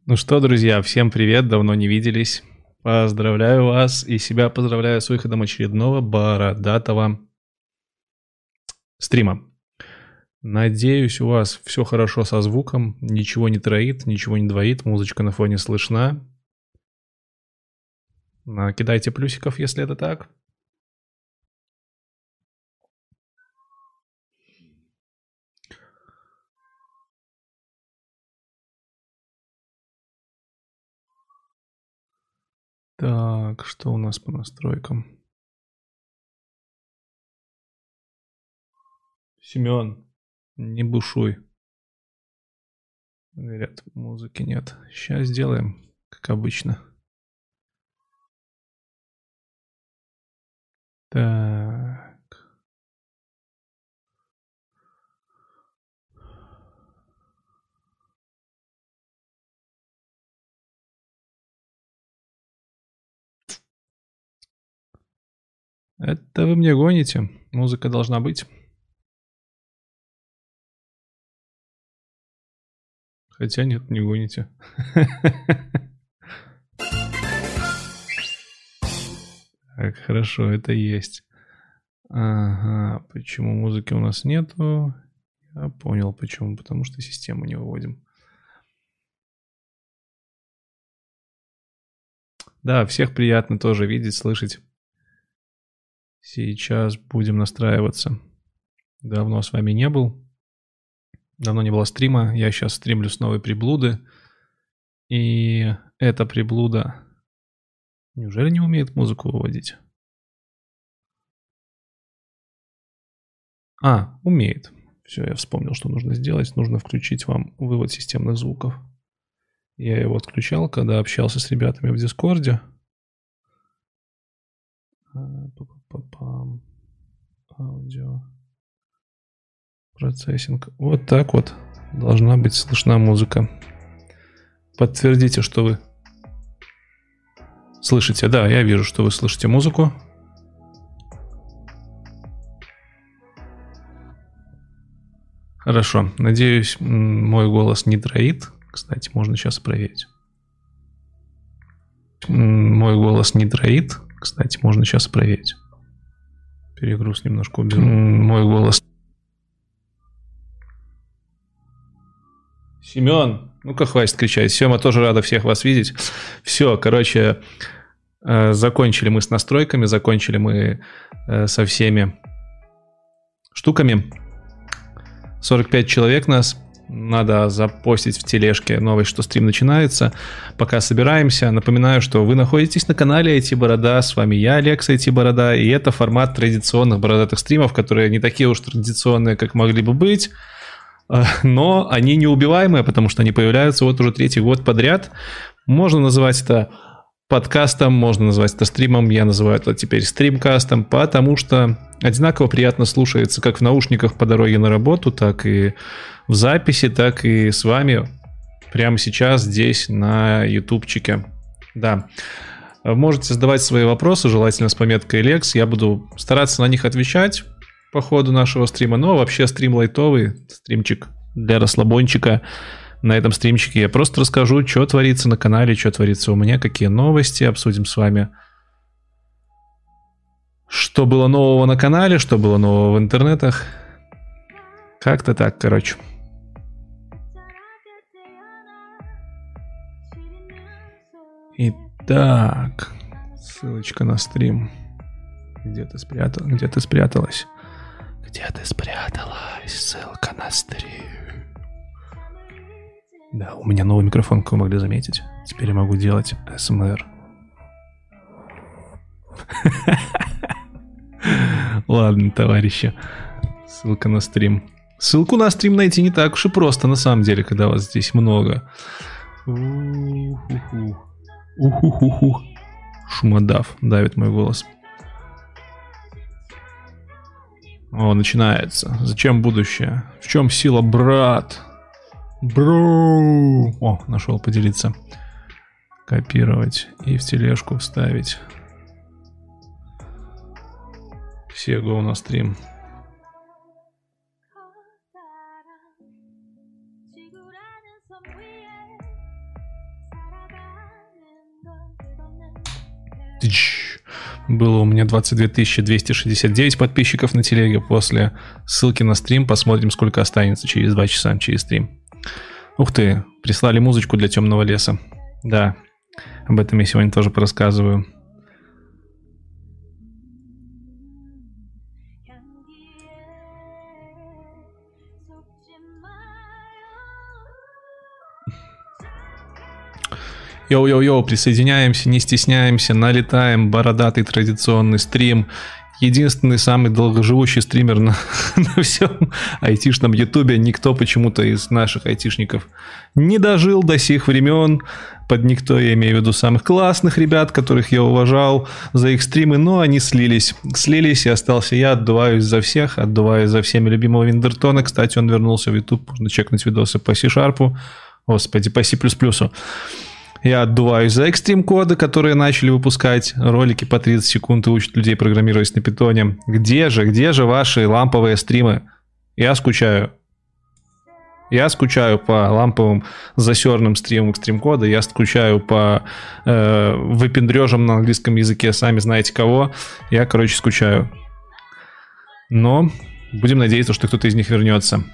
Ну что, друзья, всем привет, давно не виделись. Поздравляю вас и себя поздравляю с выходом очередного бородатого стрима. Надеюсь, у вас все хорошо со звуком, ничего не троит, ничего не двоит, музычка на фоне слышна. Накидайте плюсиков, если это так. Так, что у нас по настройкам? Семен, не бушуй. Говорят, музыки нет. Сейчас сделаем, как обычно. Так. Это вы мне гоните. Музыка должна быть. Хотя нет, не гоните. Так, хорошо, это есть. Ага, почему музыки у нас нету? Я понял, почему. Потому что систему не выводим. Да, всех приятно тоже видеть, слышать. Сейчас будем настраиваться. Давно с вами не был. Давно не было стрима. Я сейчас стримлю с новой приблуды. И эта приблуда... Неужели не умеет музыку выводить? Умеет. Все, я вспомнил, что нужно сделать. Нужно включить вам вывод системных звуков. Я его отключал, когда общался с ребятами в Дискорде. Аудио. Процессинг. Вот так вот должна быть слышна музыка. Подтвердите, что вы слышите. Да, я вижу, что вы слышите музыку. Хорошо. Надеюсь, мой голос не троит. Кстати, можно сейчас проверить. Мой голос не троит. Кстати, можно сейчас проверить. Перегруз немножко уберу. Мой голос. Семен, ну-ка хватит кричать. Сема тоже рада всех вас видеть. Все, короче, закончили мы с настройками, закончили мы со всеми штуками. 45 человек нас. Надо запостить в тележке новость, что стрим начинается. Пока собираемся. Напоминаю, что вы находитесь на канале IT Борода. С вами я, Алекс IT Борода. И это формат традиционных бородатых стримов, которые не такие уж традиционные, как могли бы быть. Но они неубиваемые, потому что они появляются вот уже 3-й год подряд. Можно называть это подкастом, можно назвать это стримом. Я называю это теперь стримкастом, потому что одинаково приятно слушается как в наушниках по дороге на работу, так и в записи, так и с вами прямо сейчас здесь на ютубчике. Да. Можете задавать свои вопросы, желательно с пометкой Лекс. Я буду стараться на них отвечать по ходу нашего стрима. Но вообще стрим лайтовый, стримчик для расслабончика. На этом стримчике я просто расскажу, что творится на канале, что творится у меня, какие новости, обсудим с вами, что было нового на канале, что было нового в интернетах. Как-то так, короче. Итак, ссылочка на стрим. Где ты спряталась? Где ты спряталась? Где ты спряталась? Ссылка на стрим. Да, у меня новый микрофон, как вы могли заметить. Теперь я могу делать СМР. Ладно, товарищи. Ссылка на стрим. Ссылку на стрим найти не так уж и просто, на самом деле, когда вас здесь много. Уху-ху-ху. Шумодав давит мой голос. О, начинается. Зачем будущее? В чем сила, брат? Бро. О, нашел поделиться. Копировать и в тележку вставить. Все, go на стрим. было у меня 22 269 подписчиков на телеге. После ссылки на стрим посмотрим, сколько останется через 2 часа, через стрим. Ух ты, прислали музычку для темного леса. Да, об этом я сегодня тоже порассказываю. Йоу-йоу-йоу, присоединяемся, не стесняемся, налетаем, бородатый традиционный стрим. Единственный самый долгоживущий стример на всем айтишном ютубе. Никто почему-то из наших айтишников не дожил до сих времен. Под никто я имею в виду самых классных ребят, которых я уважал за их стримы, но они слились. Слились, и остался я, отдуваюсь за всех, отдуваюсь за всеми любимого Виндертона. Кстати, он вернулся в YouTube, можно чекнуть видосы по C-Sharp, господи, по C++. Я отдуваюсь за экстрим-коды, которые начали выпускать ролики по 30 секунд и учат людей программировать на питоне. Где же ваши ламповые стримы? Я скучаю. Я скучаю по ламповым засерным стримам экстрим-кода, я скучаю по выпендрежам на английском языке, сами знаете кого. Я, короче, скучаю. Но будем надеяться, что кто-то из них вернется.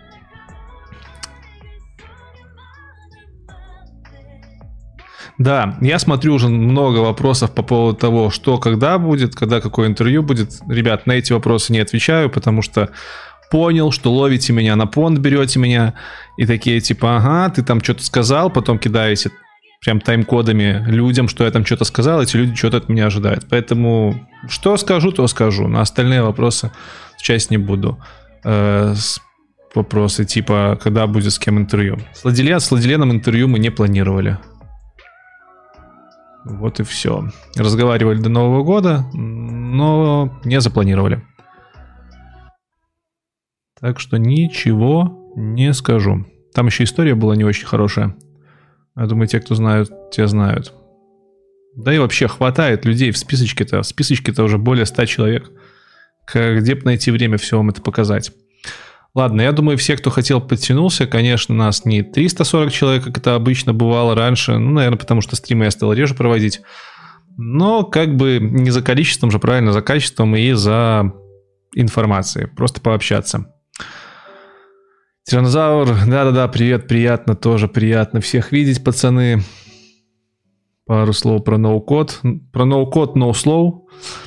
Да, я смотрю уже много вопросов по поводу того, что когда будет, когда какое интервью будет. Ребят, на эти вопросы не отвечаю, потому что понял, что ловите меня на понт, берете меня и такие типа, ага, ты там что-то сказал, потом кидаете прям тайм-кодами людям, что я там что-то сказал, эти люди что-то от меня ожидают. Поэтому что скажу, то скажу. На остальные вопросы сейчас не буду. Вопросы типа, когда будет с кем интервью. С Ладиленом интервью мы не планировали. Вот и все. Разговаривали до Нового года, но не запланировали. Так что ничего не скажу. Там еще история была не очень хорошая. Я думаю, те, кто знают, те знают. Да и вообще хватает людей в списочке-то. В списочке-то уже более 100 человек. Где бы найти время все вам это показать? Ладно, я думаю, все, кто хотел, подтянулся. Конечно, нас не 340 человек, как это обычно бывало раньше. Ну, наверное, потому что стримы я стал реже проводить. Но как бы не за количеством же, правильно, за качеством и за информацией. Просто пообщаться. Тиранозавр, да-да-да, привет, приятно, тоже приятно всех видеть, пацаны. Пару слов про ноу-код. Про ноу-код, ноу-слоу.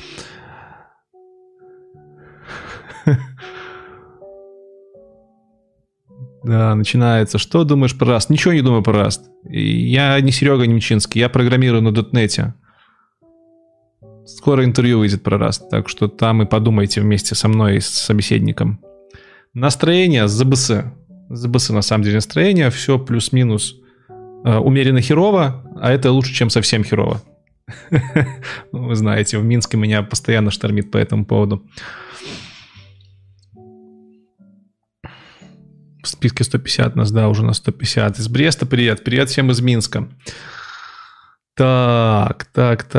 Да, начинается. Что думаешь про Rust? Ничего не думаю про Rust. Я не Серега Немчинский, я программирую на .NET. Скоро интервью выйдет про Rust, так что там и подумайте вместе со мной и с собеседником. Настроение ЗБС. ЗБС на самом деле настроение. Все плюс-минус умеренно херово, а это лучше, чем совсем херово. Вы знаете, в Минске меня постоянно штормит по этому поводу. В списке 150 нас, да, уже на 150. Из Бреста привет. Привет всем из Минска. Так.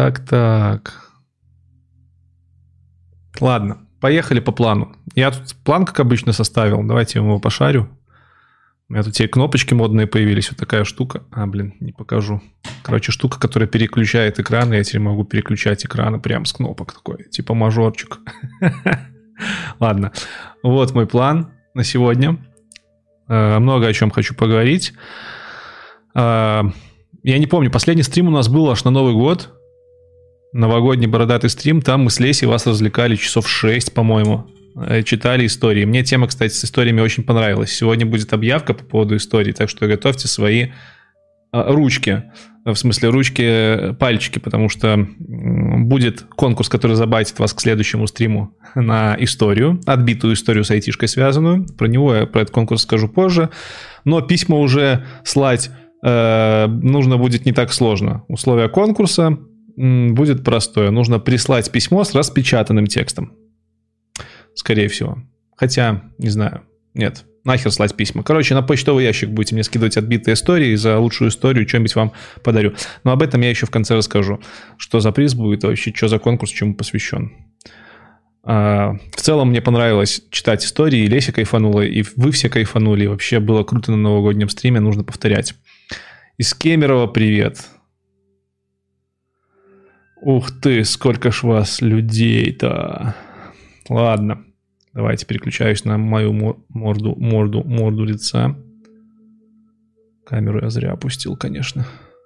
Ладно, поехали по плану. Я тут план, как обычно, составил. Давайте я его пошарю. У меня тут те кнопочки модные появились. Вот такая штука. Не покажу. Короче, штука, которая переключает экраны. Я теперь могу переключать экраны прямо с кнопок такой. Типа мажорчик. Ладно. Вот мой план на сегодня. Много о чем хочу поговорить. Я не помню, последний стрим у нас был аж на Новый год. Новогодний бородатый стрим. Там мы с Лесей вас развлекали часов 6, по-моему. Читали истории. Мне тема, кстати, с историями очень понравилась. Сегодня будет объявка по поводу историй, так что готовьте свои ручки. В смысле, ручки, пальчики, потому что будет конкурс, который забайтит вас к следующему стриму на историю, отбитую историю с айтишкой связанную. Про него я про этот конкурс скажу позже. Но письма уже слать нужно будет не так сложно. Условия конкурса будет простое. Нужно прислать письмо с распечатанным текстом. Скорее всего. Хотя, не знаю. Нет. Нахер слать письма. Короче, на почтовый ящик будете мне скидывать отбитые истории. За лучшую историю что-нибудь вам подарю. Но об этом я еще в конце расскажу. Что за приз будет вообще, что за конкурс, чему посвящен. В целом мне понравилось читать истории. И Леся кайфанула, и вы все кайфанули. И вообще было круто на новогоднем стриме. Нужно повторять. Из Кемерово привет. Ух ты, сколько ж вас людей-то. Ладно, давайте переключаюсь на мою морду лица. Камеру я зря опустил, конечно.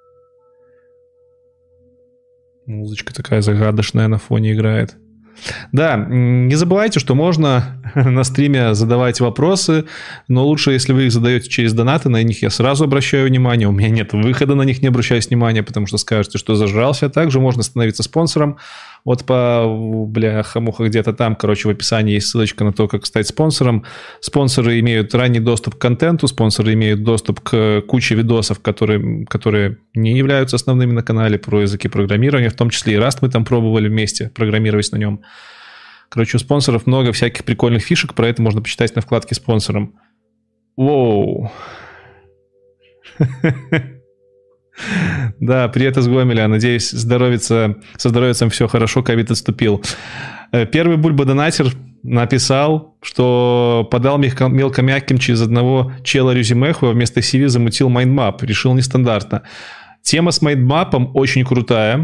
Музычка такая загадочная на фоне играет. Да, не забывайте, что можно на стриме задавать вопросы, но лучше, если вы их задаете через донаты, на них я сразу обращаю внимание, у меня нет выхода на них, не обращаюсь внимания, потому что скажете, что зажрался. Также можно становиться спонсором. Вот по, бляха-муха, где-то там, короче, в описании есть ссылочка на то, как стать спонсором. Спонсоры имеют ранний доступ к контенту, спонсоры имеют доступ к куче видосов, которые не являются основными на канале, про языки программирования, в том числе и Rust мы там пробовали вместе программировать на нем. Короче, у спонсоров много всяких прикольных фишек, про это можно почитать на вкладке «Спонсором». Воу. Да, привет из Гомеля. Надеюсь, со здоровьем все хорошо, ковид отступил. Первый бульба-донатер написал, что подал мелко-мягким через одного чела резюмеху, а вместо CV замутил майндмап. Решил нестандартно. Тема с майндмапом очень крутая.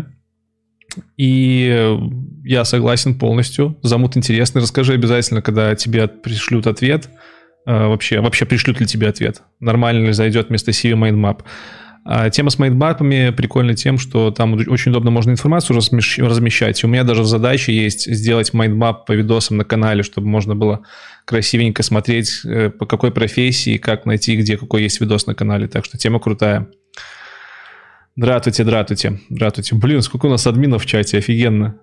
И я согласен полностью. Замут интересный. Расскажи обязательно, когда тебе пришлют ответ. Вообще пришлют ли тебе ответ? Нормально ли зайдет вместо CV майндмап? А тема с майндмапами прикольна тем, что там очень удобно можно информацию размещать. У меня даже в задаче есть сделать майндмап по видосам на канале, чтобы можно было красивенько смотреть, по какой профессии, как найти, где какой есть видос на канале. Так что тема крутая. Дратуйте. Блин, сколько у нас админов в чате, офигенно.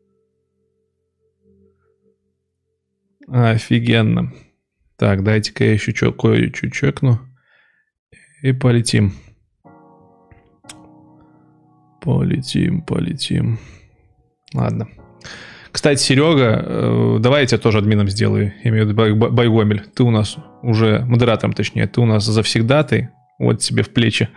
Офигенно. Так, дайте-ка я еще кое-что чекну. И полетим. Полетим. Ладно. Кстати, Серега, давай я тебя тоже админом сделаю. Я имею в виду Байгомель. Ты у нас уже, модератором точнее, ты у нас завсегдатый. Вот тебе в плечи.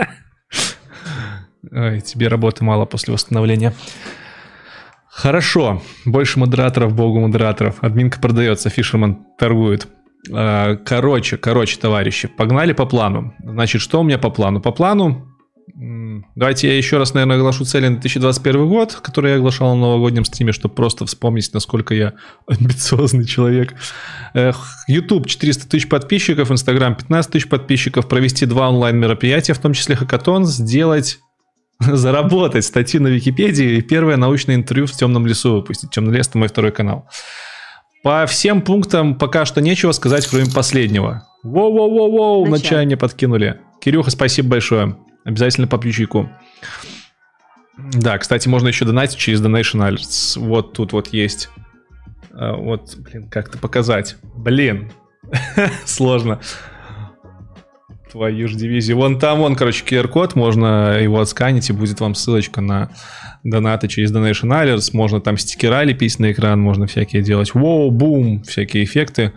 Ой, тебе работы мало после восстановления. Хорошо. Больше модераторов, богу модераторов. Админка продается, Фишерман торгует. Короче, товарищи, погнали по плану. Значит, что у меня по плану? По плану... Давайте я еще раз, наверное, оглашу цели на 2021 год, которые я оглашал на новогоднем стриме, чтобы просто вспомнить, насколько я амбициозный человек. YouTube 400 тысяч подписчиков, Instagram 15 тысяч подписчиков, провести 2 онлайн-мероприятия, в том числе хакатон, заработать статью на Википедии и первое научное интервью в «Темном лесу» выпустить. «Темный лес» — это мой второй канал. По всем пунктам пока что нечего сказать, кроме последнего. Воу, на чай мне подкинули. Кирюха, спасибо большое. Обязательно попью чайку. Да, кстати, можно еще донатить через Donation Alerts. Вот тут вот есть. Вот, как-то показать. Сложно. Твою ж дивизию. Вон там, короче, QR-код. Можно его отсканить, и будет вам ссылочка на донаты через Donation Alerts. Можно там стикера лепить на экран. Можно всякие делать. Воу, бум. Всякие эффекты.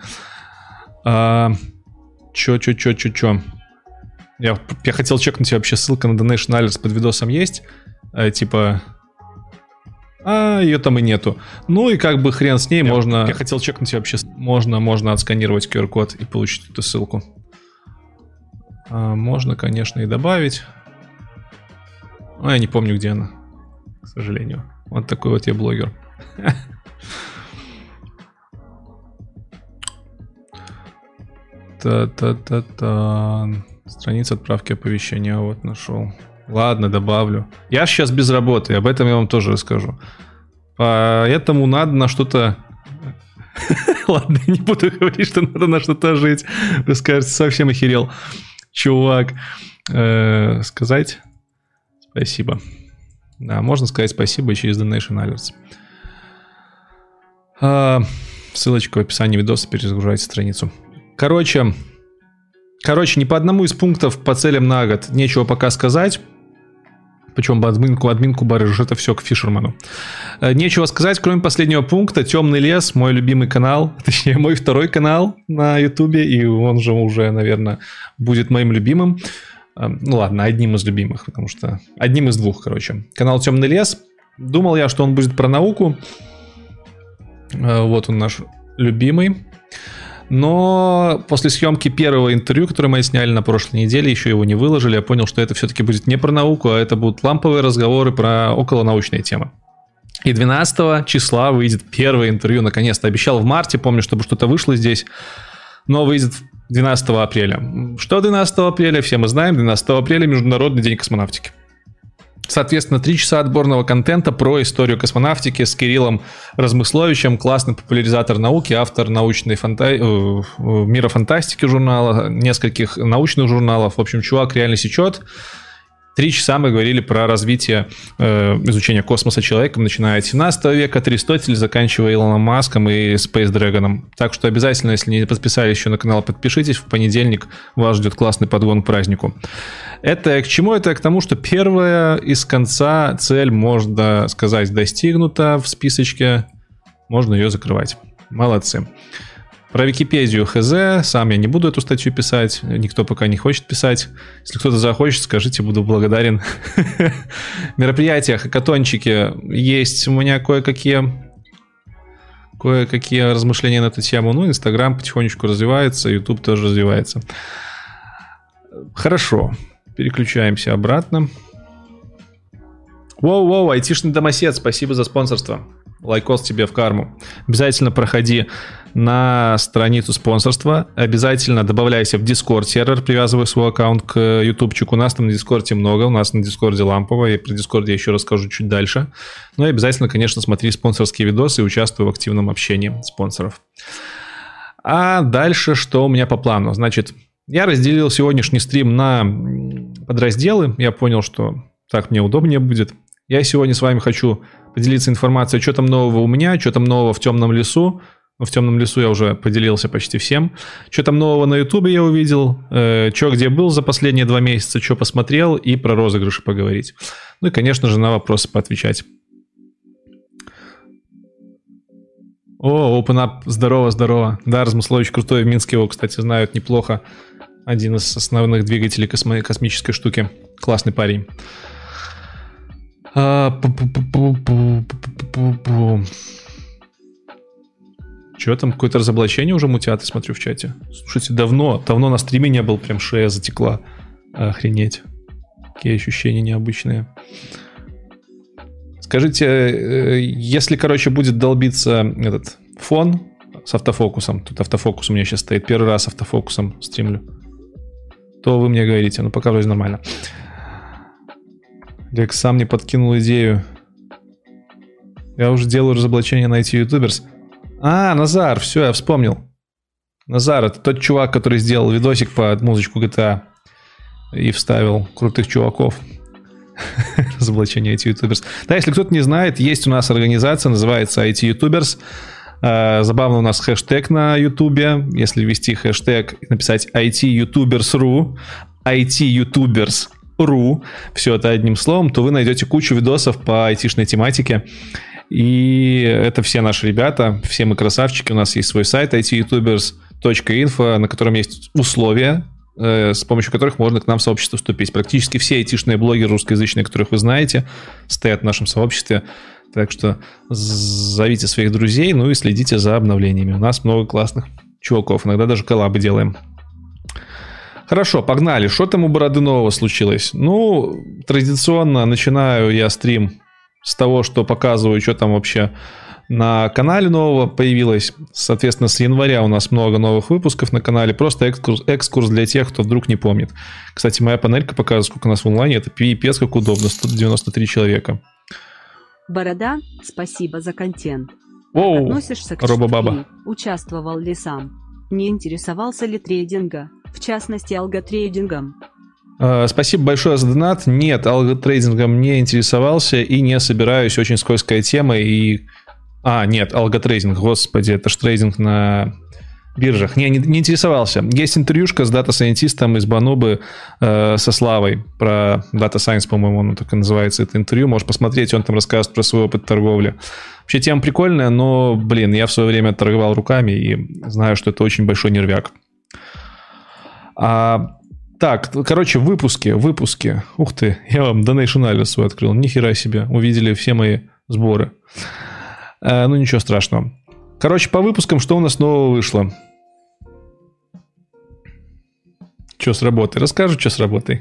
Чё. Я хотел чекнуть, вообще ссылка на Donation Alerts под видосом есть. Ее там и нету. Ну и как бы хрен с ней, можно... Я хотел чекнуть вообще... Можно отсканировать QR-код и получить эту ссылку. Можно, конечно, и добавить. Я не помню, где она, к сожалению. Вот такой вот я блогер. Страница отправки оповещения. Вот нашел. Ладно, добавлю. Я сейчас без работы, об этом я вам тоже расскажу. Поэтому надо на что-то... Ладно, не буду говорить, что надо на что-то жить. Вы скажете, совсем охерел. Чувак. Сказать спасибо. Да, можно сказать спасибо и через Donation Alerts. Ссылочка в описании видоса, перезагружайте страницу. Короче, ни по одному из пунктов по целям на год нечего пока сказать. Причем админку барыжишь, это все к Фишерману. Нечего сказать, кроме последнего пункта. «Темный лес», мой любимый канал. Точнее, мой второй канал на Ютубе. И он же уже, наверное, будет моим любимым. Ну ладно, одним из любимых. Потому что одним из двух, короче. Канал «Темный лес». Думал я, что он будет про науку. Вот он наш любимый. Но после съемки первого интервью, которое мы сняли на прошлой неделе, еще его не выложили, я понял, что это все-таки будет не про науку, а это будут ламповые разговоры про околонаучные темы. И 12 числа выйдет первое интервью, наконец-то. Обещал в марте, помню, чтобы что-то вышло здесь, но выйдет 12 апреля. Что 12 апреля? Все мы знаем, 12 апреля Международный день космонавтики. Соответственно, 3 часа отборного контента про историю космонавтики с Кириллом Размысловичем, классный популяризатор науки, автор научной мира фантастики журнала, нескольких научных журналов. В общем, чувак реально сечет. 3 часа мы говорили про развитие изучения космоса человеком, начиная от 17 века, от Аристотеля, заканчивая Илоном Маском и Space Dragon. Так что обязательно, если не подписались еще на канал, подпишитесь. В понедельник вас ждет классный подгон к празднику. Это к чему? Это к тому, что первая из конца цель, можно сказать, достигнута в списочке. Можно ее закрывать. Молодцы. Про Википедию хз, сам я не буду эту статью писать, никто пока не хочет писать. Если кто-то захочет, скажите, буду благодарен. Мероприятия, хакатончики, есть у меня кое-какие размышления на эту тему. Ну, Инстаграм потихонечку развивается, Ютуб тоже развивается. Хорошо, переключаемся обратно. Воу, айтишный домосед, спасибо за спонсорство. Лайкос тебе в карму. Обязательно проходи на страницу спонсорства. Обязательно добавляйся в Discord сервер, привязывай свой аккаунт к ютубчику. У нас там на Дискорде много, у нас на Дискорде лампово. И про Дискорд я еще расскажу чуть дальше. Ну и обязательно, конечно, смотри спонсорские видосы и участвуй в активном общении спонсоров. А дальше что у меня по плану? Значит, я разделил сегодняшний стрим на подразделы. Я понял, что так мне удобнее будет. Я сегодня с вами хочу поделиться информацией, что там нового у меня, что там нового в темном лесу. В темном лесу я уже поделился почти всем. Что там нового на Ютубе я увидел, что где был за последние 2 месяца, что посмотрел, и про розыгрыши поговорить. Ну и, конечно же, на вопросы поотвечать. О, OpenUp, здорово. Да, Размыслович крутой, в Минске его, кстати, знают неплохо. Один из основных двигателей космической штуки. Классный парень. Что там, какое-то разоблачение уже мутят, я смотрю в чате. Слушайте, давно на стриме не был, прям шея затекла. Охренеть. Какие ощущения необычные. Скажите, если, будет долбиться этот фон с автофокусом, тут автофокус у меня сейчас стоит, первый раз автофокусом стримлю, то вы мне говорите, ну пока вроде нормально. Олег сам не подкинул идею. Я уже делаю разоблачение на IT ютуберс. Назар, все, я вспомнил. Назар, это тот чувак, который сделал видосик под музычку GTA и вставил крутых чуваков. Разоблачение IT ютуберс. Да, если кто-то не знает, есть у нас организация, называется IT ютуберс. Забавно, у нас хэштег на ютубе. Если ввести хэштег и написать IT-youtubers.ru, IT-youtubers.ru, все это одним словом, то вы найдете кучу видосов по айтишной тематике. И это все наши ребята, все мы красавчики. У нас есть свой сайт ityoutubers.info, на котором есть условия, с помощью которых можно к нам в сообщество вступить. Практически все айтишные блогеры русскоязычные, которых вы знаете, стоят в нашем сообществе. Так что зовите своих друзей, ну и следите за обновлениями. У нас много классных чуваков, иногда даже коллабы делаем. Хорошо, погнали. Что там у Бороды нового случилось? Ну, традиционно начинаю я стрим с того, что показываю, что там вообще на канале нового появилось. Соответственно, с января у нас много новых выпусков на канале. Просто экскурс для тех, кто вдруг не помнит. Кстати, моя панелька показывает, сколько у нас в онлайне. Это пипец, как удобно. 193 человека. Борода, спасибо за контент. Воу, относишься к Робобаба. Участвовал ли сам? Не интересовался ли трейдинга? В частности, алготрейдингом? Спасибо большое за донат. Нет, алготрейдингом не интересовался и не собираюсь. Очень скользкая тема. Нет, алготрейдинг, господи, это ж трейдинг на биржах. Не интересовался. Есть интервьюшка с дата-сайентистом из Банубы со Славой про Data Science, по-моему, он так и называется, это интервью. Можешь посмотреть, он там рассказывает про свой опыт торговли. Вообще тема прикольная, но, я в свое время торговал руками и знаю, что это очень большой нервяк. Так, выпуски. Ух ты, я вам Donation Alerts свой открыл. Нихера себе, увидели все мои сборы. Ну, ничего страшного. По выпускам, что у нас нового вышло? Что с работой? Расскажу, что с работой.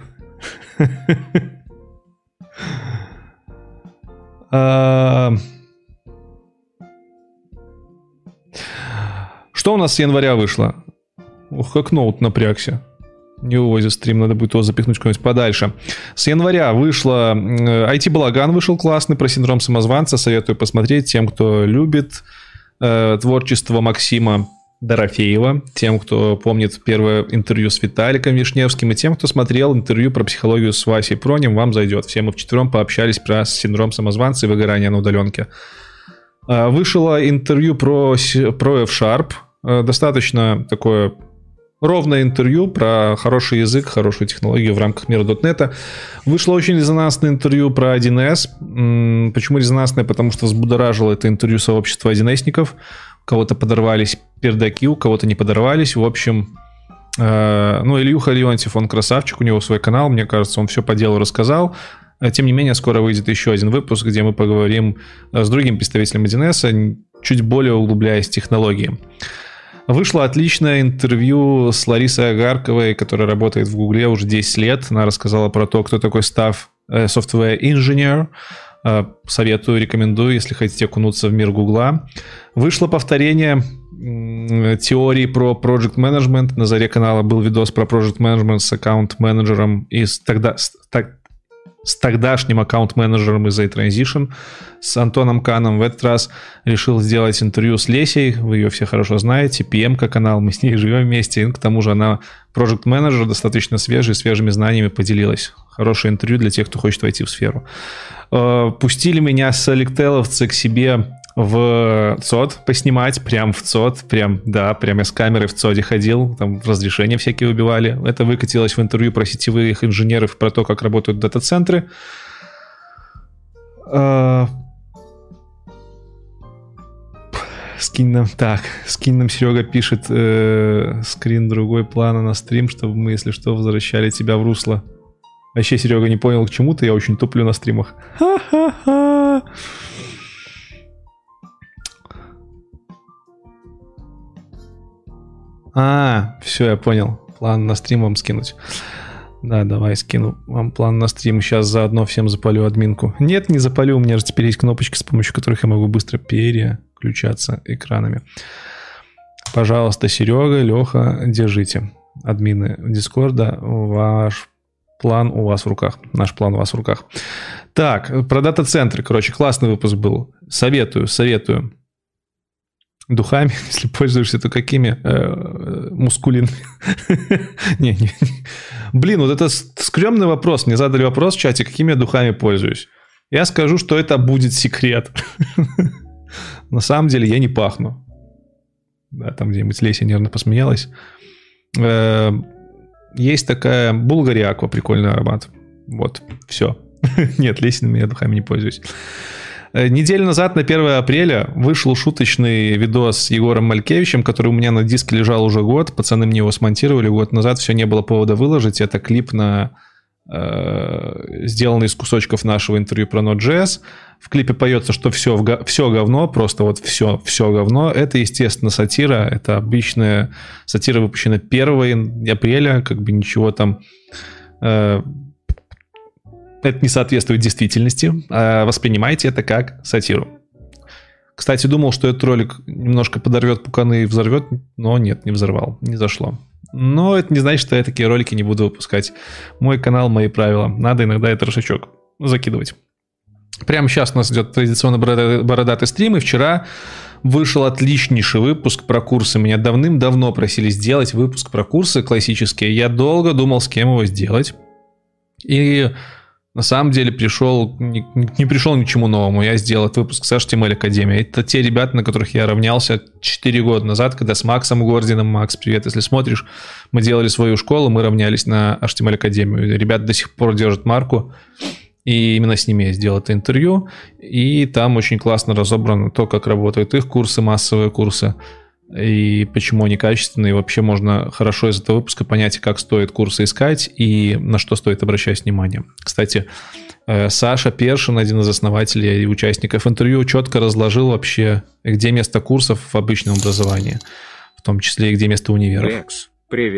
Что у нас с января вышло? Ух, как ноут напрягся. Не вывозит стрим, надо будет его запихнуть куда-нибудь подальше. С января вышло... IT-балаган вышел классный про синдром самозванца. Советую посмотреть тем, кто любит творчество Максима Дорофеева, тем, кто помнит первое интервью с Виталиком Вишневским, и тем, кто смотрел интервью про психологию с Васей Пронем, вам зайдет. Все мы вчетвером пообщались про синдром самозванца и выгорание на удаленке. Вышло интервью про F-Sharp. Достаточно такое... ровное интервью про хороший язык, хорошую технологию в рамках мира .NET. Вышло очень резонансное интервью про 1С. Почему резонансное? Потому что взбудоражило это интервью сообщества 1С-ников. У кого-то подорвались пердаки, у кого-то не подорвались. В общем, Ильюха Леонтьев, он красавчик, у него свой канал. Мне кажется, он все по делу рассказал. Тем не менее, скоро выйдет еще один выпуск, где мы поговорим с другим представителем 1С, чуть более углубляясь в технологии. Вышло отличное интервью с Ларисой Агарковой, которая работает в Гугле уже 10 лет. Она рассказала про то, кто такой Staff Software Engineer. Советую, рекомендую, если хотите окунуться в мир Гугла. Вышло повторение теории про Project Management. На заре канала был видос про Project Management с аккаунт-менеджером и с тогдашним аккаунт-менеджером из A-Transition, с Антоном Каном. В этот раз решил сделать интервью с Лесей. Вы ее все хорошо знаете. PM-ка канал, мы с ней живем вместе. И к тому же она проект-менеджер, достаточно свежий, свежими знаниями поделилась. Хорошее интервью для тех, кто хочет войти в сферу. Пустили меня селектеловцы к себе в ЦОД поснимать, прям в ЦОД, прям я с камерой в ЦОДе ходил, там разрешения всякие выбивали. Это выкатилось в интервью про сетевых инженеров, про то, как работают дата-центры. Скинь нам, Серега пишет скрин другой плана на стрим, чтобы мы, если что, возвращали тебя в русло. Вообще, Серега, не понял к чему-то, я очень туплю на стримах. Ха-ха-ха. Все, я понял. План на стрим вам скинуть. Да, давай скину вам план на стрим. Сейчас заодно всем запалю админку. Нет, не запалю. У меня же теперь есть кнопочки, с помощью которых я могу быстро переключаться экранами. Пожалуйста, Серега, Леха, держите. Админы Дискорда, ваш план у вас в руках. Наш план у вас в руках. Так, про дата-центры. Короче, классный выпуск был. Советую. Духами, если пользуешься, то какими? Мускулинными. Не. Блин, вот это скромный вопрос. Мне задали вопрос в чате, какими я духами пользуюсь. Я скажу, что это будет секрет. На самом деле я не пахну. Да, там где-нибудь Леся нервно посмеялась. Есть такая Булгари Аква, прикольный аромат. Вот, все. Нет, Лесиными я духами не пользуюсь. Неделю назад, на 1 апреля, вышел шуточный видос с Егором Малькевичем, который у меня на диске лежал уже год. Пацаны мне его смонтировали год назад, все, не было повода выложить. Это клип, сделанный из кусочков нашего интервью про Node.js. В клипе поется, что все говно, просто вот все говно. Это, естественно, сатира. Это обычная сатира, выпущена 1 апреля, как бы ничего там... Это не соответствует действительности. Воспринимайте это как сатиру. Кстати, думал, что этот ролик немножко подорвет пуканы и взорвет, но нет, не взорвал, не зашло. Но это не значит, что я такие ролики не буду выпускать. Мой канал, мои правила. Надо иногда этот трошечок закидывать. Прямо сейчас у нас идет традиционно бородатый стрим, и вчера вышел отличнейший выпуск про курсы. Меня давным-давно просили сделать выпуск про курсы классические. Я долго думал, с кем его сделать. И... на самом деле не пришел ни к чему новому. Я сделал этот выпуск с HTML Академией. Это те ребята, на которых я равнялся 4 года назад, когда с Максом Гординым. Макс, привет, если смотришь. Мы делали свою школу, мы равнялись на HTML Академию. Ребята до сих пор держат марку. И именно с ними я сделал это интервью. И там очень классно разобрано то, как работают их курсы, массовые курсы. И почему они качественные. И вообще можно хорошо из этого выпуска понять, как стоит курсы искать и на что стоит обращать внимание. Кстати, Саша Першин, один из основателей и участников интервью, четко разложил вообще, где место курсов в обычном образовании, в том числе и где место универов. Рекс, привет.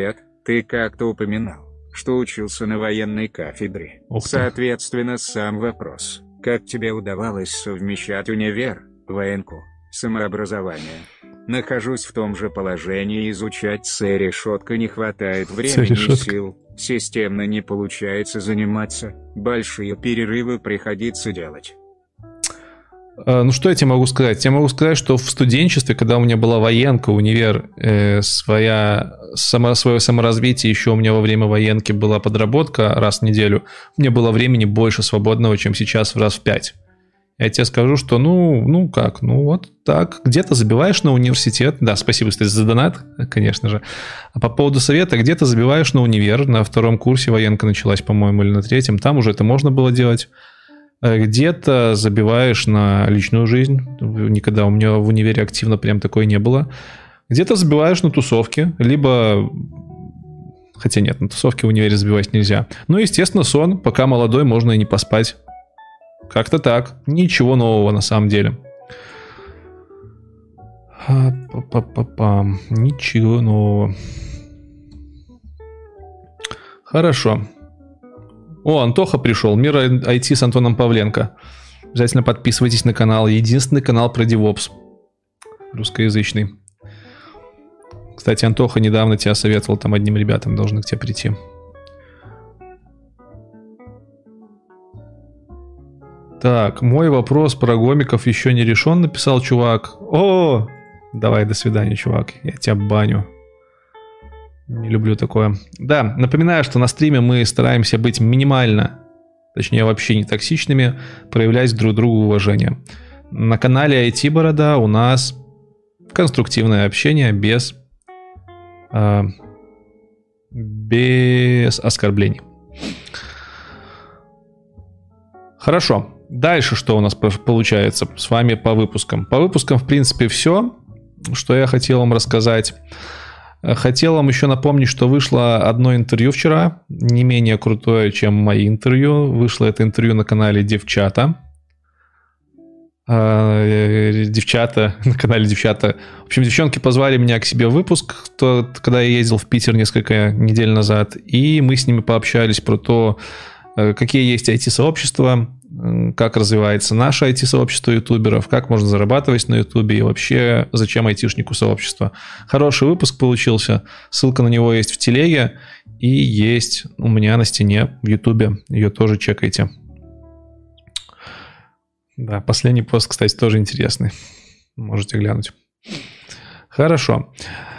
Ты как-то упоминал, что учился на военной кафедре. Ух ты. Соответственно, сам вопрос. Как тебе удавалось совмещать универ, военку, самообразование? Нахожусь в том же положении, изучать решетка не хватает времени и сил, системно не получается заниматься, большие перерывы приходится делать. Ну, что я тебе могу сказать? Я могу сказать, что в студенчестве, когда у меня была военка, универ, свое саморазвитие, еще у меня во время военки была подработка раз в неделю, мне было времени больше свободного, чем сейчас в раз в 5. Я тебе скажу, что вот так, где-то забиваешь на университет, да, спасибо, кстати, за донат, конечно же, а по поводу совета, где-то забиваешь на универ, на 2 курсе военка началась, по-моему, или на 3, там уже это можно было делать. Где-то забиваешь на личную жизнь. Никогда у меня в универе активно прям такой не было. Где-то забиваешь на тусовки. Либо... Хотя нет, на тусовки в универе забивать нельзя. Ну, естественно, сон. Пока молодой, можно и не поспать. Как-то так. Ничего нового на самом деле. Ничего нового. Хорошо. О, Антоха пришел. Мир IT с Антоном Павленко. Обязательно подписывайтесь на канал. Единственный канал про DevOps. Русскоязычный. Кстати, Антоха недавно тебя советовал. Там одним ребятам должны к тебе прийти. Так, мой вопрос про гомиков еще не решен, написал чувак. О, давай, до свидания, чувак. Я тебя баню. Не люблю такое. Да, напоминаю, что на стриме мы стараемся быть минимально, точнее вообще не токсичными, проявлять друг другу уважение. На канале IT Борода у нас конструктивное общение без оскорблений. Хорошо. Дальше что у нас получается с вами по выпускам? По выпускам, в принципе, все, что я хотел вам рассказать. Хотел вам еще напомнить, что вышло одно интервью вчера, не менее крутое, чем мои интервью. Вышло это интервью на канале Девчата. Девчата, на канале Девчата. В общем, девчонки позвали меня к себе в выпуск, когда я ездил в Питер несколько недель назад. И мы с ними пообщались про то, какие есть IT-сообщества, как развивается наше IT-сообщество ютуберов, как можно зарабатывать на ютубе и вообще зачем айтишнику сообщество. Хороший выпуск получился, ссылка на него есть в телеге и есть у меня на стене в ютубе, ее тоже чекайте. Да, последний пост, кстати, тоже интересный, можете глянуть. Хорошо.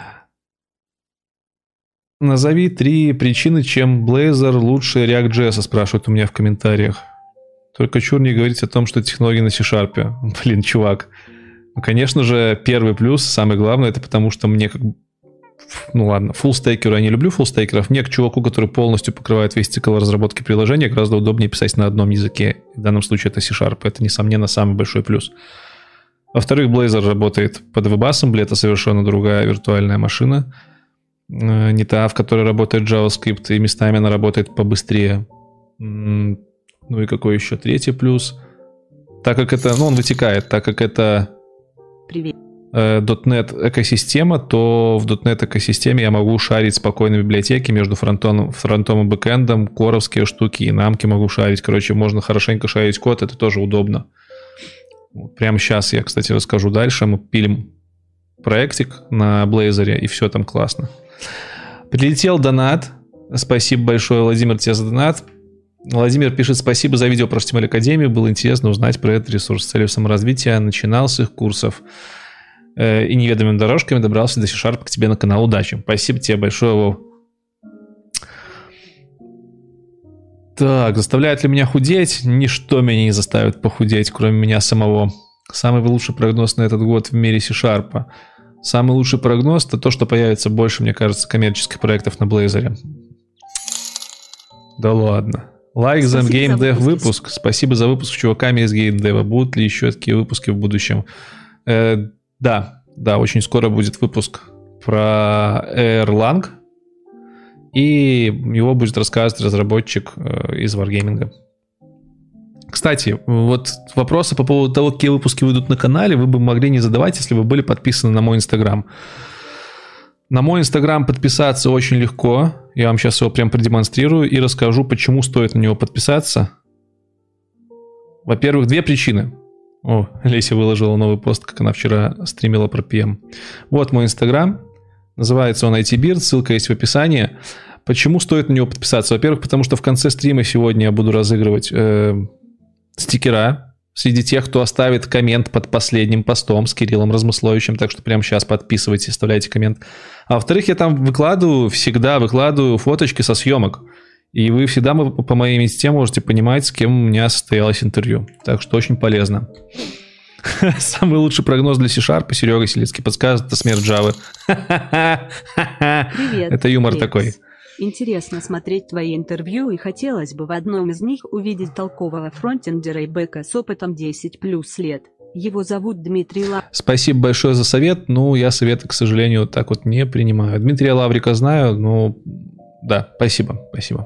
Назови 3 причины, чем Blazor лучше React.js, спрашивают у меня в комментариях. Только чур не говорить о том, что технологии на C-Sharp. Блин, чувак. Ну, конечно же, первый плюс, самое главное, это потому что мне как... Ну ладно, фуллстейкеру я не люблю фуллстейкеров. Мне, к чуваку, который полностью покрывает весь цикл разработки приложения, гораздо удобнее писать на одном языке. В данном случае это C-Sharp. Это, несомненно, самый большой плюс. Во-вторых, Blazor работает под WebAssembly. Это совершенно другая виртуальная машина. Не та, в которой работает JavaScript, и местами она работает побыстрее. Ну и какой еще 3 плюс? Так как это, он вытекает, так как это .NET экосистема, то в .NET экосистеме я могу шарить спокойно библиотеки между фронтом и бэкэндом, коровские штуки и намки могу шарить. Короче, можно хорошенько шарить код, это тоже удобно. Прямо сейчас я, кстати, расскажу дальше. Мы пилим проектик на Blazor, и все там классно. Прилетел донат. Спасибо большое, Владимир, тебе за донат. Владимир пишет: спасибо за видео про HTML Академию. Было интересно узнать про этот ресурс. С целью саморазвития начинал с их курсов. И неведомыми дорожками добрался до C-Sharp к тебе на канал. Удачи. Спасибо тебе большое, Вов. Так, заставляет ли меня худеть? Ничто меня не заставит похудеть, кроме меня самого. Самый лучший прогноз на этот год в мире C-Sharp. Самый лучший прогноз — это то, что появится больше, мне кажется, коммерческих проектов на Blazor. Да ладно. Лайк за GameDev выпуск. Спасибо за выпуск с чуваками из GameDev. Будут ли еще такие выпуски в будущем? Да, очень скоро будет выпуск про Erlang. И его будет рассказывать разработчик из Wargaming. Кстати, вот вопросы по поводу того, какие выпуски выйдут на канале, вы бы могли не задавать, если бы были подписаны на мой Инстаграм. На мой Инстаграм подписаться очень легко. Я вам сейчас его прям продемонстрирую и расскажу, почему стоит на него подписаться. Во-первых, две причины. О, Леся выложила новый пост, как она вчера стримила про PM. Вот мой Инстаграм. Называется он ITBeard, ссылка есть в описании. Почему стоит на него подписаться? Во-первых, потому что в конце стрима сегодня я буду разыгрывать стикера среди тех, кто оставит коммент под последним постом с Кириллом Размысловичем. Так что прямо сейчас подписывайтесь, оставляйте коммент. А во-вторых, я там всегда выкладываю фоточки со съемок. И вы всегда по моей инсте можете понимать, с кем у меня состоялось интервью. Так что очень полезно. Самый лучший прогноз для C-Sharp Серега Селицкий подскажет, это смерть Java. Привет, это юмор Лекс. такой. Интересно смотреть твои интервью, и хотелось бы в одном из них увидеть толкового фронтендера и бэка с опытом 10 плюс лет. Его зовут Дмитрий Спасибо большое за совет. Ну, я советы, к сожалению, так вот не принимаю. Дмитрия Лаврика знаю, но да, спасибо.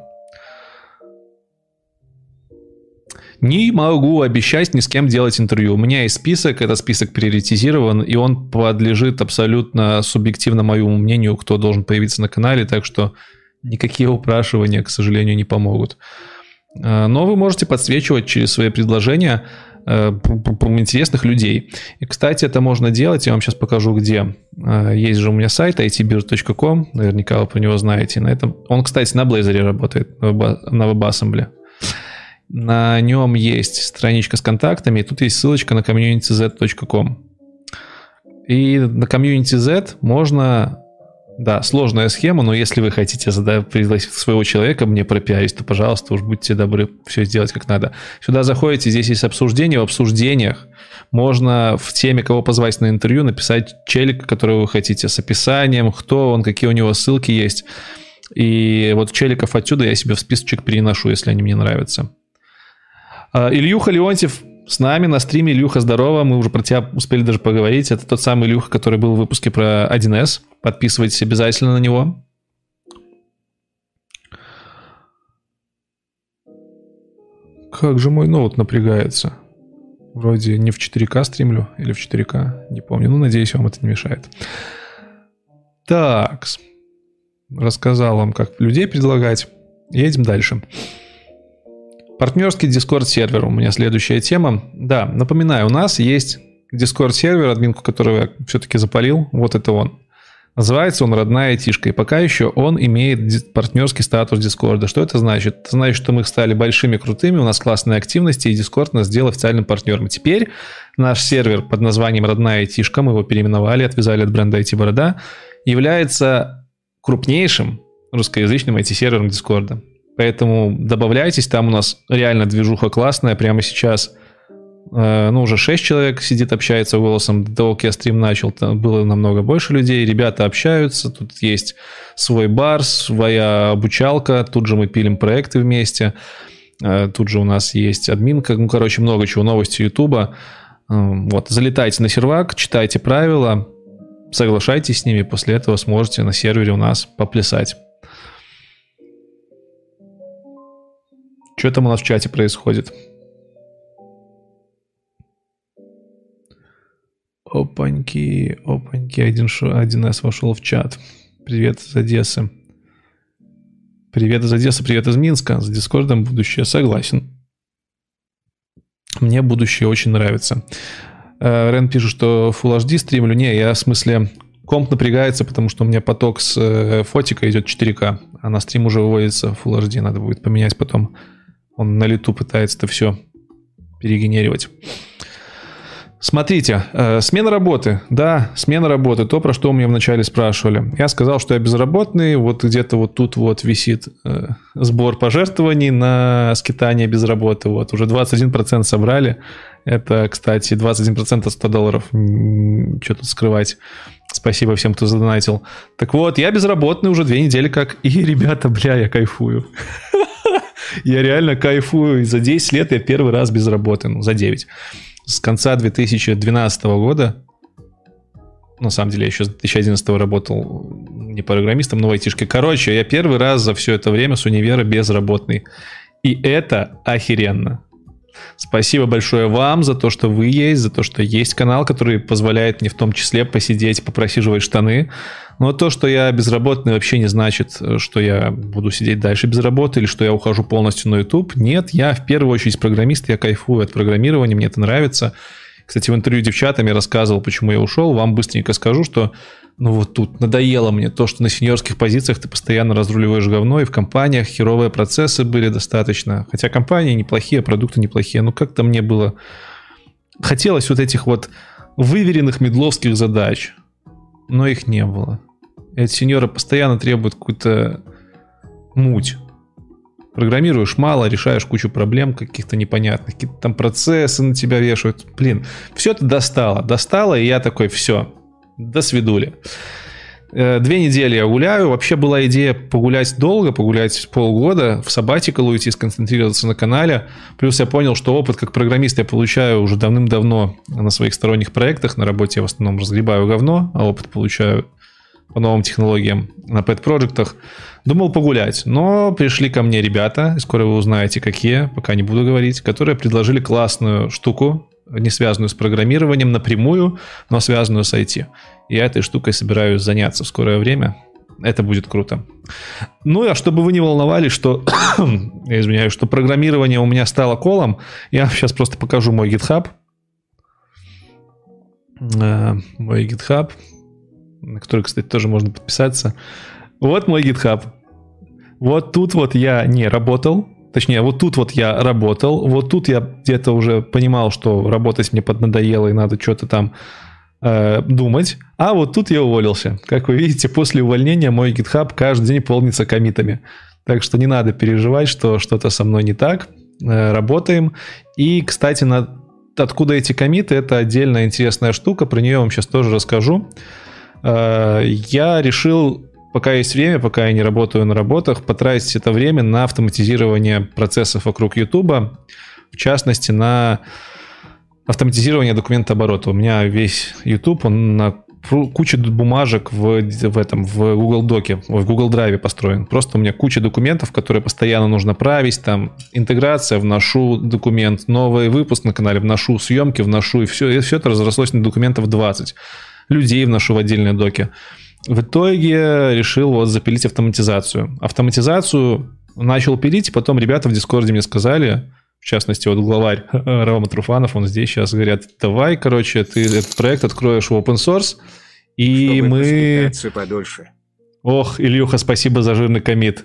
Не могу обещать ни с кем делать интервью. У меня есть список, этот список приоритизирован, и он подлежит абсолютно субъективно моему мнению, кто должен появиться на канале, так что никакие упрашивания, к сожалению, не помогут. Но вы можете подсвечивать через свои предложения интересных людей. И, кстати, это можно делать, я вам сейчас покажу, где. Есть же у меня сайт itbeard.com, наверняка вы про него знаете. Он, кстати, на Blazor работает, на WebAssembly. На нем есть страничка с контактами, и тут есть ссылочка на communityz.com. И на communityz можно... Да, сложная схема, но если вы хотите пригласить своего человека мне пропиарить, то, пожалуйста, уж будьте добры все сделать как надо. Сюда заходите, здесь есть обсуждение. В обсуждениях можно в теме, кого позвать на интервью, написать челика, которого вы хотите, с описанием, кто он, какие у него ссылки есть. И вот челиков отсюда я себе в списочек переношу, если они мне нравятся. Ильюха Леонтьев с нами на стриме. Илюха, здорово, мы уже про тебя успели даже поговорить. Это тот самый Илюха, который был в выпуске про 1С. Подписывайтесь обязательно на него. Как же мой ноут напрягается. Вроде не в 4К стримлю или в 4К, не помню. Ну, надеюсь, вам это не мешает. Так, рассказал вам, как людей предлагать. Едем дальше. Партнерский Discord-сервер у меня следующая тема. Да, напоминаю, у нас есть Discord-сервер, админку которого я все-таки запалил. Вот это он. Называется он «Родная айтишка». И пока еще он имеет партнерский статус Discord. Что это значит? Это значит, что мы стали большими, крутыми, у нас классные активности, и Discord нас сделал официальным партнером. Теперь наш сервер под названием «Родная айтишка», мы его переименовали, отвязали от бренда IT-борода, является крупнейшим русскоязычным IT-сервером Discord. Поэтому добавляйтесь, там у нас реально движуха классная. Прямо сейчас, уже 6 человек сидит, общается голосом. До того, как я стрим начал, было намного больше людей. Ребята общаются, тут есть свой бар, своя обучалка. Тут же мы пилим проекты вместе. Тут же у нас есть админка. Много чего, новости Ютуба. Вот, залетайте на сервак, читайте правила, соглашайтесь с ними. После этого сможете на сервере у нас поплясать. Что там у нас в чате происходит? Опаньки. 1С вошел в чат. Привет из Одессы. Привет из Одессы, привет из Минска. С Дискордом будущее, согласен. Мне будущее очень нравится. Рен пишет, что Full HD стримлю. Не, я в смысле... Комп напрягается, потому что у меня поток с фотика идет 4К, а на стрим уже выводится Full HD. Надо будет поменять потом. Он на лету пытается это все перегенерировать. Смотрите, смена работы. Да, смена работы. То, про что у меня вначале спрашивали. Я сказал, что я безработный. Вот где-то вот тут вот висит сбор пожертвований на скитание без работы. Вот уже 21% собрали. Это, кстати, 21% от $100. Что тут скрывать. Спасибо всем, кто задонатил. Так вот, я безработный уже 2 недели как. И, ребята, я кайфую. Я реально кайфую. И за 10 лет я первый раз без работы. За 9. С конца 2012 года, на самом деле я еще с 2011 работал не программистом, но в айтишке. Короче, я первый раз за все это время с универа безработный. И это охеренно. Спасибо большое вам за то, что вы есть, за то, что есть канал, который позволяет мне в том числе посидеть, попросиживать штаны. Но то, что я безработный, вообще не значит, что я буду сидеть дальше без работы или что я ухожу полностью на YouTube. Нет, я в первую очередь программист, я кайфую от программирования, мне это нравится. Кстати, в интервью девчатам я рассказывал, почему я ушел. Вам быстренько скажу, что вот тут надоело мне то, что на сеньорских позициях ты постоянно разруливаешь говно, и в компаниях херовые процессы были достаточно. Хотя компании неплохие, продукты неплохие, но как-то мне было... Хотелось вот этих вот выверенных медловских задач, но их не было. И от сеньора постоянно требует какую-то муть. Программируешь мало, решаешь кучу проблем каких-то непонятных, какие-то там процессы на тебя вешают. Блин, все это достало, и я такой, все, до свидули. 2 недели я гуляю. Вообще была идея погулять долго, погулять полгода, в сабатикал уйти, сконцентрироваться на канале. Плюс я понял, что опыт как программист я получаю уже давным-давно на своих сторонних проектах. На работе я в основном разгребаю говно, а опыт получаю по новым технологиям на pet-проектах. Думал погулять, но пришли ко мне ребята, скоро вы узнаете какие, пока не буду говорить, которые предложили классную штуку, не связанную с программированием напрямую, но связанную с IT. И я этой штукой собираюсь заняться в скорое время. Это будет круто. Ну, а чтобы вы не волновались, что, я извиняюсь, что программирование у меня стало колом, я сейчас просто покажу мой GitHub. Мой GitHub, на который, кстати, тоже можно подписаться. Вот мой GitHub. Вот тут вот я не работал. Точнее, вот тут вот я работал. Вот тут я где-то уже понимал, что работать мне поднадоело и надо что-то там думать. А вот тут я уволился. Как вы видите, после увольнения мой GitHub каждый день полнится коммитами. Так что не надо переживать, что что-то со мной не так. Работаем. И, кстати, откуда эти коммиты, это отдельная интересная штука. Про нее я вам сейчас тоже расскажу. Я решил, пока есть время, пока я не работаю на работах, потратить это время на автоматизирование процессов вокруг YouTube, в частности, на автоматизирование документооборота. У меня весь YouTube, он на куче бумажек в Google Доке, в Google Drive построен. Просто у меня куча документов, которые постоянно нужно править, там интеграция, вношу документ, новый выпуск на канале, вношу съемки, вношу, и все это разрослось на документов 20. Людей вношу в отдельные доки. В итоге решил вот запилить автоматизацию. Автоматизацию начал пилить, потом ребята в Дискорде мне сказали, в частности, вот главарь Рома Труфанов, он здесь сейчас, говорят, давай, короче, ты этот проект откроешь в open source, и чтобы мы... подольше. Ох, Илюха, спасибо за жирный коммит.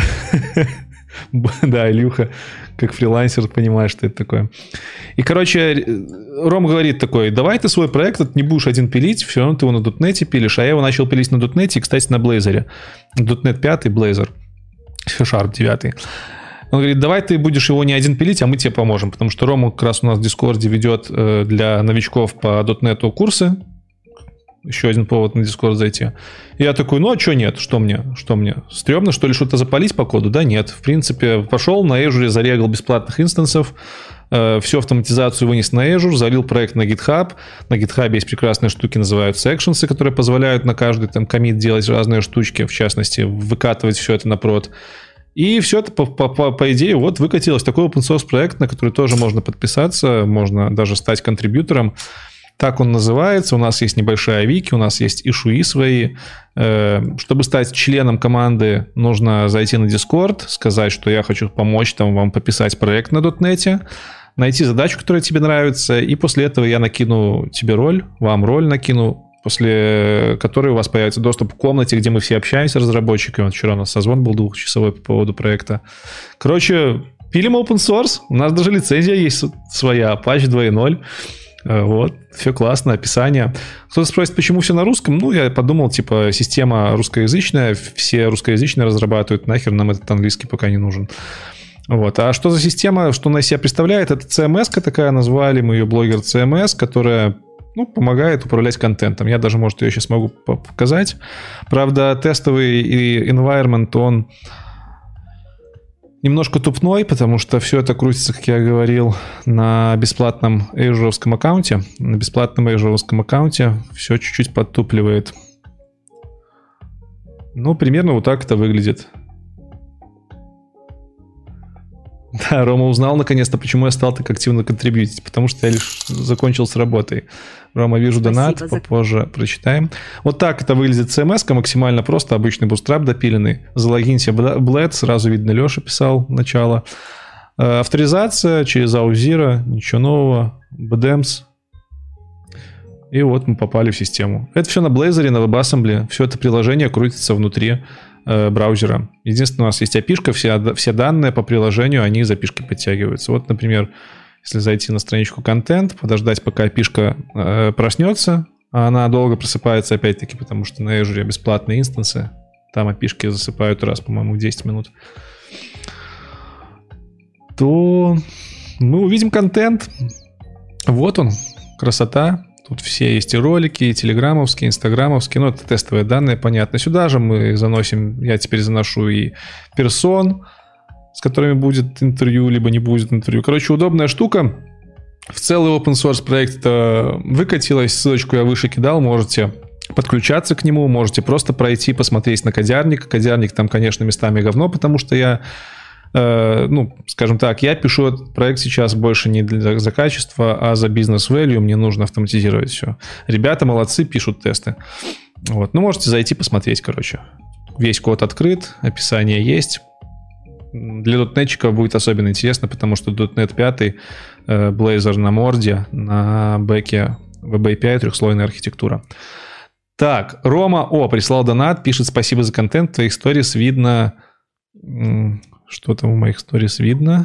Да, Илюха, как фрилансер, понимаешь, что это такое. И, короче, Ром говорит такой, давай ты свой проект, не будешь один пилить, все равно ты его на .NET пилишь. А я его начал пилить на .NET и, кстати, на Blazor. .NET 5, Blazor, C# 9. Он говорит, давай ты будешь его не один пилить, а мы тебе поможем. Потому что Рома как раз у нас в Дискорде ведет для новичков по .NET курсы. Еще один повод на Discord зайти. И я такой, ну а что нет? Что мне? Стремно, что ли, что-то запалить по коду? Да нет. В принципе, пошел на Azure, зарегал бесплатных инстансов, всю автоматизацию вынес на Azure, залил проект на GitHub. На GitHub есть прекрасные штуки, называются actions, которые позволяют на каждый там коммит делать разные штучки, в частности, выкатывать все это на прод. И все это, по идее, вот выкатилось. Такой open source проект, на который тоже можно подписаться, можно даже стать контрибьютором. Так он называется, у нас есть небольшая вики, у нас есть ишуи свои. Чтобы стать членом команды, нужно зайти на Discord, сказать, что я хочу помочь там, вам пописать проект на .NET, найти задачу, которая тебе нравится, и после этого я накину тебе роль, вам роль накину, после которой у вас появится доступ к комнате, где мы все общаемся с разработчиками. Вот вчера у нас созвон был 2-часовой по поводу проекта. Короче, пилим open source, у нас даже лицензия есть своя, Apache 2.0. Вот, все классно, описание. Кто-то спросит, почему все на русском? Ну, я подумал, типа, система русскоязычная, все русскоязычные разрабатывают, нахер нам этот английский пока не нужен. Вот. А что за система, что она из себя представляет? Это CMS-ка такая, назвали мы ее блогер CMS, которая, ну, помогает управлять контентом. Я даже, может, ее сейчас могу показать. Правда, тестовый environment, он немножко тупной, потому что все это крутится, как я говорил, на бесплатном Azure-овском аккаунте. На бесплатном Azure-овском аккаунте все чуть-чуть подтупливает. Ну, примерно вот так это выглядит. Да, Рома узнал наконец-то, почему я стал так активно контрибьютить, потому что я лишь закончил с работой. Рома, вижу донат, попозже прочитаем. Вот так это выглядит CMS-ка, максимально просто, обычный бустрап допиленный. Залогинься Bled, сразу видно, Леша писал начало. Авторизация через Auth0, ничего нового, BDEMS. И вот мы попали в систему. Это все на Blazor, на WebAssembly. Все это приложение крутится внутри браузера. Единственное, у нас есть API-шка, все данные по приложению, они из API-шки подтягиваются. Вот, например, если зайти на страничку контент, подождать, пока API-шка проснется, а она долго просыпается опять-таки, потому что на Azure бесплатные инстансы. Там API-шки засыпают раз, по-моему, в 10 минут. То мы увидим контент. Вот он, красота. Тут все есть и ролики, и телеграммовские, и инстаграмовские. Ну, это тестовые данные, понятно. Сюда же мы заносим, я теперь заношу и персон, с которыми будет интервью, либо не будет интервью. Короче, удобная штука. В целый open source проект выкатилась. Ссылочку я выше кидал. Можете подключаться к нему, можете просто пройти, посмотреть на кодярник. Кодярник там, конечно, местами говно, потому что я... ну, скажем так, я пишу этот проект сейчас больше не за качество, а за бизнес-value. Мне нужно автоматизировать все. Ребята молодцы, пишут тесты. Вот. Ну, можете зайти посмотреть, короче. Весь код открыт, описание есть. Для .NET-чиков будет особенно интересно, потому что .NET 5, Blazor на морде, на бэке Web API, трехслойная архитектура. Так, Рома, прислал донат, пишет: спасибо за контент, в твоих сторис видно... Что там в моих сторис видно?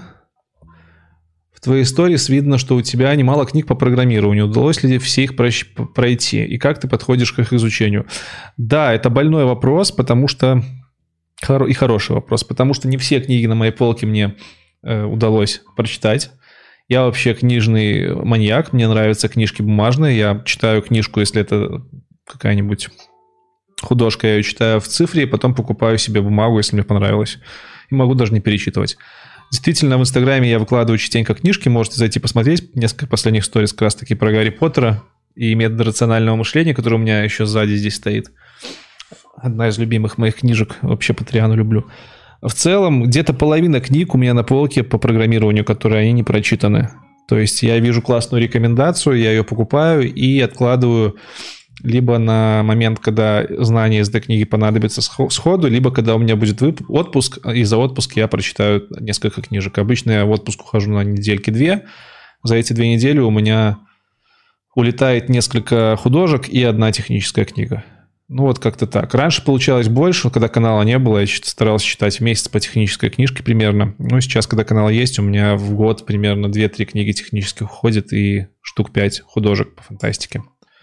В твоей сторис видно, что у тебя немало книг по программированию. Удалось ли все их пройти? И как ты подходишь к их изучению? Да, это больной вопрос, потому что... И хороший вопрос, потому что не все книги на моей полке мне удалось прочитать. Я вообще книжный маньяк, мне нравятся книжки бумажные. Я читаю книжку, если это какая-нибудь художка, я ее читаю в цифре, и потом покупаю себе бумагу, если мне понравилось. И могу даже не перечитывать. Действительно, в Инстаграме я выкладываю частенько книжки. Можете зайти посмотреть. Несколько последних сторис как раз таки про Гарри Поттера и методы рационального мышления, который у меня еще сзади здесь стоит. Одна из любимых моих книжек. Вообще по Триану люблю. В целом, где-то половина книг у меня на полке по программированию, которые они не прочитаны. То есть я вижу классную рекомендацию, я ее покупаю и откладываю либо на момент, когда знания из этой книги понадобятся сходу, либо когда у меня будет отпуск, и за отпуск я прочитаю несколько книжек. Обычно я в отпуск ухожу на недельки-две. За эти 2 недели у меня улетает несколько художек и 1 техническая книга. Ну вот как-то так. Раньше получалось больше, когда канала не было, я старался читать в месяц по технической книжке примерно. Ну сейчас, когда канал есть, у меня в год примерно 2-3 книги технических уходит и штук 5 художек по фантастике.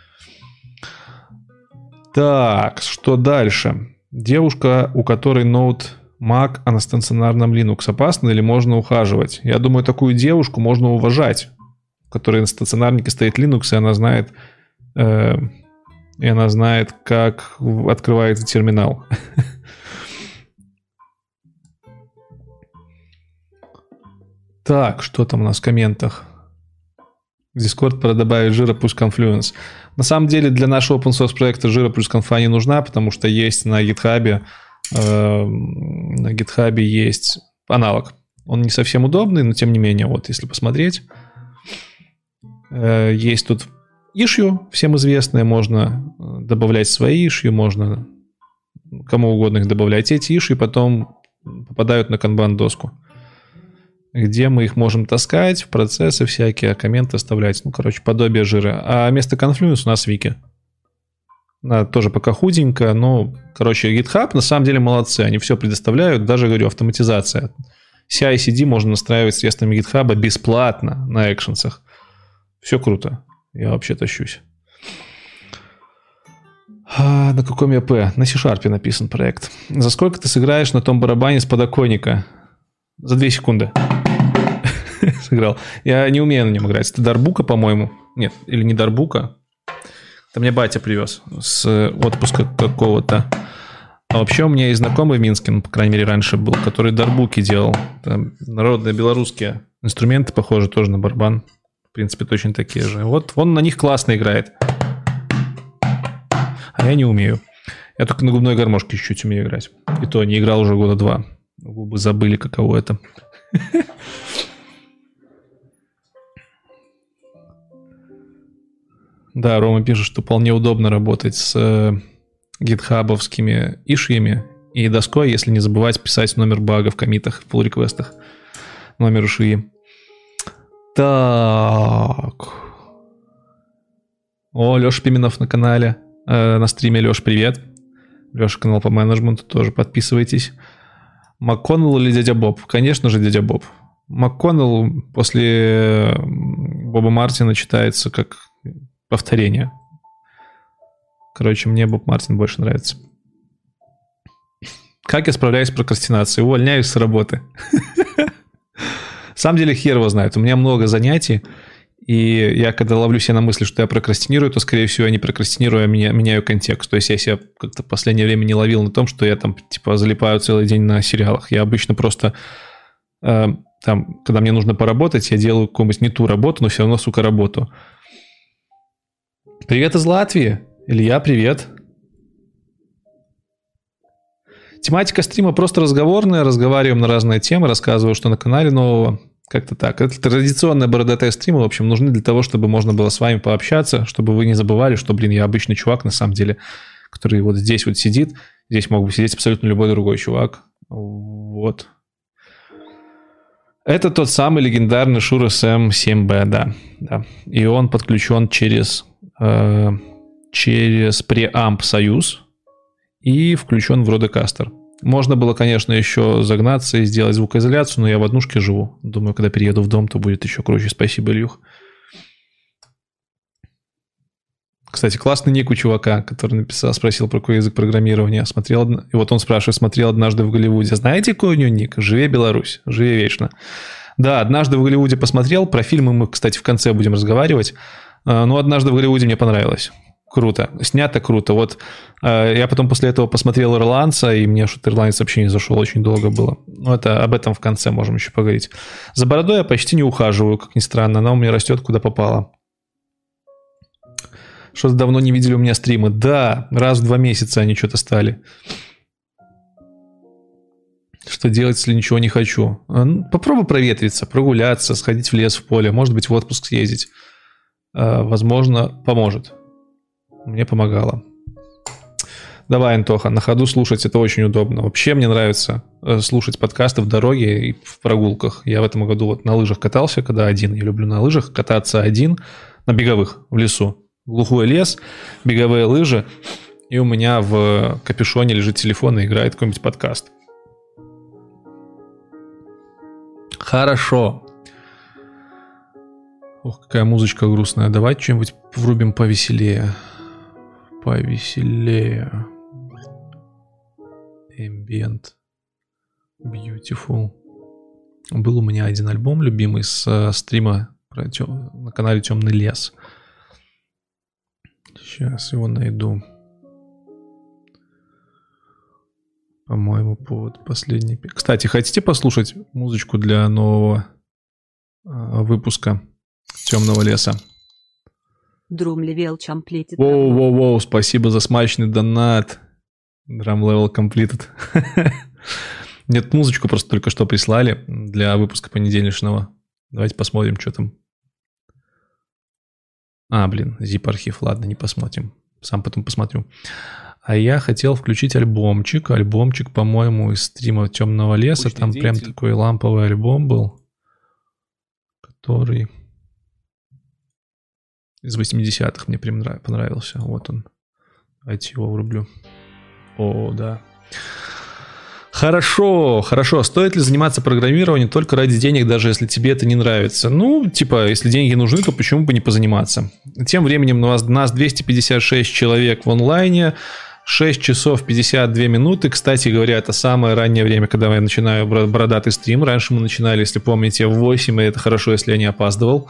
Так, что дальше? Девушка, у которой ноут Mac, а на стационарном Linux, опасно или можно ухаживать? Я думаю, такую девушку можно уважать, у которой на стационарнике стоит Linux, и она знает, как открывается терминал. Так, что там у нас в комментах? В Discord пора добавить Jira плюс Confluence. На самом деле для нашего open source проекта Jira плюс Confa не нужна, потому что есть на GitHub есть аналог. Он не совсем удобный, но тем не менее, вот если посмотреть, есть тут issue, всем известное, можно добавлять свои issue, можно кому угодно их добавлять. Эти issue потом попадают на канбан-доску, где мы их можем таскать в процессы всякие, комменты оставлять. Ну, короче, подобие жира. А вместо Confluence у нас Вики. Она тоже пока худенькая, но, короче, GitHub на самом деле молодцы. Они все предоставляют, даже, говорю, автоматизация. CI/CD можно настраивать средствами GitHub бесплатно на экшенсах. Все круто. Я вообще тащусь. На каком я П? На C# написан проект. За сколько ты сыграешь на том барабане с подоконника? За 2 секунды. Сыграл. Я не умею на нем играть. Это дарбука, по-моему. Нет, или не дарбука. Это мне батя привез с отпуска какого-то. А вообще у меня есть знакомый в Минске, ну, по крайней мере, раньше был, который дарбуки делал. Там народные белорусские инструменты, похожи тоже на барабан. В принципе, точно такие же. Вот он на них классно играет. А я не умею. Я только на губной гармошке чуть-чуть умею играть. И то не играл уже года 2. Губы забыли, каково это. Да, Рома пишет, что вполне удобно работать с гитхабовскими ишьями и доской, если не забывать писать номер бага в коммитах, в pull-реквестах. Номер ишьи. Так. О, Леша Пименов на канале. На стриме. Леша, привет. Леша, канал по менеджменту, тоже подписывайтесь. МакКоннелл или дядя Боб? Конечно же, дядя Боб. МакКоннелл после Боба Мартина читается как повторение. Короче, мне Боб Мартин больше нравится. Как я справляюсь с прокрастинацией? Увольняюсь с работы. На самом деле, хер его знает. У меня много занятий, и я когда ловлю себя на мысли, что я прокрастинирую, то, скорее всего, я не прокрастинирую, а меняю контекст. То есть я себя как-то в последнее время не ловил на том, что я там, типа, залипаю целый день на сериалах. Я обычно просто, там, когда мне нужно поработать, я делаю какую-нибудь не ту работу, но все равно, сука, работу. Привет из Латвии. Илья, привет. Тематика стрима просто разговорная, разговариваем на разные темы, рассказываю, что на канале нового. Как-то так. Это традиционная бородатая стримы, в общем, нужны для того, чтобы можно было с вами пообщаться, чтобы вы не забывали, что, блин, я обычный чувак, на самом деле, который вот здесь вот сидит. Здесь мог бы сидеть абсолютно любой другой чувак. Вот. Это тот самый легендарный Shure SM7B, да. И он подключен через преамп Союз и включен в Rodecaster. Можно было, конечно, еще загнаться и сделать звукоизоляцию, но я в однушке живу. Думаю, когда перееду в дом, то будет еще круче. Спасибо, Ильюх. Кстати, классный ник у чувака, который спросил про какой язык программирования. И вот он спрашивает, смотрел однажды в Голливуде. Знаете, какой у него ник? Живе Беларусь, живе вечно. Да, однажды в Голливуде посмотрел. Про фильмы мы, кстати, в конце будем разговаривать. Но однажды в Голливуде мне понравилось. Круто. Снято круто. Вот я потом после этого посмотрел «Ирландца», и мне что-то «Ирландец» вообще не зашел. Очень долго было. Но это об этом в конце можем еще поговорить. За бородой я почти не ухаживаю, как ни странно. Она у меня растет куда попало. Что-то давно не видели у меня стримы. Да, раз в 2 месяца они что-то стали. Что делать, если ничего не хочу? Попробуй проветриться, прогуляться, сходить в лес, в поле. Может быть, в отпуск съездить. Возможно, поможет. Мне помогало. Давай, Антоха, на ходу слушать, это очень удобно. Вообще мне нравится слушать подкасты в дороге и в прогулках. Я в этом году вот на лыжах катался, когда один. Я люблю на лыжах кататься один, на беговых, в лесу. Глухой лес, беговые лыжи. И у меня в капюшоне лежит телефон и играет какой-нибудь подкаст. Хорошо. Ох, какая музычка грустная. Давайте что-нибудь врубим повеселее. Повеселее. Ambient. Beautiful. Был у меня один альбом любимый с стрима на канале «Темный лес». Сейчас его найду. По-моему, под последний... Кстати, хотите послушать музычку для нового выпуска «Темного леса»? Drum level completed. Воу, спасибо за смачный донат. Drum level completed. Нет, музычку просто только что прислали для выпуска понедельничного. Давайте посмотрим, что там. Zip-архив. Ладно, не посмотрим. Сам потом посмотрю. А я хотел включить альбомчик. Альбомчик, по-моему, из стрима «Темного леса». Там прям такой ламповый альбом был, который... из 80-х мне прям понравился. Вот он. Давайте его врублю. О, да. Хорошо. Стоит ли заниматься программированием только ради денег, даже если тебе это не нравится? Если деньги нужны, то почему бы не позаниматься? Тем временем у нас 256 человек в онлайне. 6 часов 52 минуты. Кстати говоря, это самое раннее время, когда я начинаю бородатый стрим. Раньше мы начинали, если помните, в 8, и это хорошо, если я не опаздывал.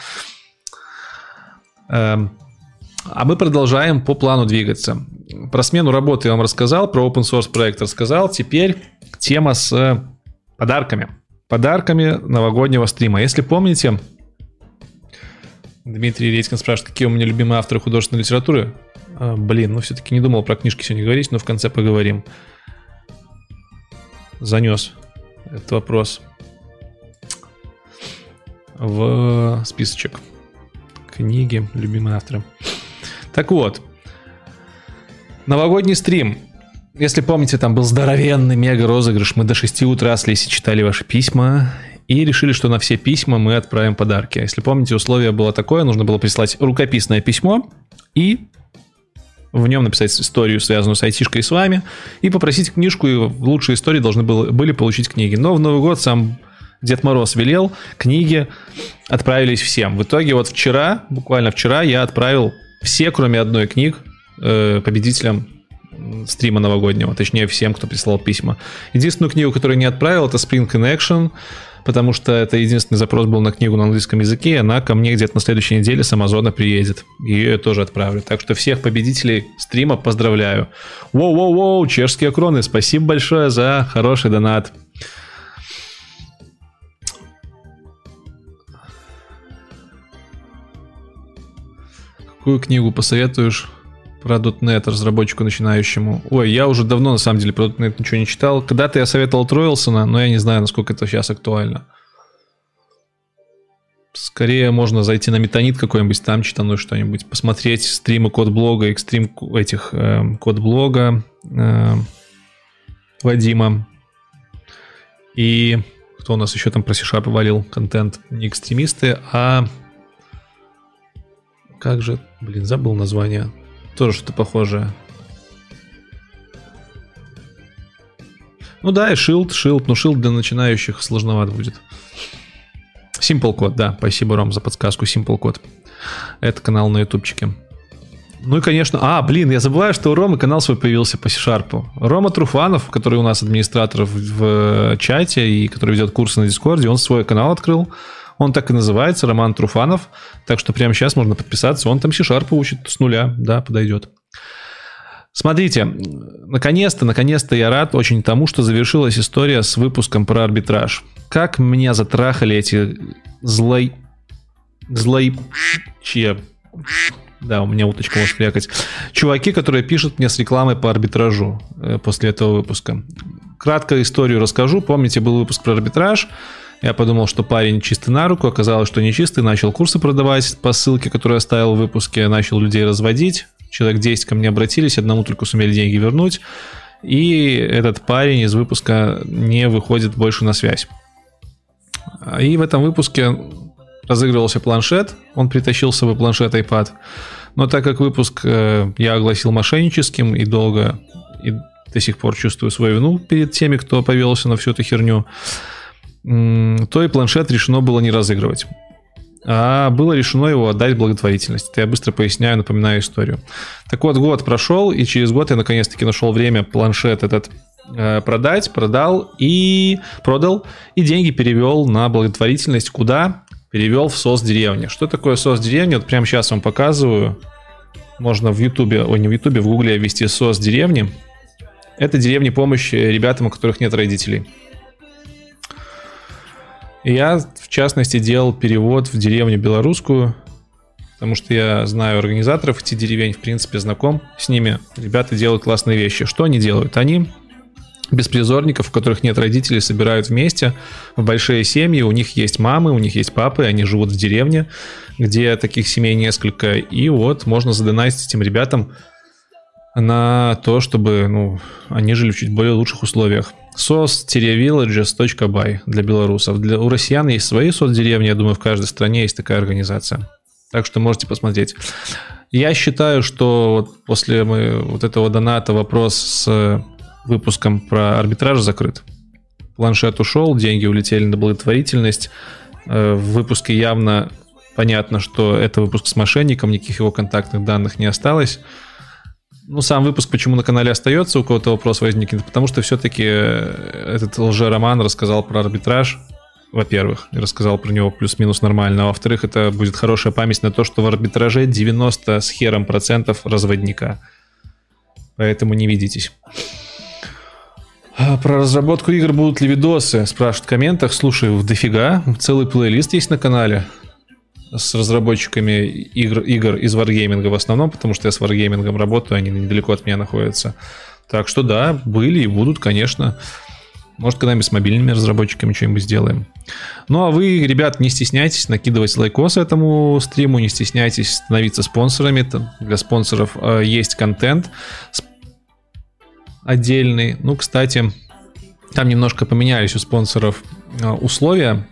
А мы продолжаем по плану двигаться. Про смену работы я вам рассказал, про open source проект рассказал. Теперь тема с подарками. Подарками новогоднего стрима. Если помните, Дмитрий Редькин спрашивает, какие у меня любимые авторы художественной литературы. Все-таки не думал про книжки сегодня говорить, но в конце поговорим. Занес этот вопрос. в списочек. Книги, любимые авторы. Так вот, новогодний стрим. Если помните, там был здоровенный мега-розыгрыш. Мы до 6 утра с Лесей читали ваши письма и решили, что на все письма мы отправим подарки. Если помните, условие было такое, нужно было прислать рукописное письмо и в нем написать историю, связанную с айтишкой с вами, и попросить книжку, и в лучшей истории должны были получить книги. Но в Новый год сам Дед Мороз велел, книги отправились всем. В итоге вот вчера, буквально вчера, я отправил все, кроме одной книг, победителям стрима новогоднего, точнее всем, кто прислал письма. Единственную книгу, которую не отправил, это Spring in Action, потому что это единственный запрос был на книгу на английском языке, и она ко мне где-то на следующей неделе с Амазона приедет. Ее я тоже отправлю. Так что всех победителей стрима поздравляю. Воу-воу-воу, чешские кроны, спасибо большое за хороший донат. Какую книгу посоветуешь про .NET разработчику начинающему? Ой, я уже давно, на самом деле, про .NET ничего не читал. Когда-то я советовал Троилсона, но я не знаю, насколько это сейчас актуально. Скорее можно зайти на Метанит какой-нибудь, там читануть что-нибудь, посмотреть стримы Кодблога, экстрим этих Кодблога Вадима. И кто у нас еще там про C# валил контент? Не экстремисты, а... Как же... Блин, забыл название. Тоже что-то похожее. Ну да, и Shield. Но Shield для начинающих сложновато будет. Simple Code, да. Спасибо, Ром, за подсказку. Simple Code. Это канал на ютубчике. Ну и, конечно... я забываю, что у Ромы канал свой появился по C#. Рома Труфанов, который у нас администратор в чате и который ведет курсы на Дискорде, он свой канал открыл. Он так и называется, Роман Труфанов. Так что прямо сейчас можно подписаться. Он там C# учит с нуля. Да, подойдет. Смотрите, наконец-то я рад очень тому, что завершилась история с выпуском про арбитраж. Как меня затрахали эти да, у меня уточка может крякать. Чуваки, которые пишут мне с рекламой по арбитражу после этого выпуска. Кратко историю расскажу. Помните, был выпуск про арбитраж. Я подумал, что парень чистый на руку, оказалось, что не чистый, начал курсы продавать по ссылке, которую я оставил в выпуске, начал людей разводить, человек 10 ко мне обратились, одному только сумели деньги вернуть, и этот парень из выпуска не выходит больше на связь. И в этом выпуске разыгрывался планшет, он притащил с собой планшет iPad, но так как выпуск я огласил мошенническим и долго, и до сих пор чувствую свою вину перед теми, кто повелся на всю эту херню, то и планшет решено было не разыгрывать, а было решено его отдать в благотворительность. Это я быстро поясняю, напоминаю историю. Так вот, год прошел, и через год я наконец-таки нашел время планшет этот продал, и деньги перевел на благотворительность. Куда? Перевел в СОС деревни. Что такое СОС деревни? Вот прямо сейчас вам показываю. Можно в Ютубе, в Гугле ввести СОС деревни. Это деревни помощи ребятам, у которых нет родителей. Я, в частности, делал перевод в деревню белорусскую, потому что я знаю организаторов этих деревень, в принципе, знаком с ними. Ребята делают классные вещи. Что они делают? Они беспризорников, у которых нет родителей, собирают вместе в большие семьи. У них есть мамы, у них есть папы, они живут в деревне, где таких семей несколько. И вот можно задонатить этим ребятам на то, чтобы они жили в чуть более лучших условиях. sos-villages.by для белорусов. У россиян есть свои соцдеревни, я думаю, в каждой стране есть такая организация. Так что можете посмотреть. Я считаю, что после этого доната вопрос с выпуском про арбитраж закрыт. Планшет ушел, деньги улетели на благотворительность. В выпуске явно понятно, что это выпуск с мошенником, никаких его контактных данных не осталось. Сам выпуск почему на канале остается, у кого-то вопрос возникнет, потому что все-таки этот лже-роман рассказал про арбитраж, во-первых, и рассказал про него плюс-минус нормально, а во-вторых, это будет хорошая память на то, что в арбитраже 90 с хером процентов разводника. Поэтому не ведитесь. Про разработку игр будут ли видосы? Спрашивают в комментах. Слушай, дофига, целый плейлист есть на канале с разработчиками игр из Wargaming в основном, потому что я с Wargaming работаю, они недалеко от меня находятся. Так что да, были и будут, конечно. Может, когда-нибудь с мобильными разработчиками что-нибудь сделаем. Ну, а вы, ребят, не стесняйтесь накидывать лайкосы этому стриму, не стесняйтесь становиться спонсорами. Для спонсоров есть контент отдельный. Ну, кстати, там немножко поменялись у спонсоров условия.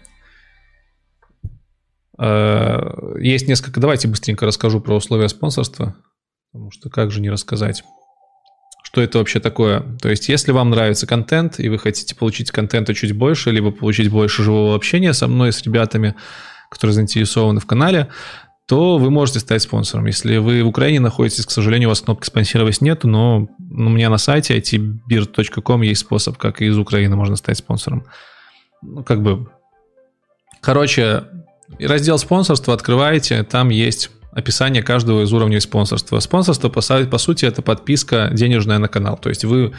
Есть несколько... Давайте быстренько расскажу про условия спонсорства, потому что как же не рассказать. Что это вообще такое? То есть, если вам нравится контент, и вы хотите получить контента чуть больше, либо получить больше живого общения со мной, с ребятами, которые заинтересованы в канале, то вы можете стать спонсором. Если вы в Украине находитесь, к сожалению, у вас кнопки «Спонсировать» нету, но у меня на сайте itbirt.com есть способ, как и из Украины можно стать спонсором. Ну, как бы... Короче, раздел «Спонсорство» открываете, там есть... описание каждого из уровней спонсорства. Спонсорство, по сути, это подписка денежная на канал. То есть вы,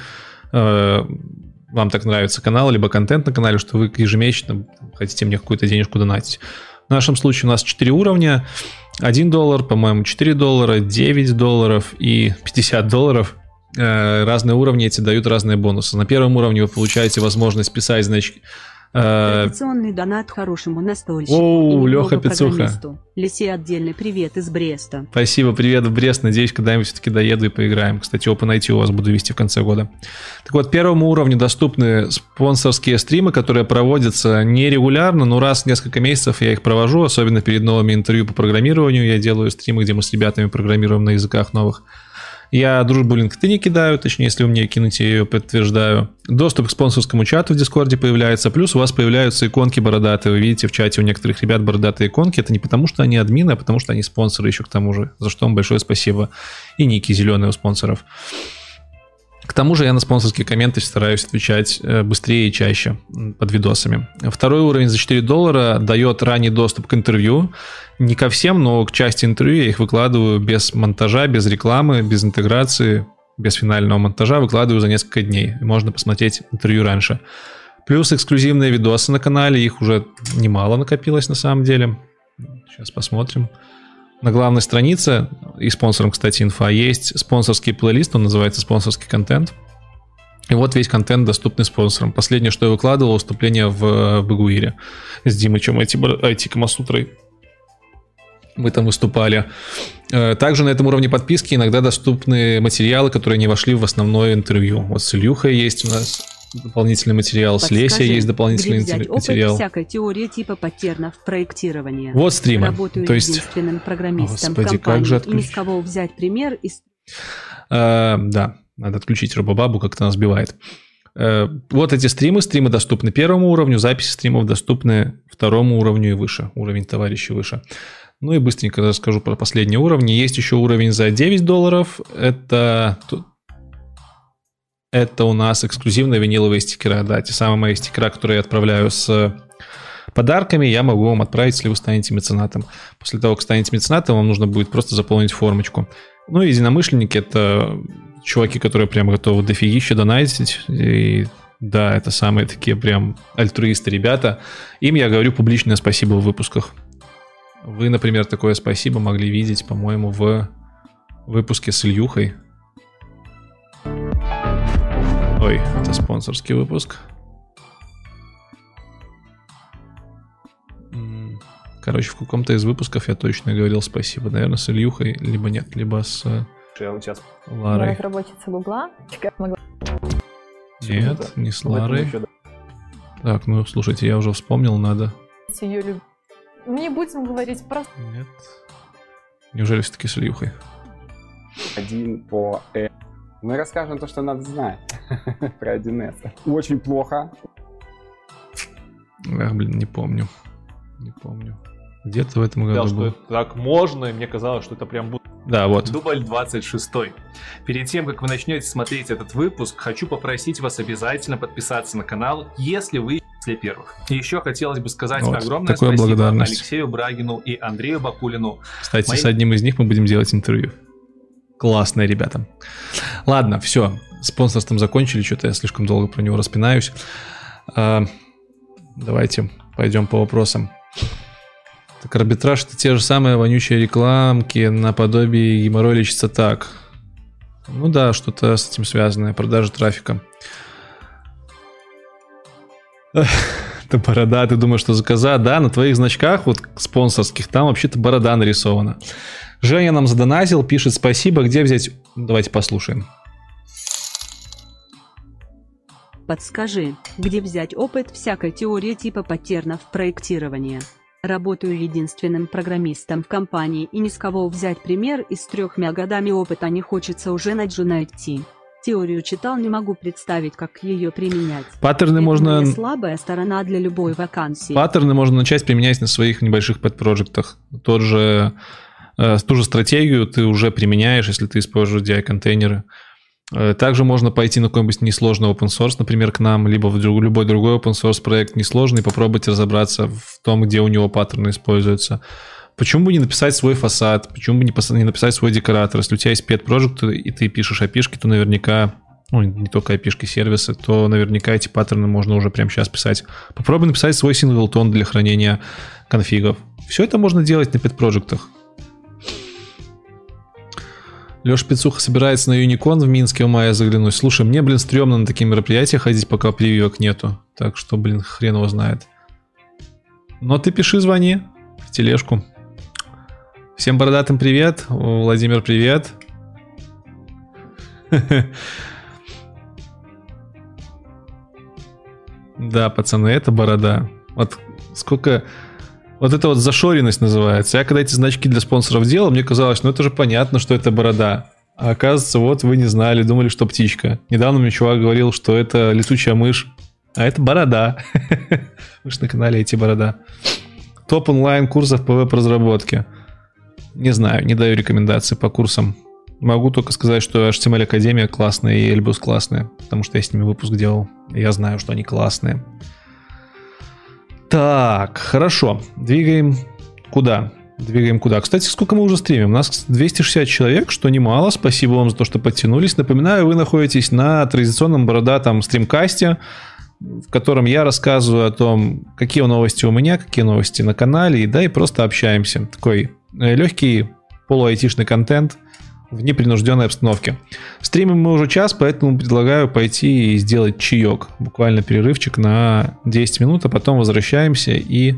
вам так нравится канал, либо контент на канале, что вы ежемесячно хотите мне какую-то денежку донатить. В нашем случае у нас 4 уровня. $1, по-моему, $4, $9 и $50. Разные уровни эти дают разные бонусы. На первом уровне вы получаете возможность писать, значит... Традиционный донат хорошему настольщику. Оу, Леха Пицуха. Лисе отдельный привет из Бреста. Спасибо, привет в Брест. Надеюсь, когда-нибудь все-таки доеду и поиграем. Кстати, Open IT у вас буду вести в конце года. Так вот, первому уровню доступны спонсорские стримы, которые проводятся нерегулярно, но раз в несколько месяцев я их провожу, особенно перед новыми интервью по программированию. Я делаю стримы, где мы с ребятами программируем на языках новых. Я дружбу LinkedIn не кидаю, точнее, если вы мне кинете, я ее подтверждаю. Доступ к спонсорскому чату в Дискорде появляется, плюс у вас появляются иконки бородатые. Вы видите в чате у некоторых ребят бородатые иконки. Это не потому, что они админы, а потому, что они спонсоры еще к тому же. За что вам большое спасибо. И ники зеленые у спонсоров. К тому же я на спонсорские комменты стараюсь отвечать быстрее и чаще под видосами. Второй уровень за $4 дает ранний доступ к интервью. Не ко всем, но к части интервью я их выкладываю без монтажа, без рекламы, без интеграции, без финального монтажа. Выкладываю за несколько дней. Можно посмотреть интервью раньше. Плюс эксклюзивные видосы на канале. Их уже немало накопилось на самом деле. Сейчас посмотрим. На главной странице, и спонсором, кстати, инфа, есть спонсорский плейлист, он называется «Спонсорский контент». И вот весь контент доступный спонсорам. Последнее, что я выкладывал, выступление в Багуире с Димычем IT-камасутрой. Мы там выступали. Также на этом уровне подписки иногда доступны материалы, которые не вошли в основное интервью. Вот с Ильюхой есть у нас дополнительный материал, с Лесей есть дополнительный материал. Всякой теории типа паттернов проектирования. Вот стримы. Работаю то есть... единственным программистом Господи, в компании, как же и ни с кого взять пример из... Да, надо отключить Робобабу, как-то она сбивает. Вот эти стримы доступны первому уровню, записи стримов доступны второму уровню и выше, уровень товарищей выше. Ну и быстренько расскажу про последние уровни. Есть еще уровень за $9. Это у нас эксклюзивные виниловые стикеры. Да, те самые мои стикеры, которые я отправляю с подарками, я могу вам отправить, если вы станете меценатом. После того, как станете меценатом, вам нужно будет просто заполнить формочку. Ну и единомышленники — это чуваки, которые прям готовы дофигища донатить. И да, это самые такие прям альтруисты ребята. Им я говорю публичное спасибо в выпусках. Вы, например, такое спасибо могли видеть, по-моему, в выпуске с Ильюхой. Ой, это спонсорский выпуск. Короче, в каком-то из выпусков я точно говорил спасибо. Наверное, с Ильюхой, либо нет, либо с Ларой. Разработчица Гугла. Нет, не с Ларой. Так, ну слушайте, я уже вспомнил, надо. Не будем говорить про... Нет. Неужели все-таки с Ильюхой? Один по... Мы расскажем то, что надо знать про 1С. Очень плохо. Ах, блин, не помню. Где-то в этом году что это так можно, и мне казалось, что это прям будет. Да, вот. Дубль 26. Перед тем, как вы начнете смотреть этот выпуск, хочу попросить вас обязательно подписаться на канал, если вы для первых. И еще хотелось бы сказать вот, огромное спасибо Алексею Брагину и Андрею Бакулину. Кстати, с одним из них мы будем делать интервью. Классные ребята. Ладно, все. Спонсорством закончили, что-то я слишком долго про него распинаюсь. Давайте пойдем по вопросам. Так, арбитраж — это те же самые вонючие рекламки наподобие геморрой лечится так. Ну да, что-то с этим связанное. Продажа трафика. Это борода, ты думаешь, что за коза? Да, на твоих значках, вот спонсорских, там вообще-то борода нарисована. Женя нам задонатил, пишет спасибо, где взять... Давайте послушаем. Подскажи, где взять опыт всякой теории типа паттернов проектирования? Работаю единственным программистом в компании и ни с кого взять пример из 3 годами опыта не хочется уже на джуна идти. Теорию читал, не могу представить, как ее применять. Паттерны это можно... слабая сторона для любой вакансии. Паттерны можно начать применять на своих небольших подпроектах. Ту же стратегию ты уже применяешь, если ты используешь DI-контейнеры. Также можно пойти на какой-нибудь несложный open source, например, к нам, либо в любой другой open source проект несложный, попробовать разобраться в том, где у него паттерны используются. Почему бы не написать свой фасад, почему бы не написать свой декоратор? Если у тебя есть pet project, и ты пишешь API-шки, то наверняка, ну, не только API-шки, сервисы, то наверняка эти паттерны можно уже прямо сейчас писать. Попробуй написать свой синглтон для хранения конфигов. Все это можно делать на pet project'ах. Леша Пицуха собирается на Юникон в Минске в мае заглянуть. Слушай, мне, стрёмно на такие мероприятия ходить, пока прививок нету. Так что, хрен его знает. Но ты пиши, звони в тележку. Всем бородатым привет. Владимир, привет. Да, пацаны, это борода. Вот сколько... Вот это вот зашоренность называется. Я когда эти значки для спонсоров делал, мне казалось, это же понятно, что это борода. А оказывается, вот вы не знали, думали, что птичка. Недавно мне чувак говорил, что это летучая мышь, а это борода. Вы же на канале эти борода. Топ онлайн курсов по веб-разработке. Не знаю, не даю рекомендации по курсам. Могу только сказать, что HTML Академия классная и Эльбус классная, потому что я с ними выпуск делал. И я знаю, что они классные. Так, хорошо. Двигаем куда? Кстати, сколько мы уже стримим? У нас 260 человек, что немало. Спасибо вам за то, что подтянулись. Напоминаю, вы находитесь на традиционном бородатом стримкасте, в котором я рассказываю о том, какие новости у меня, какие новости на канале, и просто общаемся. Такой легкий полуайтишный контент в непринужденной обстановке. Стримим мы уже час, поэтому предлагаю пойти и сделать чаек. Буквально перерывчик на 10 минут, а потом возвращаемся и...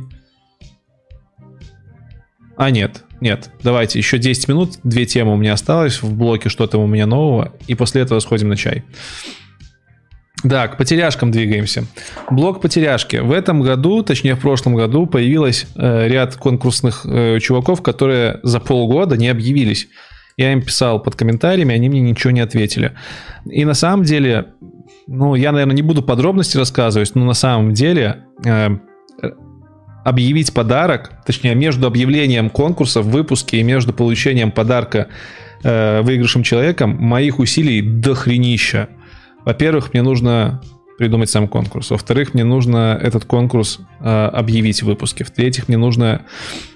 Нет. Давайте еще 10 минут. 2 темы у меня осталось. В блоке что-то у меня нового. И после этого сходим на чай. Да, к потеряшкам двигаемся. Блок потеряшки. В этом году, точнее в прошлом году, появилось ряд конкурсных чуваков, которые за полгода не объявились. Я им писал под комментариями, они мне ничего не ответили. И на самом деле, я, наверное, не буду подробности рассказывать, но на самом деле объявить подарок, точнее, между объявлением конкурса в выпуске и между получением подарка выигравшим человеком моих усилий дохренища. Во-первых, мне нужно придумать сам конкурс. Во-вторых, мне нужно этот конкурс объявить в выпуске. В-третьих, мне нужно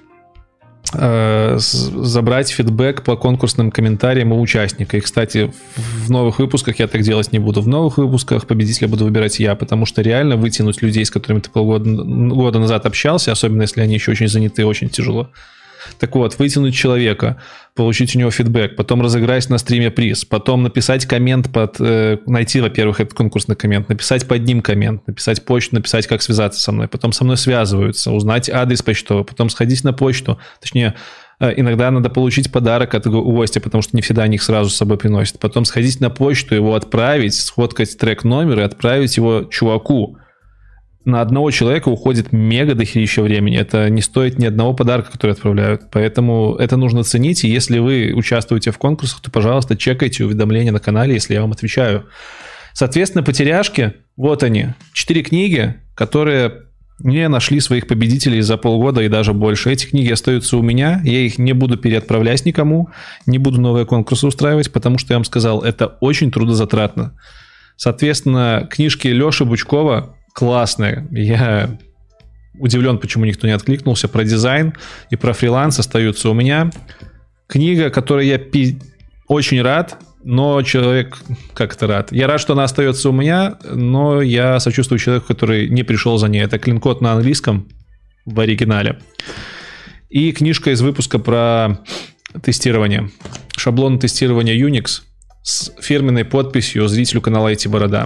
забрать фидбэк по конкурсным комментариям у участника. И, кстати, в новых выпусках я так делать не буду. В новых выпусках победителя буду выбирать я, потому что реально вытянуть людей, с которыми ты полгода назад общался, особенно если они еще очень заняты, очень тяжело. Так вот, вытянуть человека, получить у него фидбэк, потом разыграть на стриме приз, потом написать коммент найти, во-первых, этот конкурсный коммент, написать под ним коммент, написать почту, написать, как связаться со мной, потом со мной связываются, узнать адрес почтовый, потом сходить на почту, точнее, иногда надо получить подарок от гостя, потому что не всегда они их сразу с собой приносят, потом сходить на почту, его отправить, сфоткать трек-номер и отправить его чуваку. На одного человека уходит мега дохерища времени. Это не стоит ни одного подарка, который отправляют. Поэтому это нужно ценить. И если вы участвуете в конкурсах, то, пожалуйста, чекайте уведомления на канале, если я вам отвечаю. Соответственно, потеряшки, вот они. 4 книги, которые не нашли своих победителей за полгода и даже больше. Эти книги остаются у меня. Я их не буду переотправлять никому. Не буду новые конкурсы устраивать, потому что я вам сказал, это очень трудозатратно. Соответственно, книжки Леши Бучкова классные. Я удивлен, почему никто не откликнулся. Про дизайн и про фриланс остаются у меня. Книга, которой я очень рад, но человек как-то рад. Я рад, что она остается у меня, но я сочувствую человеку, который не пришел за ней. Это клин-код на английском в оригинале. И книжка из выпуска про тестирование. Шаблон тестирования Unix с фирменной подписью зрителю канала IT Борода.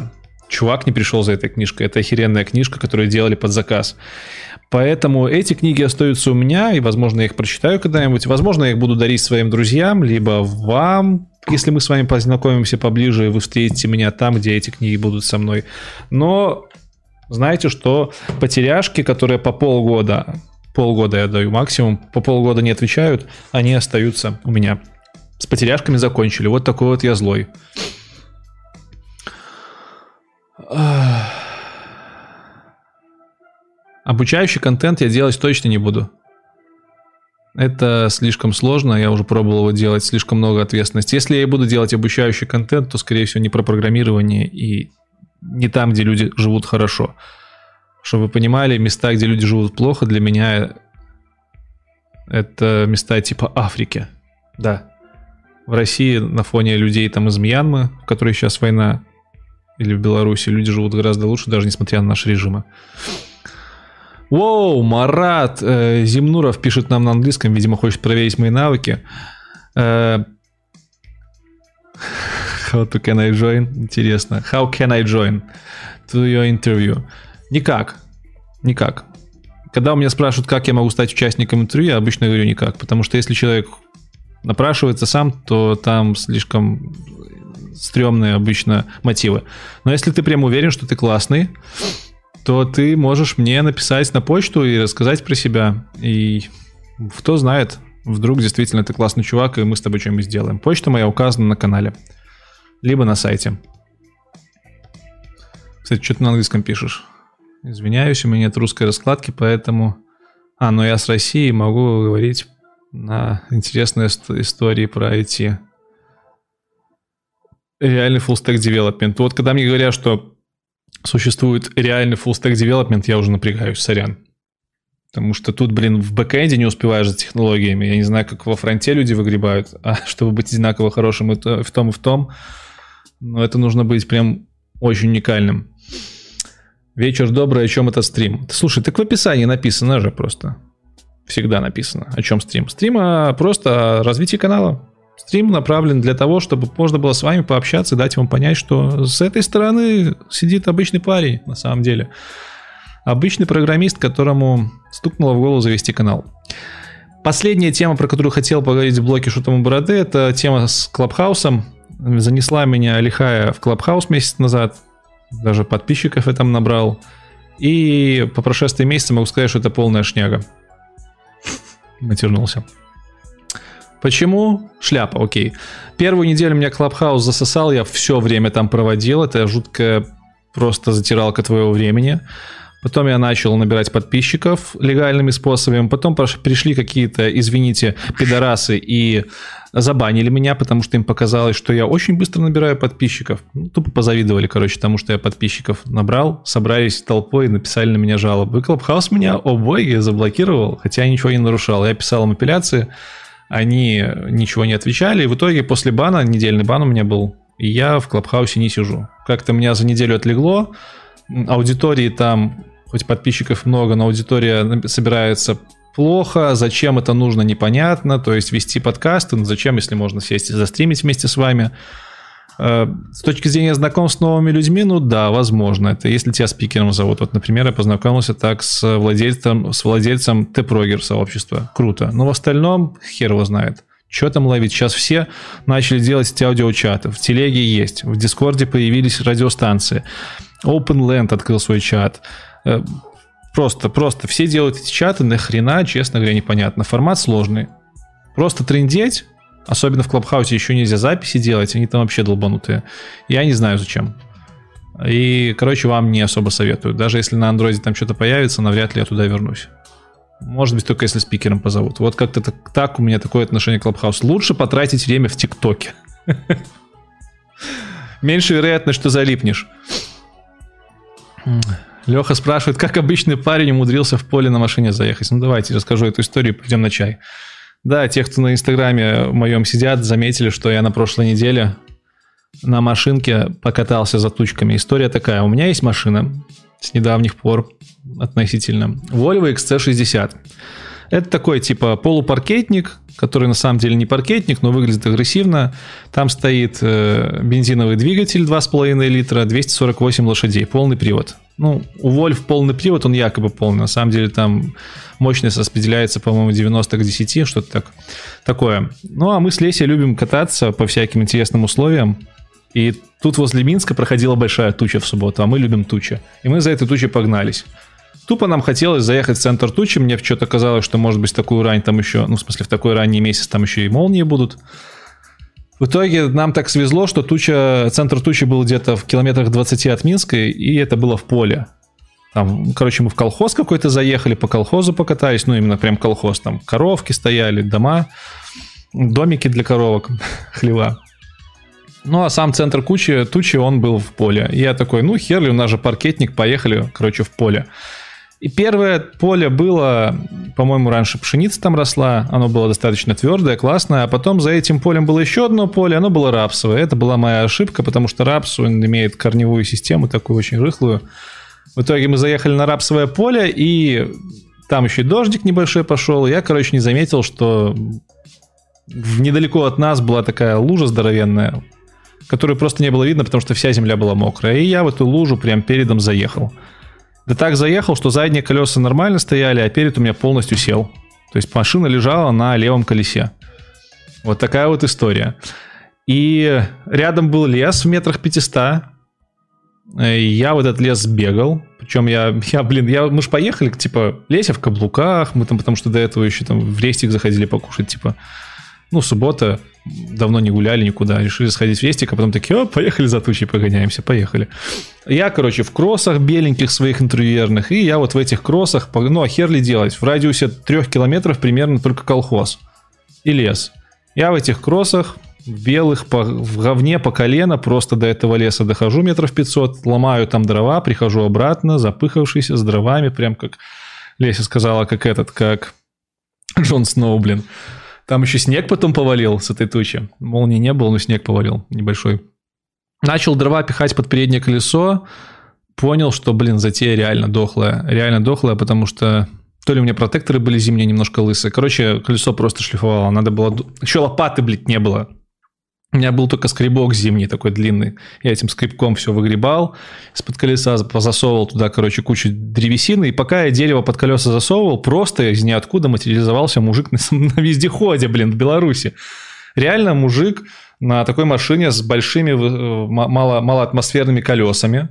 чувак не пришел за этой книжкой. Это охеренная книжка, которую делали под заказ. Поэтому эти книги остаются у меня, и, возможно, я их прочитаю когда-нибудь. Возможно, я их буду дарить своим друзьям, либо вам, если мы с вами познакомимся поближе, и вы встретите меня там, где эти книги будут со мной. Но знаете, что потеряшки, которые по полгода я даю максимум, по полгода не отвечают, они остаются у меня. С потеряшками закончили. Вот такой вот я злой. Обучающий контент я делать точно не буду. Это слишком сложно, я уже пробовал его делать, слишком много ответственности. Если я и буду делать обучающий контент, то, скорее всего, не про программирование и не там, где люди живут хорошо. Чтобы вы понимали, места, где люди живут плохо, для меня это места типа Африки. Да. В России на фоне людей там из Мьянмы, в которой сейчас война, или в Беларуси, люди живут гораздо лучше, даже несмотря на наши режимы. Воу, Марат Зимнуров пишет нам на английском, видимо, хочет проверить мои навыки. How can I join? Интересно. How can I join to your interview? Никак. Когда у меня спрашивают, как я могу стать участником интервью, я обычно говорю никак. Потому что если человек напрашивается сам, то там слишком стрёмные обычно мотивы. Но если ты прям уверен, что ты классный, то ты можешь мне написать на почту и рассказать про себя. И кто знает, вдруг действительно ты классный чувак, и мы с тобой что-нибудь сделаем. Почта моя указана на канале. Либо на сайте. Кстати, что ты на английском пишешь? Извиняюсь, у меня нет русской раскладки, поэтому... но я с России могу говорить на интересные истории про IT. Реальный full-stack development. Вот когда мне говорят, что существует реальный full-stack development, я уже напрягаюсь, сорян. Потому что тут, в бэкэнде не успеваешь за технологиями. Я не знаю, как во фронте люди выгребают, а чтобы быть одинаково хорошим и в том, но это нужно быть прям очень уникальным. Вечер добрый, о чем этот стрим? Слушай, так в описании написано же просто. Всегда написано, о чем стрим. Стрим просто о развитии канала. Стрим направлен для того, чтобы можно было с вами пообщаться и дать вам понять, что с этой стороны сидит обычный парень, на самом деле. Обычный программист, которому стукнуло в голову завести канал. Последняя тема, про которую хотел поговорить в блоке «Что там у бороды», это тема с Клабхаусом. Занесла меня лихая в Клабхаус месяц назад. Даже подписчиков я там набрал. И по прошествии месяца могу сказать, что это полная шняга. Матернулся. Почему? Шляпа, окей. Первую неделю меня Клабхаус засосал, я все время там проводил. Это жуткая просто затиралка твоего времени. Потом я начал набирать подписчиков легальными способами. Потом пришли какие-то, извините, пидорасы и забанили меня, потому что им показалось, что я очень быстро набираю подписчиков. Тупо позавидовали, тому что я подписчиков набрал, собрались толпой и написали на меня жалобы. И Клабхаус меня, о боги, заблокировал, хотя я ничего не нарушал. Я писал им апелляции, они ничего не отвечали. И в итоге после бана, недельный бан у меня был, и я в Клабхаусе не сижу. Как-то меня за неделю отлегло. Аудитории там, хоть подписчиков много, но аудитория собирается плохо. Зачем это нужно, непонятно. То есть вести подкасты, зачем, если можно сесть и застримить вместе с вами. С точки зрения знакомств с новыми людьми, да, возможно. Это если тебя спикером зовут. Вот, например, я познакомился так с владельцем TPROGER сообщества. Круто. Но в остальном хер его знает. Что там ловить? Сейчас все начали делать эти аудиочаты. В телеге есть. В Дискорде появились радиостанции. OpenLand открыл свой чат. Просто все делают эти чаты, нахрена, честно говоря, непонятно. Формат сложный. Просто трындеть, особенно в Клабхаусе еще нельзя записи делать, они там вообще долбанутые. Я не знаю зачем. И, вам не особо советую. Даже если на андроиде там что-то появится, навряд ли я туда вернусь. Может быть, только если спикером позовут. Вот как-то так у меня такое отношение к Клабхаусу. Лучше потратить время в ТикТоке. Меньше вероятность, что залипнешь. Леха спрашивает, как обычный парень умудрился в поле на машине заехать. Давайте расскажу эту историю, пойдем на чай. Да, те, кто на Инстаграме моем сидят, заметили, что я на прошлой неделе на машинке покатался за тучками. История такая. У меня есть машина с недавних пор относительно. Volvo XC60. Это такой типа полупаркетник, который на самом деле не паркетник, но выглядит агрессивно. Там стоит бензиновый двигатель 2,5 литра, 248 лошадей, полный привод. Ну, у Вольф полный привод, он якобы полный. На самом деле там мощность распределяется, по-моему, 90 к 10, что-то такое. Ну, а мы с Лесей любим кататься по всяким интересным условиям. И тут возле Минска проходила большая туча в субботу, а мы любим тучи. И мы за этой тучей погнались. Тупо нам хотелось заехать в центр тучи. Мне что-то казалось, что, может быть, в такую рань там еще... Ну, в смысле, в такой ранний месяц там еще и молнии будут. В итоге нам так свезло, что центр тучи был где-то в километрах 20 от Минска, и это было в поле. Там, короче, мы в колхоз какой-то заехали, по колхозу покатались. Ну, именно прям колхоз. Там коровки стояли, дома, домики для коровок, хлева. Ну, а сам центр тучи, он был в поле. И я такой, ну, хер ли, у нас же паркетник, поехали, короче, в поле. И первое поле было, по-моему, раньше пшеница там росла, оно было достаточно твердое, классное, а потом за этим полем было еще одно поле, оно было рапсовое. Это была моя ошибка, потому что рапс, он имеет корневую систему, такую очень рыхлую. В итоге мы заехали на рапсовое поле, и там еще и дождик небольшой пошел, и я, короче, не заметил, что недалеко от нас была такая лужа здоровенная, которую просто не было видно, потому что вся земля была мокрая. И я в эту лужу прям передом заехал. Да так заехал, что задние колеса нормально стояли, а перед у меня полностью сел. То есть машина лежала на левом колесе. Вот такая вот история. И рядом был лес в метрах 500. И я в этот лес бегал. Причем мы же поехали, типа, Леся в каблуках. Мы там, потому что до этого еще там в рестик заходили покушать, типа. Ну, суббота, давно не гуляли никуда, решили сходить в рестик, а потом такие, поехали за тучей погоняемся, поехали. Я, короче, в кроссах беленьких своих интервьюерных, и я вот в этих кроссах, ну, а хер ли делать, в радиусе 3 километров примерно только колхоз и лес. Я в этих кроссах, в белых, в говне по колено, просто до этого леса дохожу метров 500, ломаю там дрова, прихожу обратно, запыхавшийся, с дровами, прям как Леся сказала, как Джон Сноу, блин. Там еще снег потом повалил с этой тучи. Молнии не было, но снег повалил небольшой. Начал дрова пихать под переднее колесо. Понял, что, затея реально дохлая. Реально дохлая, потому что то ли у меня протекторы были зимние, немножко лысые. Короче, колесо просто шлифовало. Надо было... Еще лопаты, не было. У меня был только скребок зимний, такой длинный. Я этим скребком все выгребал. Из-под колеса засовывал туда, кучу древесины. И пока я дерево под колеса засовывал, просто из ниоткуда материализовался мужик на вездеходе, в Беларуси. Реально мужик на такой машине с большими малоатмосферными колесами.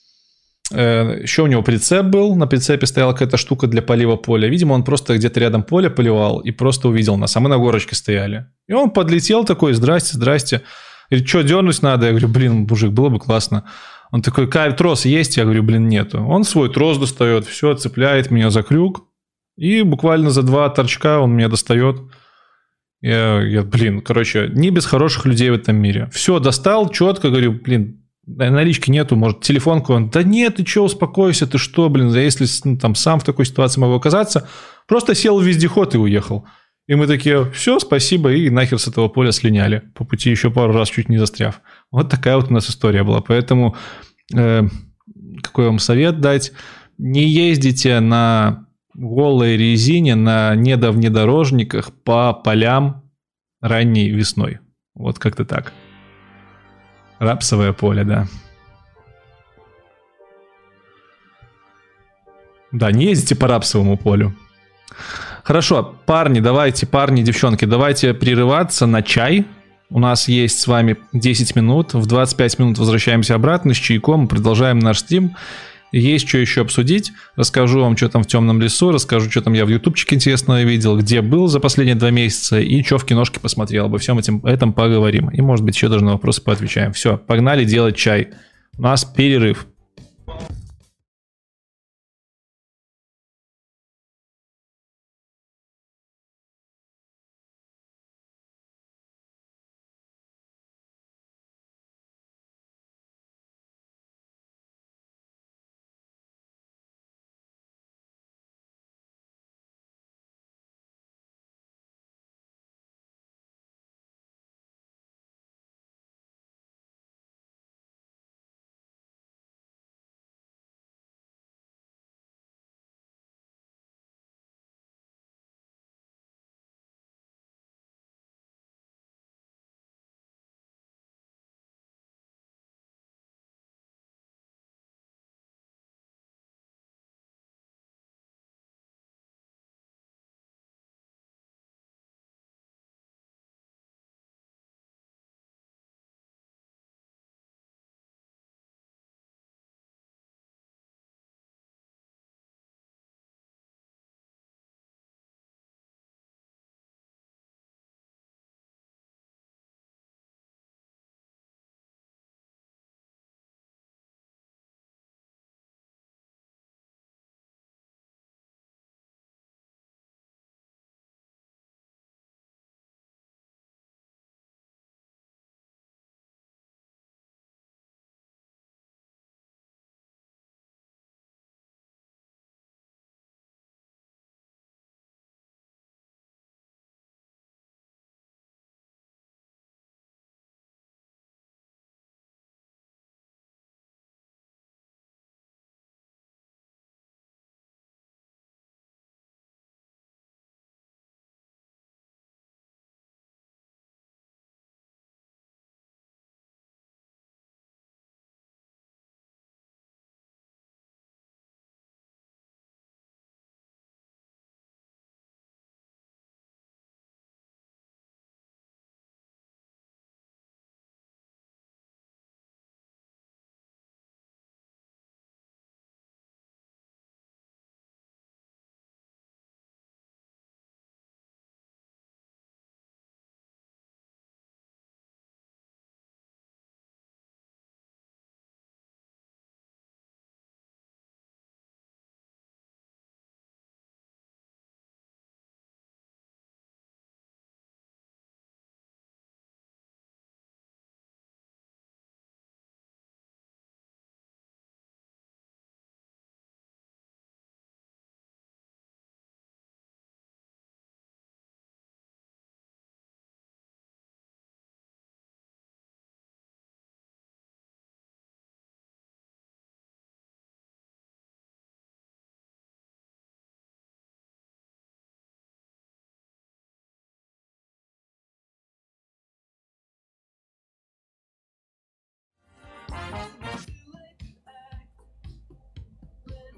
Еще у него прицеп был. На прицепе стояла какая-то штука для полива поля. Видимо, он просто где-то рядом поле поливал и просто увидел нас. А мы на горочке стояли. И он подлетел такой, здрасте. Говорит, что, дернуть надо? Я говорю, мужик, было бы классно. Он такой, трос есть? Я говорю, нету. Он свой трос достает, все, цепляет меня за крюк. И буквально за 2 торчка он меня достает. Я не без хороших людей в этом мире. Все, достал, четко, говорю, налички нету, может, телефонку он, да нет, ты что, успокойся, ты что, если сам в такой ситуации могу оказаться, просто сел в вездеход и уехал. И мы такие, все, спасибо, и нахер с этого поля слиняли, по пути еще пару раз чуть не застряв. Вот такая вот у нас история была, поэтому какой вам совет дать? Не ездите на голой резине, на недовнедорожниках по полям ранней весной. Вот как-то так. Рапсовое поле, да. Да, не ездите по рапсовому полю. Хорошо, парни, девчонки, давайте прерываться на чай. У нас есть с вами 10 минут. В 25 минут возвращаемся обратно с чайком. Продолжаем наш стрим. Есть что еще обсудить. Расскажу вам, что там в темном лесу. Расскажу, что там я в ютубчике интересного видел. Где был за последние 2 месяца. И что в киношке посмотрел. Обо всем этом поговорим. И, может быть, еще даже на вопросы поотвечаем. Все, погнали делать чай. У нас перерыв.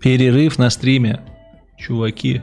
Перерыв на стриме, чуваки.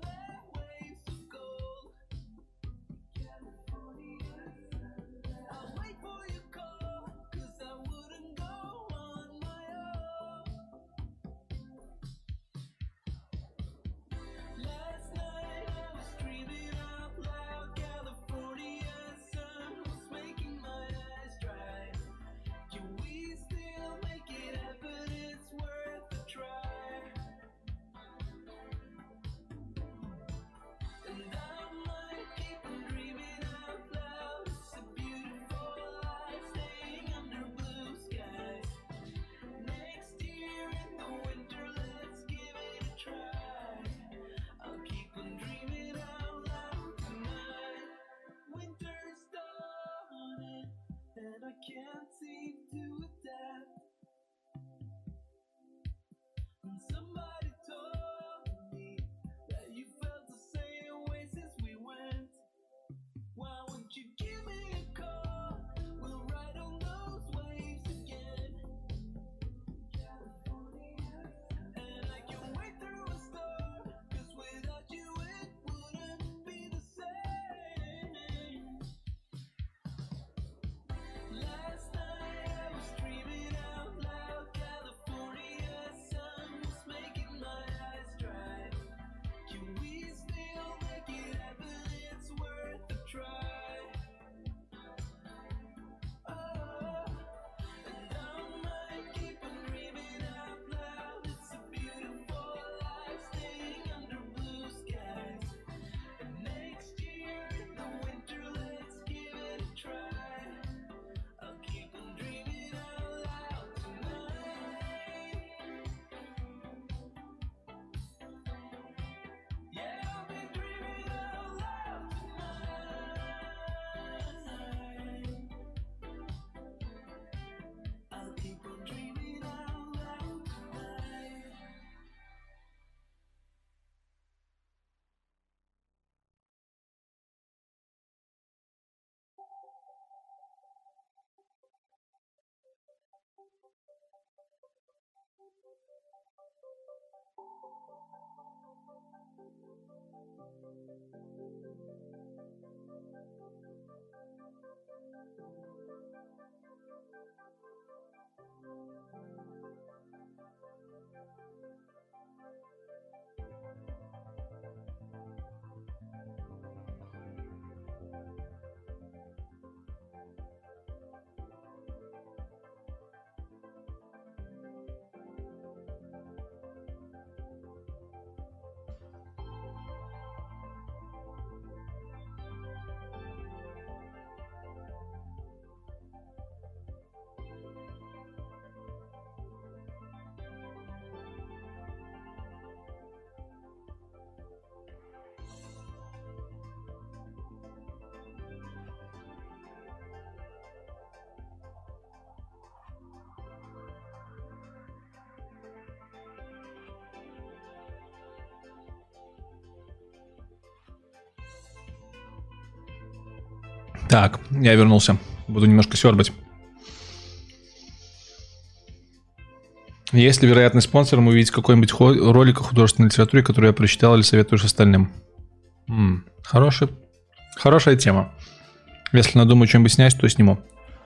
Так, я вернулся. Буду немножко сёрбать. Есть ли вероятность спонсором увидеть какой-нибудь ролик о художественной литературе, который я прочитал или советуешь остальным? Хорошая тема. Если надумаю что-нибудь снять, то сниму.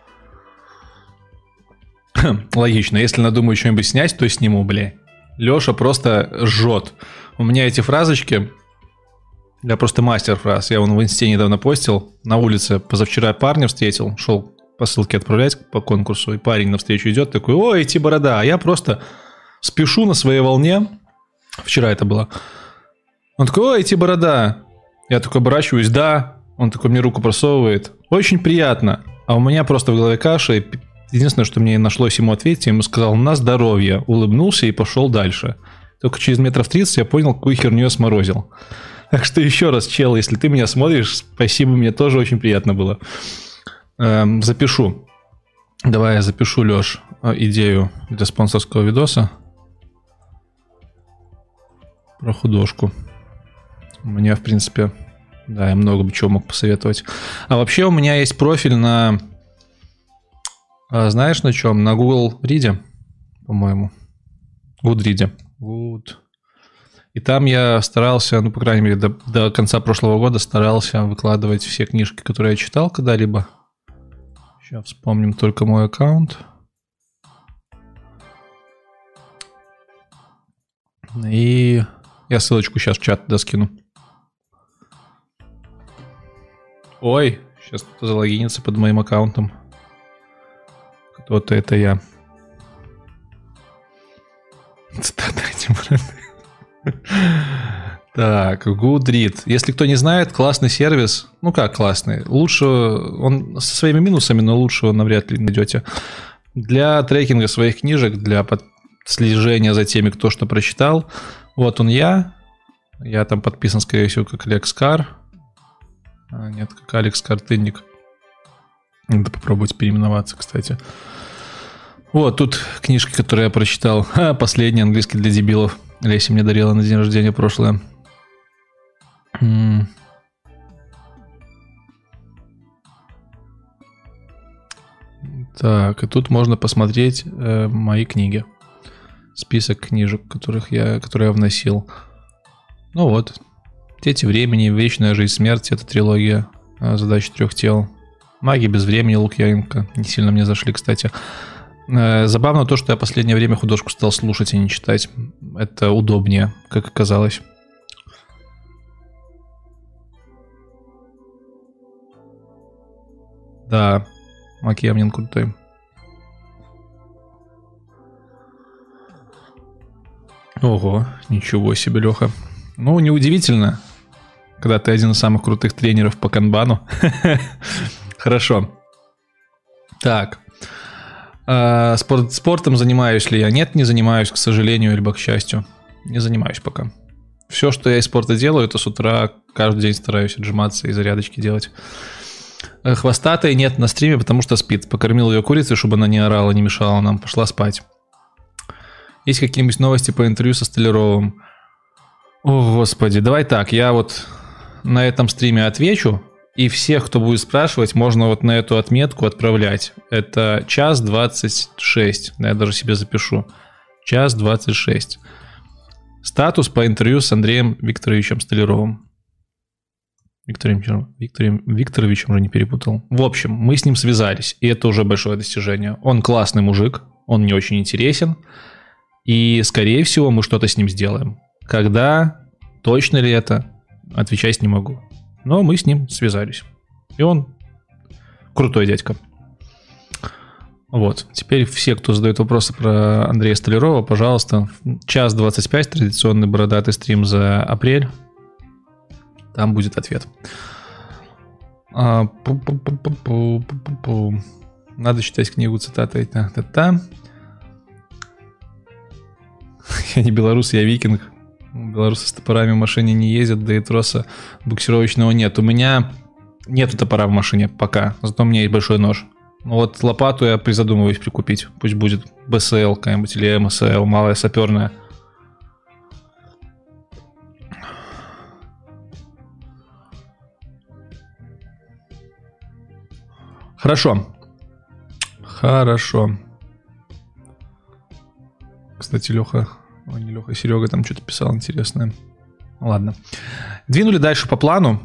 Логично. Если надумаю что-нибудь снять, то сниму, бля. Лёша просто жжет. У меня эти фразочки... Я просто мастер фраз. Я вон в инсте недавно постил. На улице позавчера парня встретил. Шел посылки отправлять по конкурсу. И парень навстречу идет такой: ой, идти борода. А я просто спешу на своей волне. Вчера это было. Он такой: ой, идти борода. Я такой оборачиваюсь: да. Он такой мне руку просовывает. Очень приятно. А у меня просто в голове каша. И единственное, что мне нашлось ему ответить, я ему сказал: на здоровье. Улыбнулся и пошел дальше. Только через метров 30 я понял, какую херню я сморозил. Так что еще раз, чел, если ты меня смотришь, спасибо, мне тоже очень приятно было. Запишу. Давай я запишу, Леш, идею для спонсорского видоса. Про художку. Мне, в принципе, да, я много бы чего мог посоветовать. А вообще у меня есть профиль на... Знаешь на чем? На Google Read, по-моему. Goodread. Good. И там я старался, ну, по крайней мере, до конца прошлого года старался выкладывать все книжки, которые я читал когда-либо. Сейчас вспомним только мой аккаунт. И я ссылочку сейчас в чат доскину. Ой, сейчас кто-то залогинится под моим аккаунтом. Кто-то это я. Цитата этим. Так, Goodread. Если кто не знает, классный сервис. Ну как классный? Лучше, он со своими минусами, но лучше его навряд ли найдете. Для трекинга своих книжек, для слежения за теми, кто что прочитал. Вот он я. Я там подписан, скорее всего, как Алекс Кар. Нет, как Алекс Картынник. Надо попробовать переименоваться, кстати. Вот, тут книжки, которые я прочитал. Последний английский для дебилов. Леся мне дарила на день рождения прошлое. Так, и тут можно посмотреть мои книги. Список книжек, которые я вносил. Ну вот. Дети времени, Вечная жизнь, смерть. Это трилогия Задачи трех тел. Маги без времени Лукьяненко. Не сильно мне зашли, кстати. Забавно то, что я в последнее время художку стал слушать, а не читать. Это удобнее, как оказалось. Да, Макьямнин крутой. Ого, ничего себе, Леха. Ну, неудивительно, когда ты один из самых крутых тренеров по канбану. Хорошо. Так. Спортом занимаюсь ли я? Нет, не занимаюсь, к сожалению, либо к счастью. Не занимаюсь пока. Все, что я из спорта делаю, это с утра каждый день стараюсь отжиматься и зарядочки делать. Хвостатой нет на стриме, потому что спит. Покормил ее курицей, чтобы она не орала, не мешала нам. Пошла спать. Есть какие-нибудь новости по интервью со Столяровым? О, господи, давай так. Я вот на этом стриме отвечу. И всех, кто будет спрашивать, можно вот на эту отметку отправлять. Это 1:26. Я даже себе запишу. 1:26. Статус по интервью с Андреем Викторовичем Столяровым. Виктором Викторовичем уже не перепутал. В общем, мы с ним связались. И это уже большое достижение. Он классный мужик. Он мне очень интересен. И, скорее всего, мы что-то с ним сделаем. Когда? Точно ли это? Отвечать не могу. Но мы с ним связались. И он крутой дядька. Вот. Теперь все, кто задает вопросы про Андрея Столярова, пожалуйста, 1:25, традиционный бородатый стрим за апрель. Там будет ответ. Надо читать книгу цитаты. Я не белорус, я викинг. Белорусы с топорами в машине не ездят, да и троса буксировочного нет. У меня нету топора в машине пока, зато у меня есть большой нож. Ну вот лопату я призадумываюсь прикупить. Пусть будет БСЛ какая-нибудь или МСЛ, малая саперная. Хорошо. Кстати, Леха... Ой, не Леха, Серега там что-то писал интересное. Ладно. Двинули дальше по плану.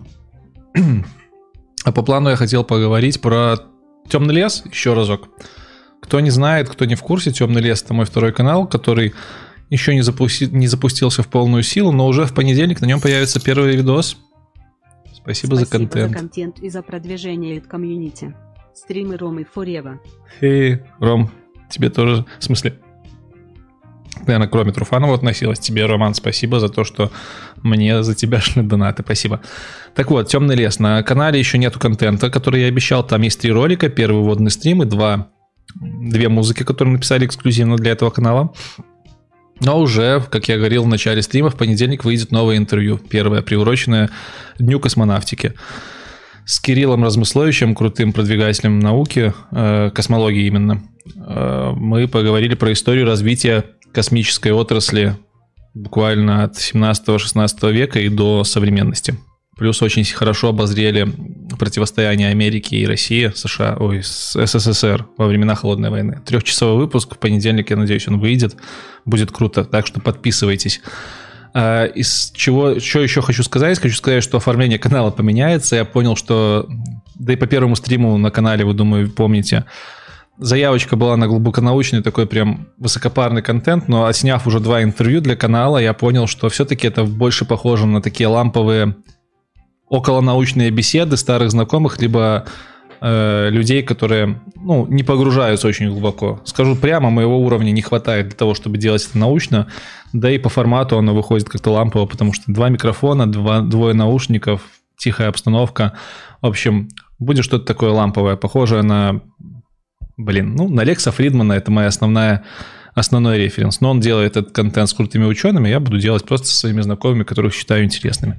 А по плану я хотел поговорить про Темный лес еще разок. Кто не знает, кто не в курсе, Темный лес — это мой второй канал, который еще не запустился в полную силу, но уже в понедельник на нем появится первый видос. Спасибо за контент. Спасибо за контент и за продвижение от комьюнити. Стримы Ромы Форева. Ром, тебе тоже, в смысле... Наверное, кроме Труфанова относилась. Тебе, Роман, спасибо за то, что мне за тебя шли донаты. Спасибо. Так вот, Темный лес. На канале еще нету контента, который я обещал. Там есть 3 ролика. Первый вводный стрим и 2 музыки, которые написали эксклюзивно для этого канала. Но уже, как я говорил в начале стрима, в понедельник выйдет новое интервью. Первое, приуроченное Дню космонавтики. С Кириллом Размысловичем, крутым продвигателем науки, космологии именно. Мы поговорили про историю развития космической отрасли буквально от 17-16 века и до современности. Плюс очень хорошо обозрели противостояние Америки и России, США, с СССР во времена Холодной войны. 3-часовой выпуск, в понедельник, я надеюсь, он выйдет. Будет круто, так что подписывайтесь. Что еще хочу сказать? Хочу сказать, что оформление канала поменяется. Я понял, что... Да и по первому стриму на канале, вы, думаю, помните, заявочка была на глубоконаучный такой прям высокопарный контент, но отсняв уже 2 интервью для канала, я понял, что все-таки это больше похоже на такие ламповые околонаучные беседы старых знакомых, либо людей, которые не погружаются очень глубоко. Скажу прямо, моего уровня не хватает для того, чтобы делать это научно, да и по формату оно выходит как-то лампово, потому что 2 микрофона, 2 наушников, тихая обстановка. В общем, будет что-то такое ламповое, похожее на... на Лекса Фридмана, это мой основной референс. Но он делает этот контент с крутыми учеными, я буду делать просто со своими знакомыми, которых считаю интересными.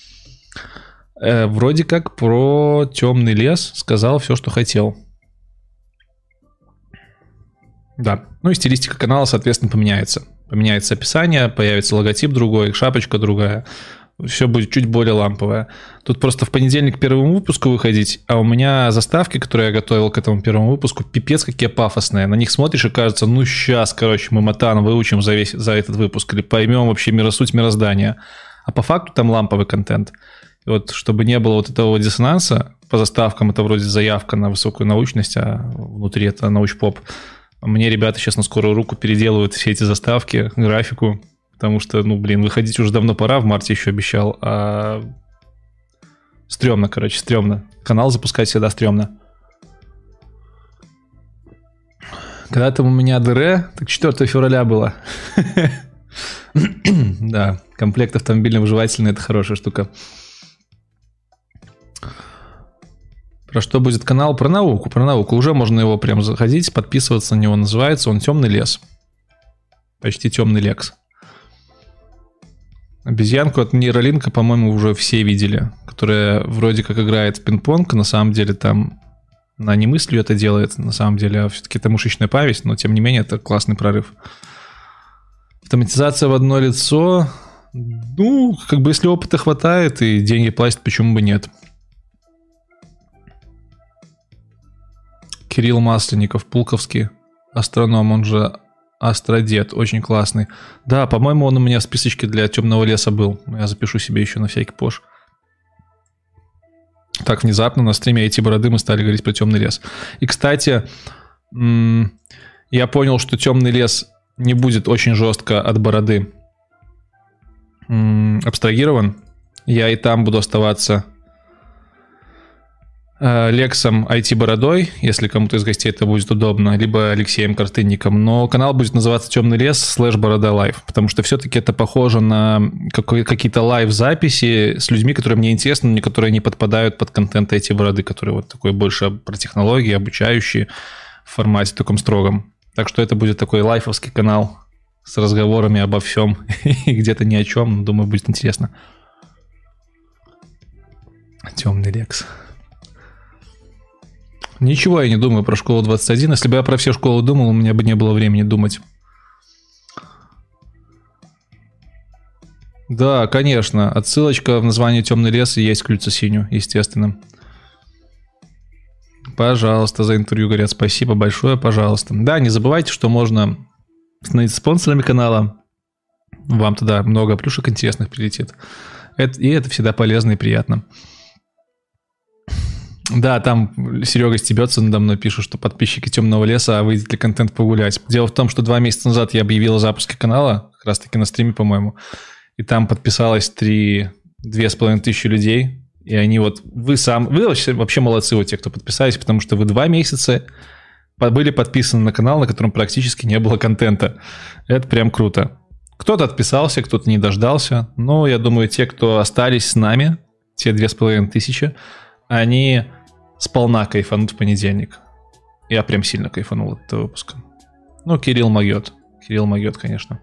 Вроде как про темный лес сказал все, что хотел. Да. И стилистика канала, соответственно, поменяется. Поменяется описание, появится логотип другой, шапочка другая. Все будет чуть более ламповое. Тут просто в понедельник первому выпуску выходить, а у меня заставки, которые я готовил к этому первому выпуску, пипец какие пафосные. На них смотришь и кажется, сейчас, мы матан выучим за этот выпуск или поймем вообще суть мироздания. А по факту там ламповый контент. И вот чтобы не было вот этого диссонанса, по заставкам это вроде заявка на высокую научность, а внутри это научпоп. Мне ребята сейчас на скорую руку переделывают все эти заставки, графику, потому что, выходить уже давно пора, в марте еще обещал, а стрёмно, стрёмно. Канал запускать всегда стрёмно. Когда там у меня ДР, так 4 февраля было. Да, комплект автомобильно-выживательный – это хорошая штука. Про что будет канал? Про науку. Уже можно его прям заходить, подписываться на него. Называется он «Темный лес». Почти темный лекс. Обезьянку от нейролинка, по-моему, уже все видели. Которая вроде как играет в пинг-понг. На самом деле там она не мыслью это делает. На самом деле все-таки это мышечная память. Но тем не менее это классный прорыв. Автоматизация в одно лицо. Если опыта хватает и деньги платят, почему бы нет. Кирилл Масленников, Пулковский, астроном, он же Астродед, очень классный. Да, по-моему, он у меня в списочке для темного леса был. Я запишу себе еще на всякий пош. Так, внезапно на стриме IT-бороды мы стали говорить про темный лес. И, кстати, я понял, что темный лес не будет очень жестко от бороды абстрагирован. Я и там буду оставаться Лексом IT-бородой, если кому-то из гостей это будет удобно, либо Алексеем Картынником, но канал будет называться «Темный лес» /Борода Лайв, потому что все-таки это похоже на какие-то лайв-записи с людьми, которые мне интересны, но которые не подпадают под контент IT-бороды, который вот такой больше про технологии, обучающий в формате таком строгом. Так что это будет такой лайфовский канал с разговорами обо всем и где-то ни о чем, но, думаю, будет интересно. «Темный Лекс». Ничего я не думаю про школу 21. Если бы я про все школы думал, у меня бы не было времени думать. Да, конечно. Отсылочка в названии «Темный лес» и есть к Люцисиню, естественно. Пожалуйста, за интервью, говорят, спасибо большое, пожалуйста. Да, не забывайте, что можно становиться спонсорами канала. Вам туда много плюшек интересных прилетит. И это всегда полезно и приятно. Да, там Серега стебется надо мной, пишет, что подписчики «Темного леса», а выйдет ли контент погулять. Дело в том, что 2 месяца назад я объявил о запуске канала, как раз таки на стриме, по-моему, и там подписалось 2,5 людей, и они вы вообще молодцы, те, кто подписались, потому что вы 2 месяца были подписаны на канал, на котором практически не было контента. Это прям круто. Кто-то отписался, кто-то не дождался, но я думаю, те, кто остались с нами, те 2500, они сполна кайфанут в понедельник. Я прям сильно кайфанул от этого выпуска. Кирилл могет. Кирилл могет, конечно.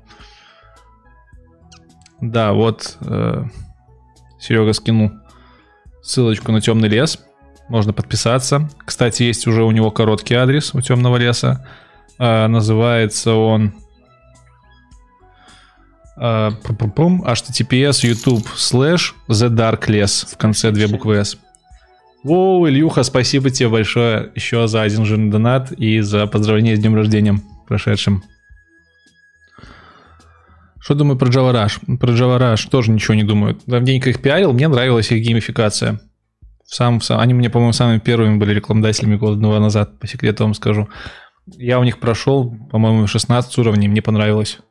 Да, Серега скинул ссылочку на «Темный лес». Можно подписаться. Кстати, есть уже у него короткий адрес у «Темного леса». Называется он https youtube/thedarkless в конце 2 буквы S. Воу, Ильюха, спасибо тебе большое еще за 1 жирный донат и за поздравление с днем рождения прошедшим. Что думаю про Java Rush? Про Java Rush тоже ничего не думаю. Давненько их пиарил, мне нравилась их геймификация. Они мне, по-моему, самыми первыми были рекламодателями года 2 назад, по секрету вам скажу. Я у них прошел, по-моему, 16 уровней, мне понравилось.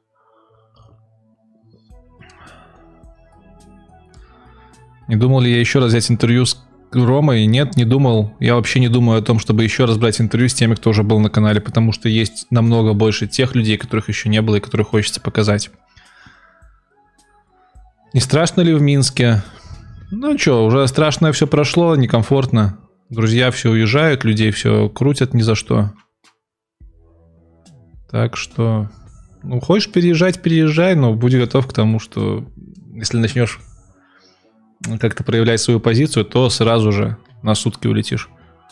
Не думал ли я еще раз взять интервью с Ромой? Нет, не думал. Я вообще не думаю о том, чтобы еще раз брать интервью с теми, кто уже был на канале, потому что есть намного больше тех людей, которых еще не было и которых хочется показать. Не страшно ли в Минске? Ну что, уже страшное все прошло, некомфортно. Друзья все уезжают, людей все крутят ни за что. Так что, ну, хочешь переезжать, переезжай, но будь готов к тому, что если начнешь как-то проявлять свою позицию, то сразу же на сутки улетишь.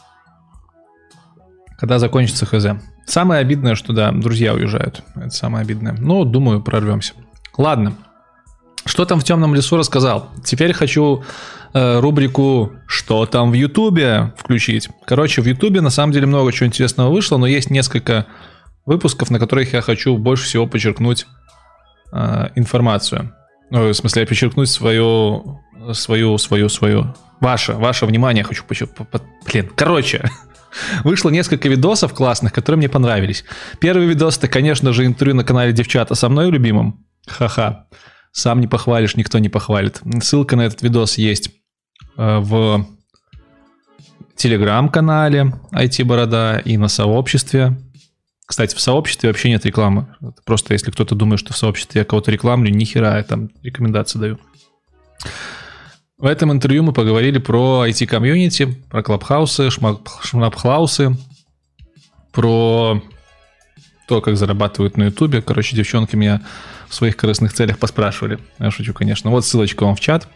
Когда закончится ХЗ. Самое обидное, что да, друзья уезжают. Это самое обидное. Но, думаю, прорвемся. Ладно. Что там в темном лесу рассказал? Теперь хочу рубрику «Что там в Ютубе» включить. Короче, в Ютубе на самом деле много чего интересного вышло, но есть несколько выпусков, на которых я хочу больше всего подчеркнуть информацию. Ну, в смысле, подчеркнуть свое ваше внимание хочу подчеркнуть. Блин, короче, вышло несколько видосов классных, которые мне понравились. Первый видос — это, конечно же, интервью на канале Девчата со мной любимым. Ха-ха. Сам не похвалишь, никто не похвалит. Ссылка на этот видос есть в телеграм-канале IT-борода и на сообществе. Кстати, в сообществе вообще нет рекламы. Просто если кто-то думает, что в сообществе я кого-то рекламлю, нихера, я там рекомендации даю. В этом интервью мы поговорили про IT-комьюнити, про клабхаусы, шмапхаусы, про то, как зарабатывают на Ютубе. Короче, девчонки меня в своих корыстных целях поспрашивали. Я шучу, конечно. Вот ссылочка вам в чат.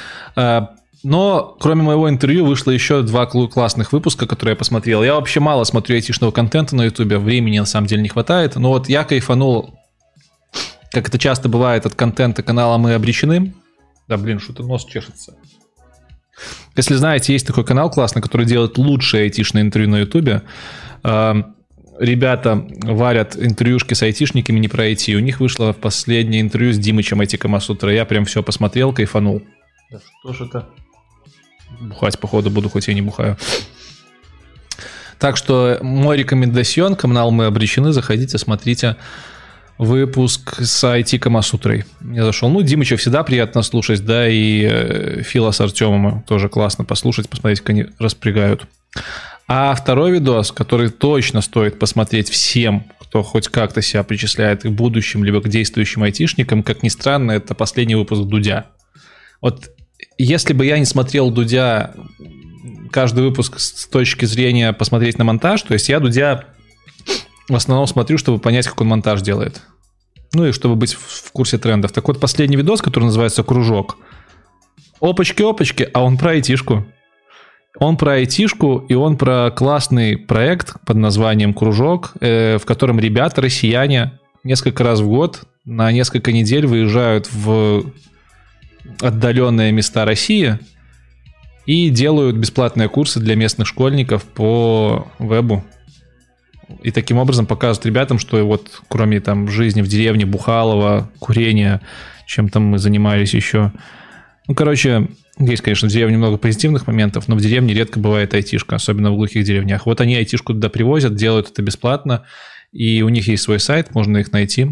Но кроме моего интервью вышло еще 2 классных выпуска, которые я посмотрел. Я вообще мало смотрю айтишного контента на Ютубе, времени на самом деле не хватает. Но вот я кайфанул, как это часто бывает, от контента канала «Мы обречены». Да, блин, что-то нос чешется. Если знаете, есть такой канал классный, который делает лучшие айтишные интервью на Ютубе. Ребята варят интервьюшки с айтишниками, не про IT. У них вышло последнее интервью с Димычем IT Камасутра. Я прям все посмотрел, кайфанул. Да что ж это? Бухать, походу, буду, хоть я не бухаю. Так что мой рекомендацион, канал «Мы обречены». Заходите, смотрите выпуск с IT Камасутрой. Я зашел. Ну, Димыча всегда приятно слушать, да, и Фила с Артемом тоже классно послушать, посмотреть, как они распрягают. А второй видос, который точно стоит посмотреть всем, кто хоть как-то себя причисляет к будущим либо к действующим айтишникам, как ни странно, это последний выпуск Дудя. Вот если бы я не смотрел Дудя, каждый выпуск с точки зрения посмотреть на монтаж, то есть я Дудя в основном смотрю, чтобы понять, как он монтаж делает. Ну и чтобы быть в курсе трендов. Так вот, последний видос, который называется «Кружок». Опачки-опачки, а он про айтишку. Он про айтишку, и он про классный проект под названием «Кружок», в котором ребята, россияне, несколько раз в год, на несколько недель выезжают в отдаленные места России и делают бесплатные курсы для местных школьников по вебу. И таким образом показывают ребятам, что вот кроме там жизни в деревне, бухалова, курения, чем там мы занимались еще. Ну, короче, есть, конечно, в деревне много позитивных моментов, но в деревне редко бывает айтишка, особенно в глухих деревнях. Вот они айтишку туда привозят, делают это бесплатно, и у них есть свой сайт, можно их найти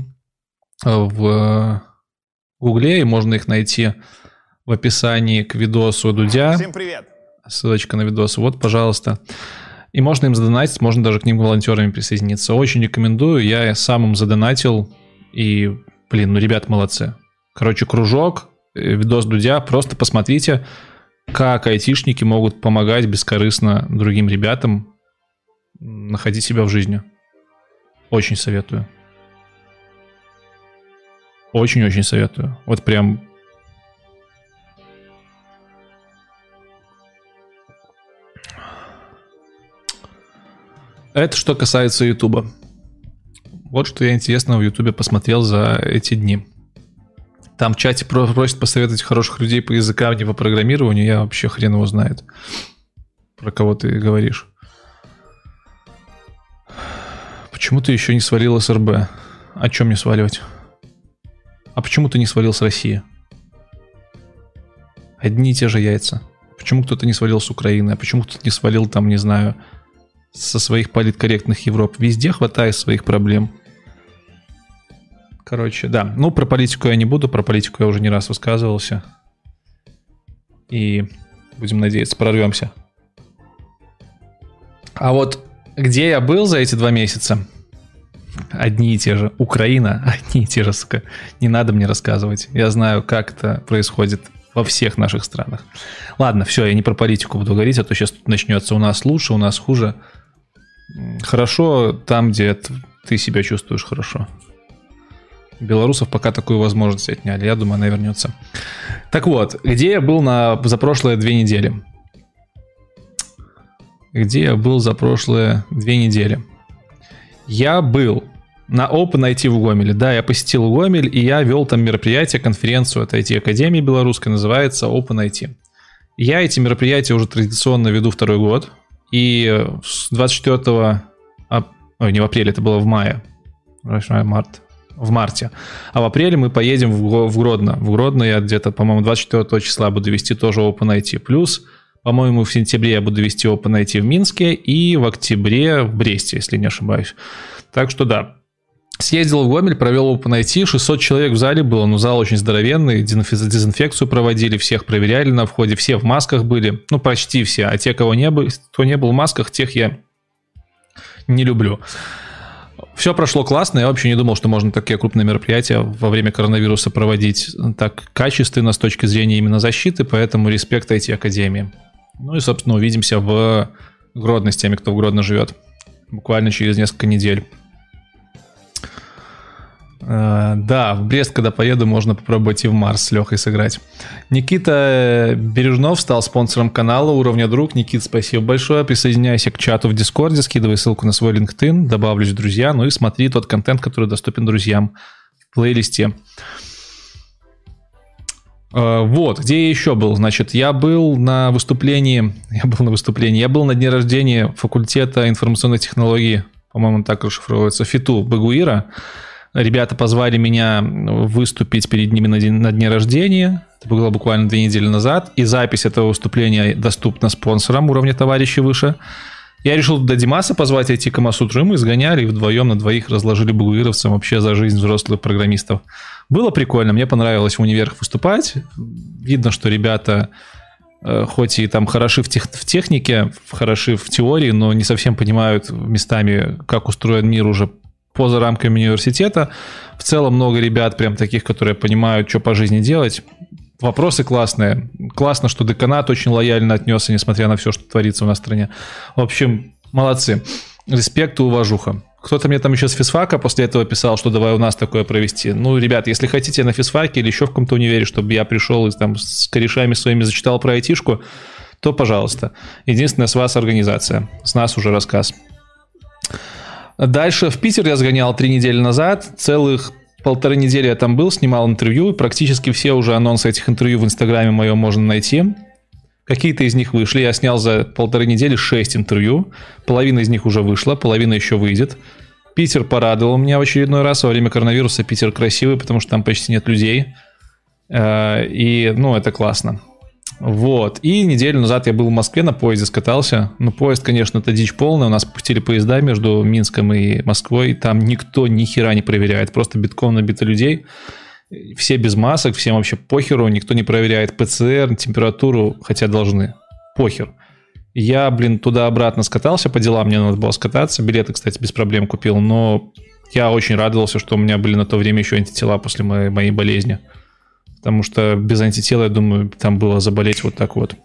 в Гугле, и можно их найти в описании к видосу Дудя. Всем привет! Ссылочка на видос. Вот, пожалуйста. И можно им задонатить, можно даже к ним волонтерами присоединиться. Очень рекомендую. Я сам им задонатил. И, блин, ну ребят молодцы. Короче, «Кружок», видос Дудя. Просто посмотрите, как айтишники могут помогать бескорыстно другим ребятам находить себя в жизни. Очень советую. Очень-очень советую. Вот прям... Это что касается Ютуба. Вот что я интересного в Ютубе посмотрел за эти дни. Там в чате просят посоветовать хороших людей по языкам, не по программированию. Я вообще хрен его знает, про кого ты говоришь. Почему ты еще не свалил СРБ? О чем мне сваливать? А почему ты не свалил с России? Одни и те же яйца. Почему кто-то не свалил с Украины? А почему кто-то не свалил там, не знаю, со своих политкорректных Европ? Везде хватает своих проблем. Короче, да. Ну, про политику я не буду. Про политику я уже не раз высказывался. И будем надеяться, прорвемся. А вот где я был за эти 2 месяца? Одни и те же. Украина, одни и те же, сука. Не надо мне рассказывать. Я знаю, как это происходит во всех наших странах. Ладно, все, я не про политику буду говорить, а то сейчас тут начнется у нас лучше, у нас хуже. Хорошо там, где ты себя чувствуешь хорошо. Белорусов пока такую возможность отняли. Я думаю, она вернется. Так вот, где я был за прошлые 2 недели? Где я был за прошлые 2 недели? Я был на OpenIT в Гомеле. Да, я посетил Гомель, и я вел там мероприятие, конференцию от IT-академии белорусской, называется OpenIT. Я эти мероприятия уже традиционно веду 2-й год. И с 24... не в апреле, это было в мае. В марте. А в апреле мы поедем в Гродно. В Гродно я где-то, по-моему, 24 числа буду вести тоже OpenIT. Плюс, по-моему, в сентябре я буду вести OpenIT в Минске и в октябре в Бресте, если не ошибаюсь. Так что да. Съездил в Гомель, провел OpenIT, 600 человек в зале было, но зал очень здоровенный, дезинфекцию проводили, всех проверяли на входе, все в масках были, ну почти все, а те, кто не был в масках, тех я не люблю. Все прошло классно, я вообще не думал, что можно такие крупные мероприятия во время коронавируса проводить так качественно с точки зрения именно защиты, поэтому респект IT-академии. Ну и, собственно, увидимся в Гродно с теми, кто в Гродно живет, буквально через несколько недель. Да, в Брест, когда поеду, можно попробовать и в Марс с Лехой сыграть. Никита Бережнов стал спонсором канала «Уровня друг». Никит, спасибо большое. Присоединяйся к чату в Дискорде, скидывай ссылку на свой LinkedIn, добавлюсь в друзья, ну и смотри тот контент, который доступен друзьям в плейлисте. Вот, где я еще был? Значит, я был на выступлении, я был на дне рождения факультета информационных технологий, по-моему, так расшифровывается, ФИТУ Багуира. Ребята позвали меня выступить перед ними на дне рождения. Это было буквально 2 недели назад. И запись этого выступления доступна спонсорам уровня товарищей выше. Я решил туда Димаса позвать, идти к Камасутру, и мы сгоняли и вдвоем на 2 разложили багуировцам вообще за жизнь взрослых программистов. Было прикольно, мне понравилось в универах выступать. Видно, что ребята хоть и там хороши в технике, хороши в теории, но не совсем понимают местами, как устроен мир уже поза рамками университета. В целом много ребят прям таких, которые понимают, что по жизни делать. Вопросы классные. Классно, что деканат очень лояльно отнесся, несмотря на все, что творится у нас в стране. В общем, молодцы. Респект и уважуха. Кто-то мне там еще с физфака после этого писал, что давай у нас такое провести. Ну, ребят, если хотите на физфаке или еще в каком-то универе, чтобы я пришел и там с корешами своими зачитал про айтишку, то пожалуйста. Единственное, с вас организация. С нас уже рассказ. Дальше в Питер я сгонял 3 недели назад. Целых 1,5 недели я там был, снимал интервью. Практически все уже анонсы этих интервью в Инстаграме моем можно найти. Какие-то из них вышли. Я снял за 1,5 недели 6 интервью. Половина из них уже вышла, половина еще выйдет. Питер порадовал меня в очередной раз. Во время коронавируса Питер красивый, потому что там почти нет людей. И, ну, это классно. Вот. И неделю назад я был в Москве, на поезде скатался. Ну, поезд, конечно, это дичь полная. У нас пустили поезда между Минском и Москвой. Там никто ни хера не проверяет. Просто битком набито людей. Все без масок, всем вообще похеру. Никто не проверяет ПЦР, температуру, хотя должны. Похер. Я, туда-обратно скатался по делам. Мне надо было скататься. Билеты, кстати, без проблем купил. Но я очень радовался, что у меня были на то время еще антитела после моей болезни. Потому что без антител, я думаю, там было заболеть вот так вот.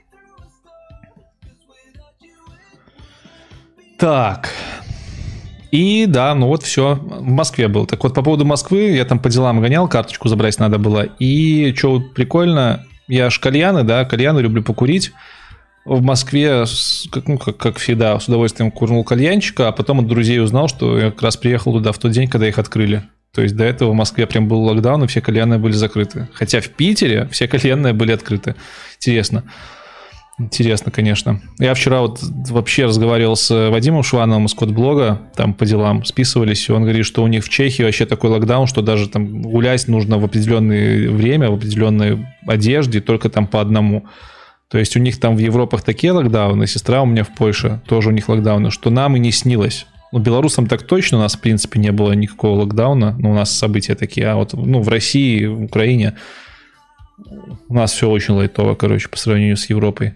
Так. И да, ну вот все. В Москве был. Так вот, по поводу Москвы, я там по делам гонял, карточку забрать надо было. И что прикольно, я ж кальяны люблю покурить. В Москве, как всегда, с удовольствием курнул кальянчика, а потом от друзей узнал, что я как раз приехал туда в тот день, когда их открыли. То есть до этого в Москве прям был локдаун, и все кальянные были закрыты. Хотя в Питере все кальянные были открыты. Интересно. Интересно, конечно. Я вчера вот вообще разговаривал с Вадимом Швановым из Кодблога, там по делам списывались, и он говорит, что у них в Чехии вообще такой локдаун, что даже там гулять нужно в определенное время, в определенной одежде, только там по одному. То есть у них там в Европах такие локдауны, сестра у меня в Польше, тоже у них локдауны, что нам и не снилось. Ну, белорусам так точно, у нас в принципе не было никакого локдауна, но у нас события такие, а вот в России, в Украине у нас все очень лайтово, короче, по сравнению с Европой.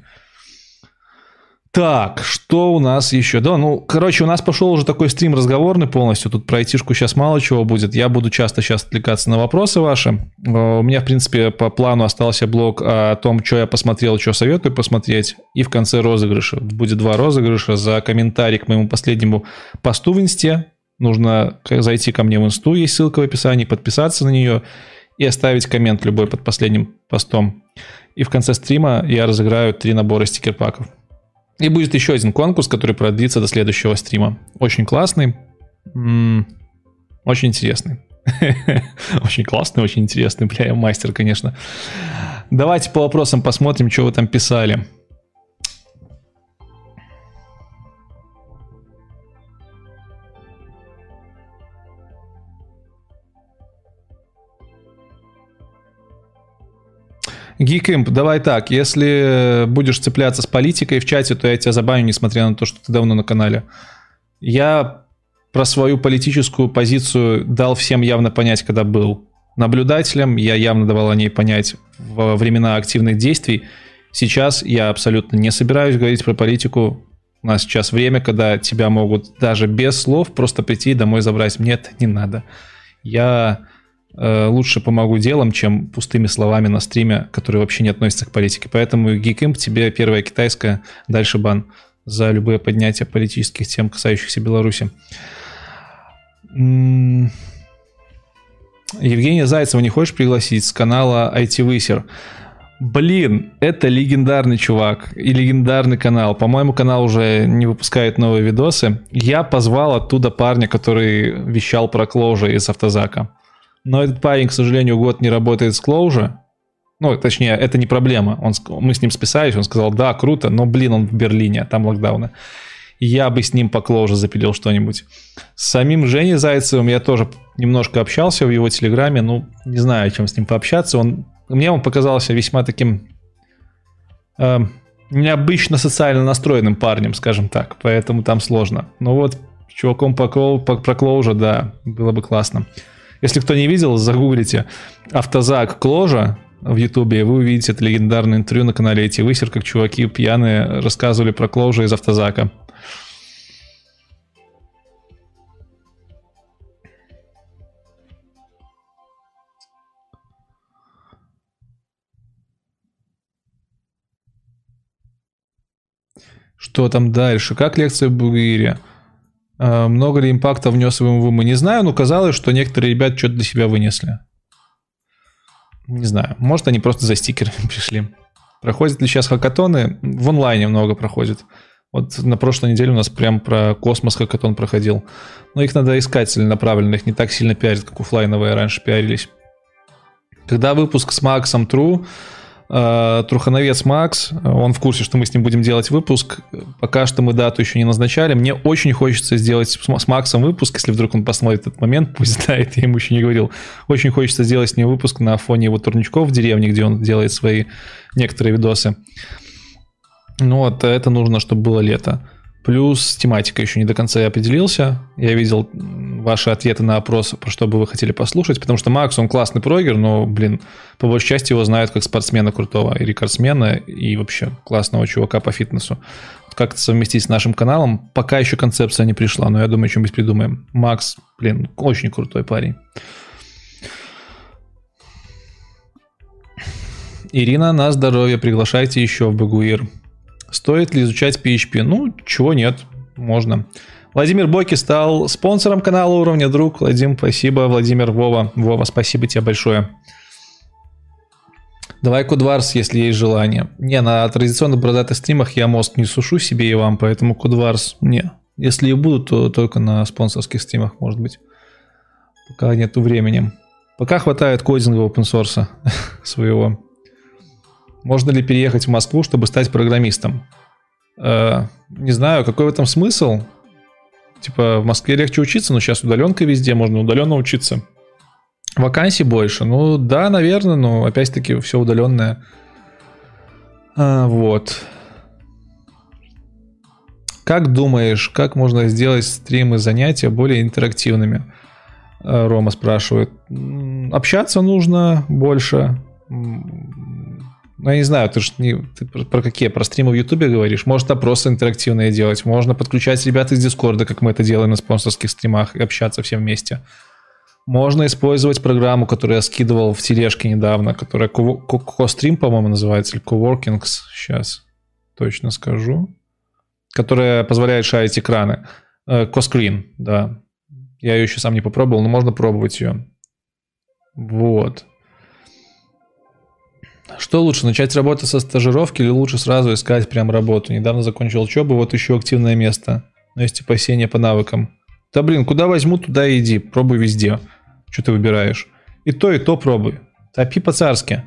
Так, что у нас еще? Да, короче, у нас пошел уже такой стрим разговорный полностью. Тут про айтишку сейчас мало чего будет. Я буду часто сейчас отвлекаться на вопросы ваши. У меня, в принципе, по плану остался блог о том, что я посмотрел, что советую посмотреть. И в конце розыгрыша. Будет 2 розыгрыша за комментарий к моему последнему посту в инсте. Нужно зайти ко мне в инсту, есть ссылка в описании, подписаться на нее и оставить коммент любой под последним постом. И в конце стрима я разыграю 3 набора стикер-паков. И будет еще один конкурс, который продлится до следующего стрима. Очень классный. Очень интересный. Очень классный, очень интересный. Бля, я мастер, конечно. Давайте по вопросам посмотрим, что вы там писали. Geekimp, давай так, если будешь цепляться с политикой в чате, то я тебя забаню, несмотря на то, что ты давно на канале. Я про свою политическую позицию дал всем явно понять, когда был наблюдателем, я явно давал о ней понять во времена активных действий. Сейчас я абсолютно не собираюсь говорить про политику. У нас сейчас время, когда тебя могут даже без слов просто прийти и домой забрать. Мне это не надо. Я лучше помогу делом, чем пустыми словами на стриме, которые вообще не относятся к политике. Поэтому Geekimp тебе первая китайская, дальше бан за любое поднятие политических тем, касающихся Беларуси. Евгения Зайцева не хочешь пригласить с канала IT-Высер? Блин, это легендарный чувак и легендарный канал. По-моему, канал уже не выпускает новые видосы. Я позвал оттуда парня, который вещал про Clojure из Автозака. Но этот парень, к сожалению, год не работает с Clojure. Ну, точнее, это не проблема. Мы с ним списались, он сказал, да, круто, но, блин, он в Берлине, там локдауны. Я бы с ним по Clojure запилил что-нибудь. С самим Женей Зайцевым я тоже немножко общался в его телеграме. Ну, не знаю, о чем с ним пообщаться. Мне он показался весьма таким необычно социально настроенным парнем, скажем так. Поэтому там сложно. Но вот с чуваком про Clojure, да, было бы классно. Если кто не видел, загуглите Автозак Clojure в Ютубе, вы увидите это легендарное интервью на канале IT-Высер, как чуваки пьяные рассказывали про Clojure из Автозака. Что там дальше? Как лекция в Бугире? Много ли импакта внес в МВ? Мы не знаю, но казалось, что некоторые ребята что-то для себя вынесли. Не знаю. Может, они просто за стикерами пришли. Проходят ли сейчас хакатоны? В онлайне много проходит. Вот на прошлой неделе у нас прям про космос хакатон проходил. Но их надо искать целенаправленно. Их не так сильно пиарят, как офлайновые раньше пиарились. Когда выпуск с Максом Тру? Трухановец Макс, он в курсе, что мы с ним будем делать выпуск. Пока что мы дату еще не назначали. Мне очень хочется сделать с Максом выпуск, если вдруг он посмотрит этот момент, пусть знает, я ему еще не говорил. Очень хочется сделать с ним выпуск на фоне его турничков в деревне, где он делает свои некоторые видосы. Ну вот, это нужно, чтобы было лето. Плюс тематика еще не до конца я определился. Я видел ваши ответы на опрос, про что бы вы хотели послушать. Потому что Макс, он классный прогер, но, блин, по большей части его знают как спортсмена крутого, и рекордсмена, и вообще классного чувака по фитнесу. Как это совместить с нашим каналом? Пока еще концепция не пришла, но я думаю, что-нибудь придумаем. Макс, блин, очень крутой парень. Ирина, на здоровье, приглашайте еще в Багуир. Стоит ли изучать PHP? Ну, чего нет, можно. Владимир Боки стал спонсором канала Уровня Друг. Владимир, спасибо. Владимир, Вова, спасибо тебе большое. Давай Кудварс, если есть желание. Не, на традиционных бородатых стримах я мозг не сушу себе и вам, поэтому Кудварс не. Если и будут, то только на спонсорских стримах, может быть. Пока нету времени. Пока хватает кодинга open-source своего. Можно ли переехать в Москву, чтобы стать программистом? Не знаю, какой в этом смысл? Типа в Москве легче учиться, но сейчас удаленка везде, можно удаленно учиться. Вакансий больше. Ну да, наверное, но опять-таки все удаленное. Вот. Как думаешь, как можно сделать стримы, занятия более интерактивными? Рома спрашивает. Общаться нужно больше. Ну, я не знаю, ты про какие? Про стримы в Ютубе говоришь? Может, опросы интерактивные делать. Можно подключать ребят из Дискорда, как мы это делаем на спонсорских стримах, и общаться все вместе. Можно использовать программу, которую я скидывал в тележке недавно, которая CoStream, по-моему, называется, или Coworkings. Сейчас точно скажу. Которая позволяет шарить экраны. CoScreen, да. Я ее еще сам не попробовал, но можно пробовать ее. Вот. Что лучше, начать работать со стажировки или лучше сразу искать прям работу? Недавно закончил учебу, вот ищу активное место. Но есть опасения по навыкам. Да блин, куда возьму, туда и иди. Пробуй везде. Что ты выбираешь? И то пробуй. Топи по-царски.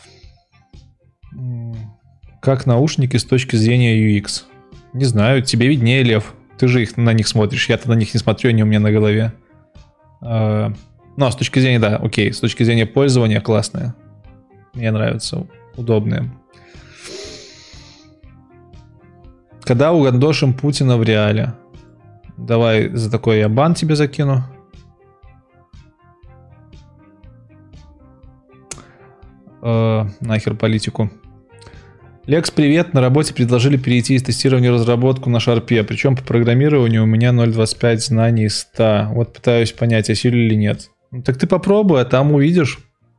Как наушники с точки зрения UX? Не знаю, тебе виднее, Лев. Ты же на них смотришь. Я-то на них не смотрю, они у меня на голове. Ну, с точки зрения, да, окей. С точки зрения пользования классные. Мне нравятся, удобные. Когда угандошим Путина в реале? Давай за такой я бан тебе закину. Нахер политику. Лекс, привет. На работе предложили перейти из тестирования в разработку на шарпе. Причем по программированию у меня 0.25 знаний из 100. Вот пытаюсь понять, осилю или нет. Ну, так ты попробуй, а там увидишь.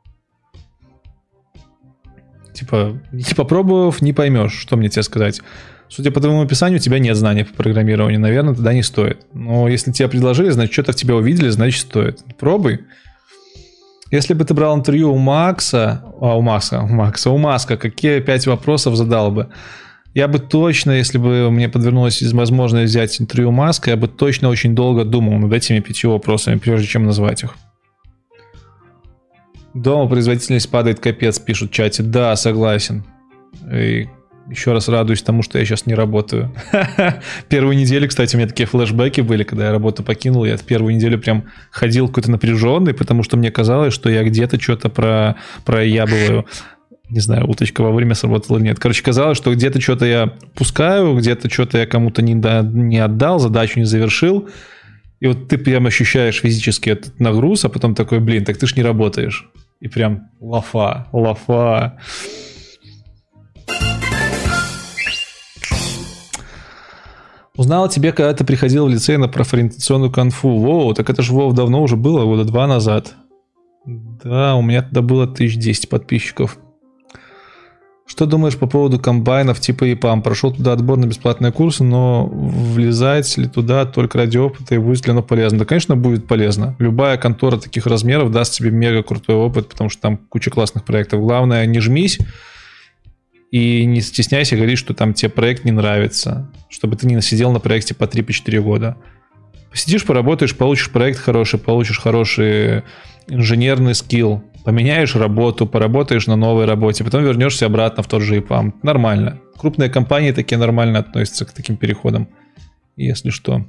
Типа, не попробовав, не поймешь, что мне тебе сказать. Судя по твоему описанию, у тебя нет знаний по программированию. Наверное, тогда не стоит. Но если тебя предложили, значит, что-то в тебя увидели, значит, стоит. Пробуй. Если бы ты брал интервью у Маска, какие 5 вопросов задал бы? Я бы точно, если бы мне подвернулась возможность взять интервью у Маска, я бы точно очень долго думал над этими 5 вопросами, прежде чем назвать их. Дома производительность падает капец, пишут в чате. Да, согласен. И еще раз радуюсь тому, что я сейчас не работаю. Первую неделю, кстати, у меня такие флешбеки были, когда я работу покинул. Я первую неделю прям ходил какой-то напряженный, потому что мне казалось, что я где-то что-то проябываю. Не знаю, уточка вовремя сработала или нет. Короче, казалось, что где-то что-то я пускаю, где-то что-то я кому-то не отдал, задачу не завершил. И вот ты прям ощущаешь физически этот нагруз, а потом такой, блин, так ты ж не работаешь. И прям лафа. Узнал о тебе, когда ты приходил в лицей на профориентационную конфу. Воу, так это же, Вов, давно уже было, года 2 назад. Да, у меня тогда было 1010 подписчиков. Что думаешь по поводу комбайнов типа EPAM? Прошел туда отбор на бесплатные курсы, но влезать ли туда только ради опыта и будет ли оно полезно? Да, конечно, будет полезно. Любая контора таких размеров даст тебе мега крутой опыт, потому что там куча классных проектов. Главное, не жмись и не стесняйся говорить, что там тебе проект не нравится, чтобы ты не сидел на проекте по 3-4 года. Посидишь, поработаешь, получишь проект хороший, получишь хороший инженерный скилл, поменяешь работу, поработаешь на новой работе, потом вернешься обратно в тот же EPAM. Нормально. Крупные компании такие нормально относятся к таким переходам, если что.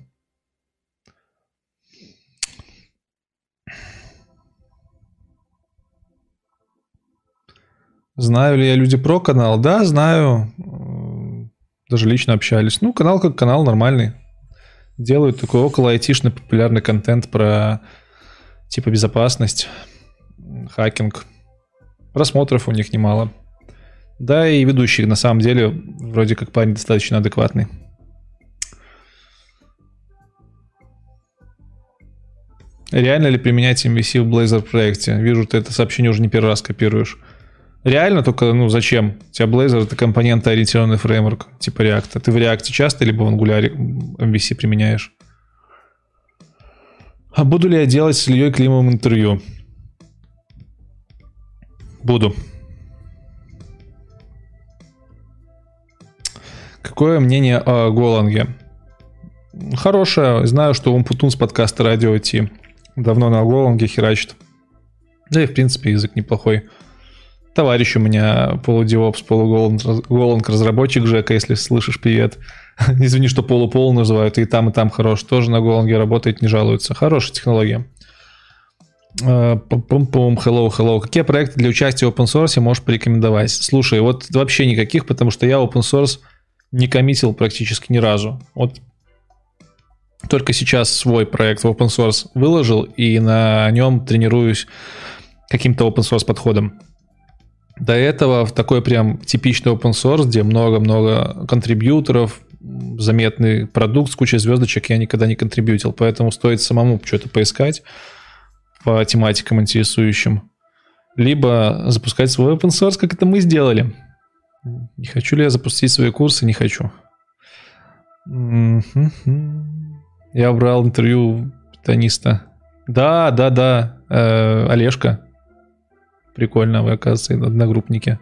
Знаю ли я Люди Про канал? Да, знаю. Даже лично общались. Ну, канал как канал, нормальный. Делают такой около айтишный популярный контент про типа безопасность, хакинг. Просмотров у них немало. Да, и ведущий на самом деле вроде как парень достаточно адекватный. Реально ли применять MVC в Blazor проекте? Вижу, ты это сообщение уже не первый раз копируешь. Реально, только, зачем? У тебя Blazor — это компонентоориентированный фреймворк, типа React. Ты в React часто либо в Angular MVC применяешь? А буду ли я делать с Ильей Климовым интервью? Буду. Какое мнение о Голанге? Хорошее. Знаю, что Умпутун с подкаста Радио Ти Давно на Голанге херачит. Да и, в принципе, язык неплохой. Товарищ у меня полудевопс, полуголанг разработчик Жека, если слышишь, привет. Извини, что полу называют, и там хорош. Тоже на Голанге работает, не жалуется. Хорошая технология. Hello. Какие проекты для участия в open source можешь порекомендовать? Слушай, вот вообще никаких, потому что я open source не коммитил практически ни разу. Вот только сейчас свой проект в open source выложил, и на нем тренируюсь каким-то open source подходом. До этого в такой прям типичный open source, где много-много контрибьюторов, заметный продукт с кучей звездочек, я никогда не контрибьютил. Поэтому стоит самому что-то поискать по тематикам интересующим. Либо запускать свой open source, как это мы сделали. Не хочу ли я запустить свои курсы? Не хочу. Я брал интервью питониста. Да. Олежка. Прикольно, вы, оказывается, одногруппники.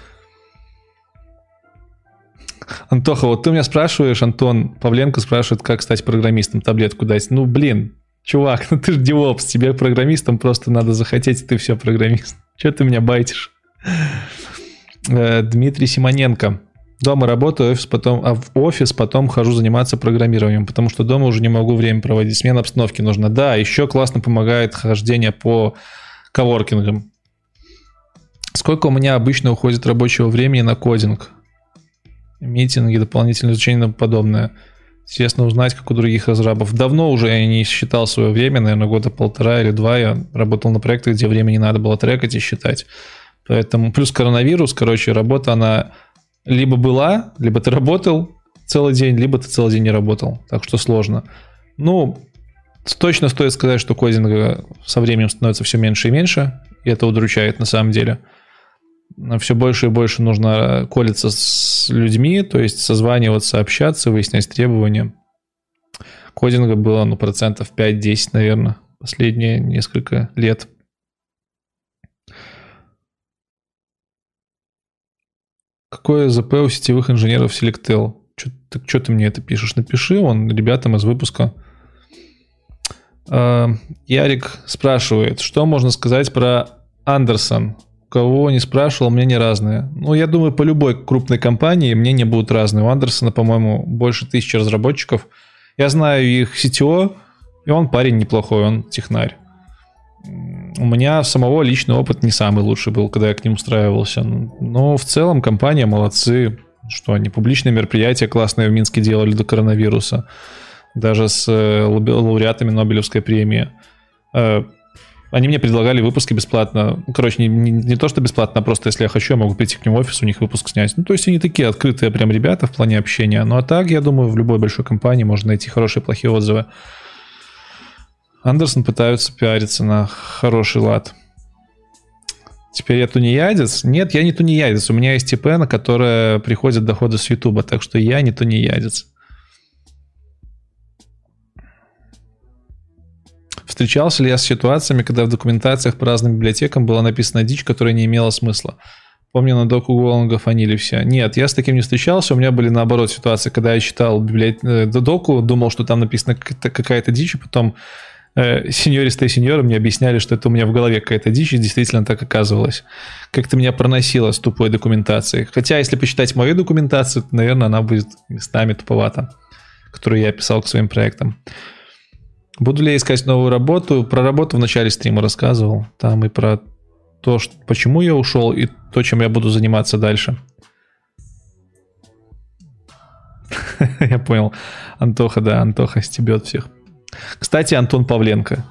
Антоха, вот ты меня спрашиваешь, Антон Павленко спрашивает, как стать программистом, таблетку дать. Ну, блин, чувак, ты же DevOps, тебе программистом просто надо захотеть, и ты все программист. Че ты меня байтишь? Дмитрий Симоненко. Дома работаю, в офис потом хожу заниматься программированием, потому что дома уже не могу время проводить. Смена обстановки нужна. Да, еще классно помогает хождение по коворкингам. Сколько у меня обычно уходит рабочего времени на кодинг? Митинги, дополнительное изучение и тому подобное. Интересно узнать, как у других разрабов. Давно уже я не считал свое время, наверное, года 1,5 или 2 я работал на проектах, где времени надо было трекать и считать. Поэтому плюс коронавирус, работа, она либо была, либо ты работал целый день, либо ты целый день не работал. Так что сложно. Ну, точно стоит сказать, что кодинга со временем становится все меньше и меньше, и это удручает на самом деле. Все больше и больше нужно колиться с людьми, то есть созваниваться, общаться, выяснять требования. Кодинга было, 5-10%, наверное, последние несколько лет. Какое ЗП у сетевых инженеров Selectel? Что ты мне это пишешь? Напиши ребятам из выпуска. Ярик спрашивает, что можно сказать про Андерсон? Кого не спрашивал, мнения разные. Ну, я думаю, по любой крупной компании мнения будут разные. У Андерсона, по-моему, больше 1000 разработчиков. Я знаю их CTO, и он парень неплохой, он технарь. У меня самого личный опыт не самый лучший был, когда я к ним устраивался. Но в целом компания молодцы. Что они публичные мероприятия классные в Минске делали до коронавируса. Даже с лауреатами Нобелевской премии. Они мне предлагали выпуски бесплатно. Не то, что бесплатно, а просто если я хочу, я могу прийти к ним в офис, у них выпуск снять. То есть они такие открытые прям ребята в плане общения. Ну а так, я думаю, в любой большой компании можно найти хорошие и плохие отзывы. Андерсон пытаются пиариться на хороший лад. Теперь я тунеядец? Нет, я не тунеядец. У меня есть ТП, на которое приходят доходы с Ютуба, так что я не тунеядец. Встречался ли я с ситуациями, когда в документациях по разным библиотекам была написана дичь, которая не имела смысла? Помню, на доку Голанга фанили все. Нет, я с таким не встречался. У меня были, наоборот, ситуации, когда я читал доку, думал, что там написана какая-то дичь, и потом сеньористы и сеньоры мне объясняли, что это у меня в голове какая-то дичь, и действительно так оказывалось. Как-то меня проносило с тупой документацией. Хотя, если почитать мою документацию, то, наверное, она будет местами туповата, которую я писал к своим проектам. Буду ли я искать новую работу? Про работу в начале стрима рассказывал. Там и про то, почему я ушел, и то, чем я буду заниматься дальше. Я понял. Антоха стебет всех. Кстати, Антон Павленко.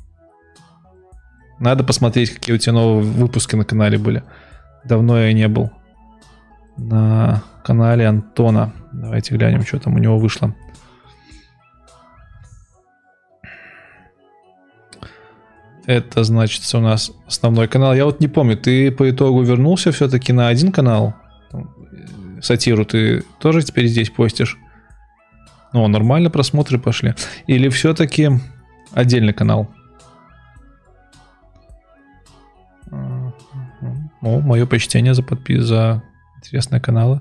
Надо посмотреть, какие у тебя новые выпуски на канале были. Давно я не был на канале Антона. Давайте глянем, что там у него вышло. Это, значит, у нас основной канал. Я вот не помню, ты по итогу вернулся все-таки на один канал? Сатиру ты тоже теперь здесь постишь? Ну, нормально просмотры пошли. Или все-таки отдельный канал? О, мое почтение за за интересные каналы.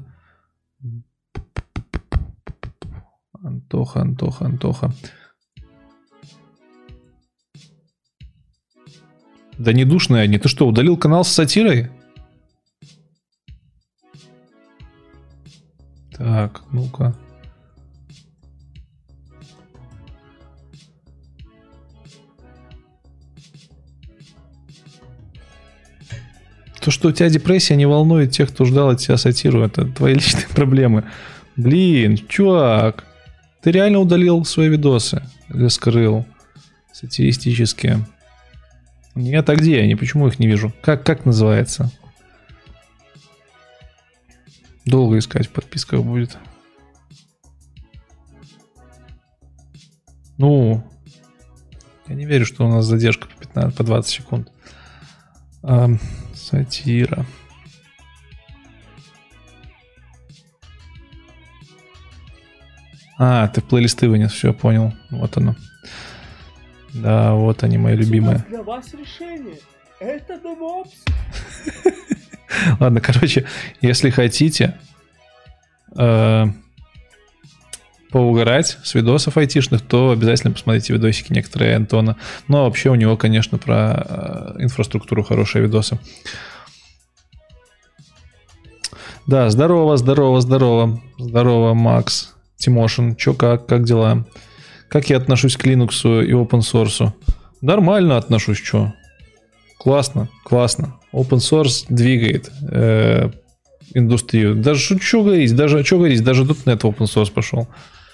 Антоха. Да не душные они. Ты что, удалил канал с сатирой? Так, ну-ка. То, что у тебя депрессия, не волнует тех, кто ждал от тебя сатиру. Это твои личные проблемы. Блин, чувак. Ты реально удалил свои видосы? Или скрыл? Сатиристические. Нет, а где они? Почему их не вижу? Как называется? Долго искать в подписках будет. Ну, я не верю, что у нас задержка по 20 секунд. Сатира. Ты в плейлисты вынес, все, понял. Вот оно. Да, вот они, мои любимые. Для вас решение. Это DevOps. Ладно, короче, если хотите поугарать с видосов айтишных, то обязательно посмотрите видосики некоторые Антона. Но вообще у него, конечно, про инфраструктуру хорошие видосы. Да, здорово, Макс Тимошин. Чё, как дела? Как я отношусь к Linux и open source? Нормально отношусь, чё? Классно. Open source двигает индустрию. Даже что говорить, даже .NET open source пошел.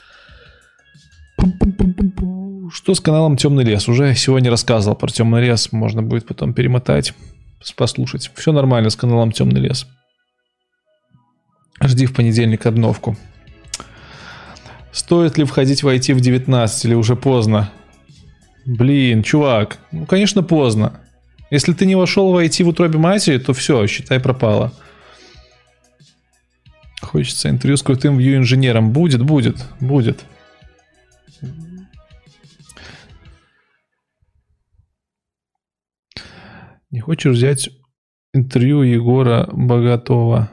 Что с каналом Темный лес? Уже сегодня рассказывал про Темный лес. Можно будет потом перемотать, послушать. Все нормально с каналом Темный лес. Жди в понедельник обновку. Стоит ли входить в IT в 19 или уже поздно? Блин, чувак, ну конечно поздно. Если ты не вошел в IT в утробе матери, то все, считай, пропало. Хочется интервью с крутым вью-инженером. Будет. Не хочешь взять интервью Егора Богатов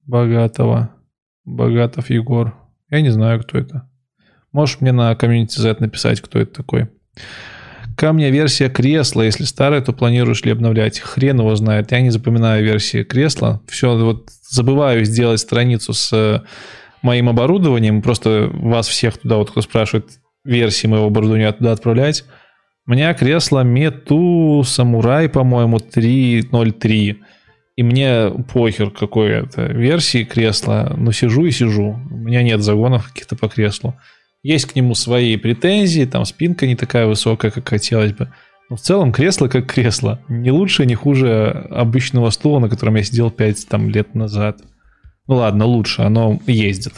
Егор? Я не знаю, кто это. Можешь мне на Community Z написать, кто это такой. Камня версия кресла. Если старая, то планируешь ли обновлять? Хрен его знает. Я не запоминаю версии кресла. Все, вот забываю сделать страницу с моим оборудованием. Просто вас всех туда, вот кто спрашивает версии моего оборудования, туда отправлять. У меня кресло Мету Самурай, по-моему, 3.03. И мне похер какой это версии кресла. Но сижу и сижу. У меня нет загонов каких-то по креслу. Есть к нему свои претензии. Там спинка не такая высокая, как хотелось бы. Но в целом кресло как кресло. Не лучше, не хуже обычного стула, на котором я сидел 5 лет назад. Ну ладно, лучше. Оно ездит.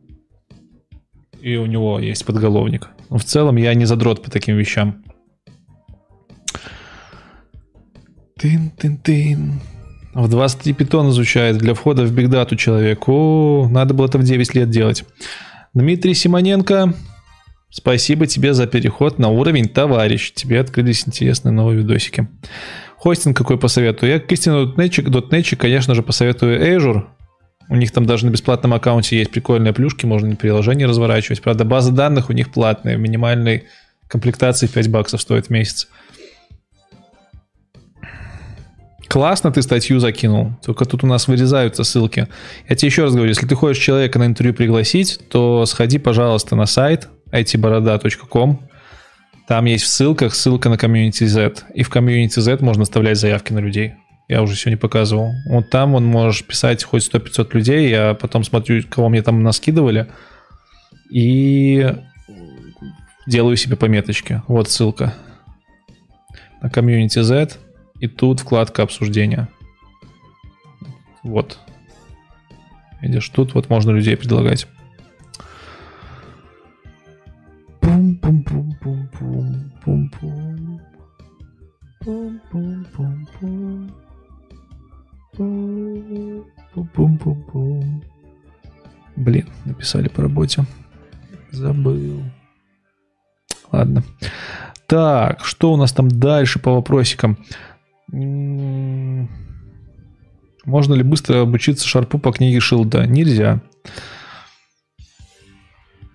И у него есть подголовник. Но в целом я не задрот по таким вещам. Тын-тын-тын. В 23 питон изучает для входа в бигдату человек. О, надо было это в 9 лет делать. Дмитрий Симоненко, спасибо тебе за переход на уровень, товарищ. Тебе открылись интересные новые видосики. Хостинг какой посоветую? Я к истинному .NET, конечно же, посоветую Azure. У них там даже на бесплатном аккаунте есть прикольные плюшки, можно приложение разворачивать. Правда, база данных у них платная, в минимальной комплектации $5 стоит в месяц. Классно ты статью закинул, только тут у нас вырезаются ссылки. Я тебе еще раз говорю, если ты хочешь человека на интервью пригласить, то сходи, пожалуйста, на сайт itboroda.com. Там есть в ссылках ссылка на Community Z. И в Community Z можно оставлять заявки на людей. Я уже сегодня показывал. Вот там можешь писать хоть 100-500 людей. Я потом смотрю, кого мне там наскидывали. И делаю себе пометочки. Вот ссылка на Community Z. И тут вкладка обсуждения. Вот. Видишь, тут вот можно людей предлагать. Блин, написали по работе. Забыл. Ладно. Так, что у нас там дальше по вопросикам? Можно ли быстро обучиться шарпу по книге Шилда? Нельзя.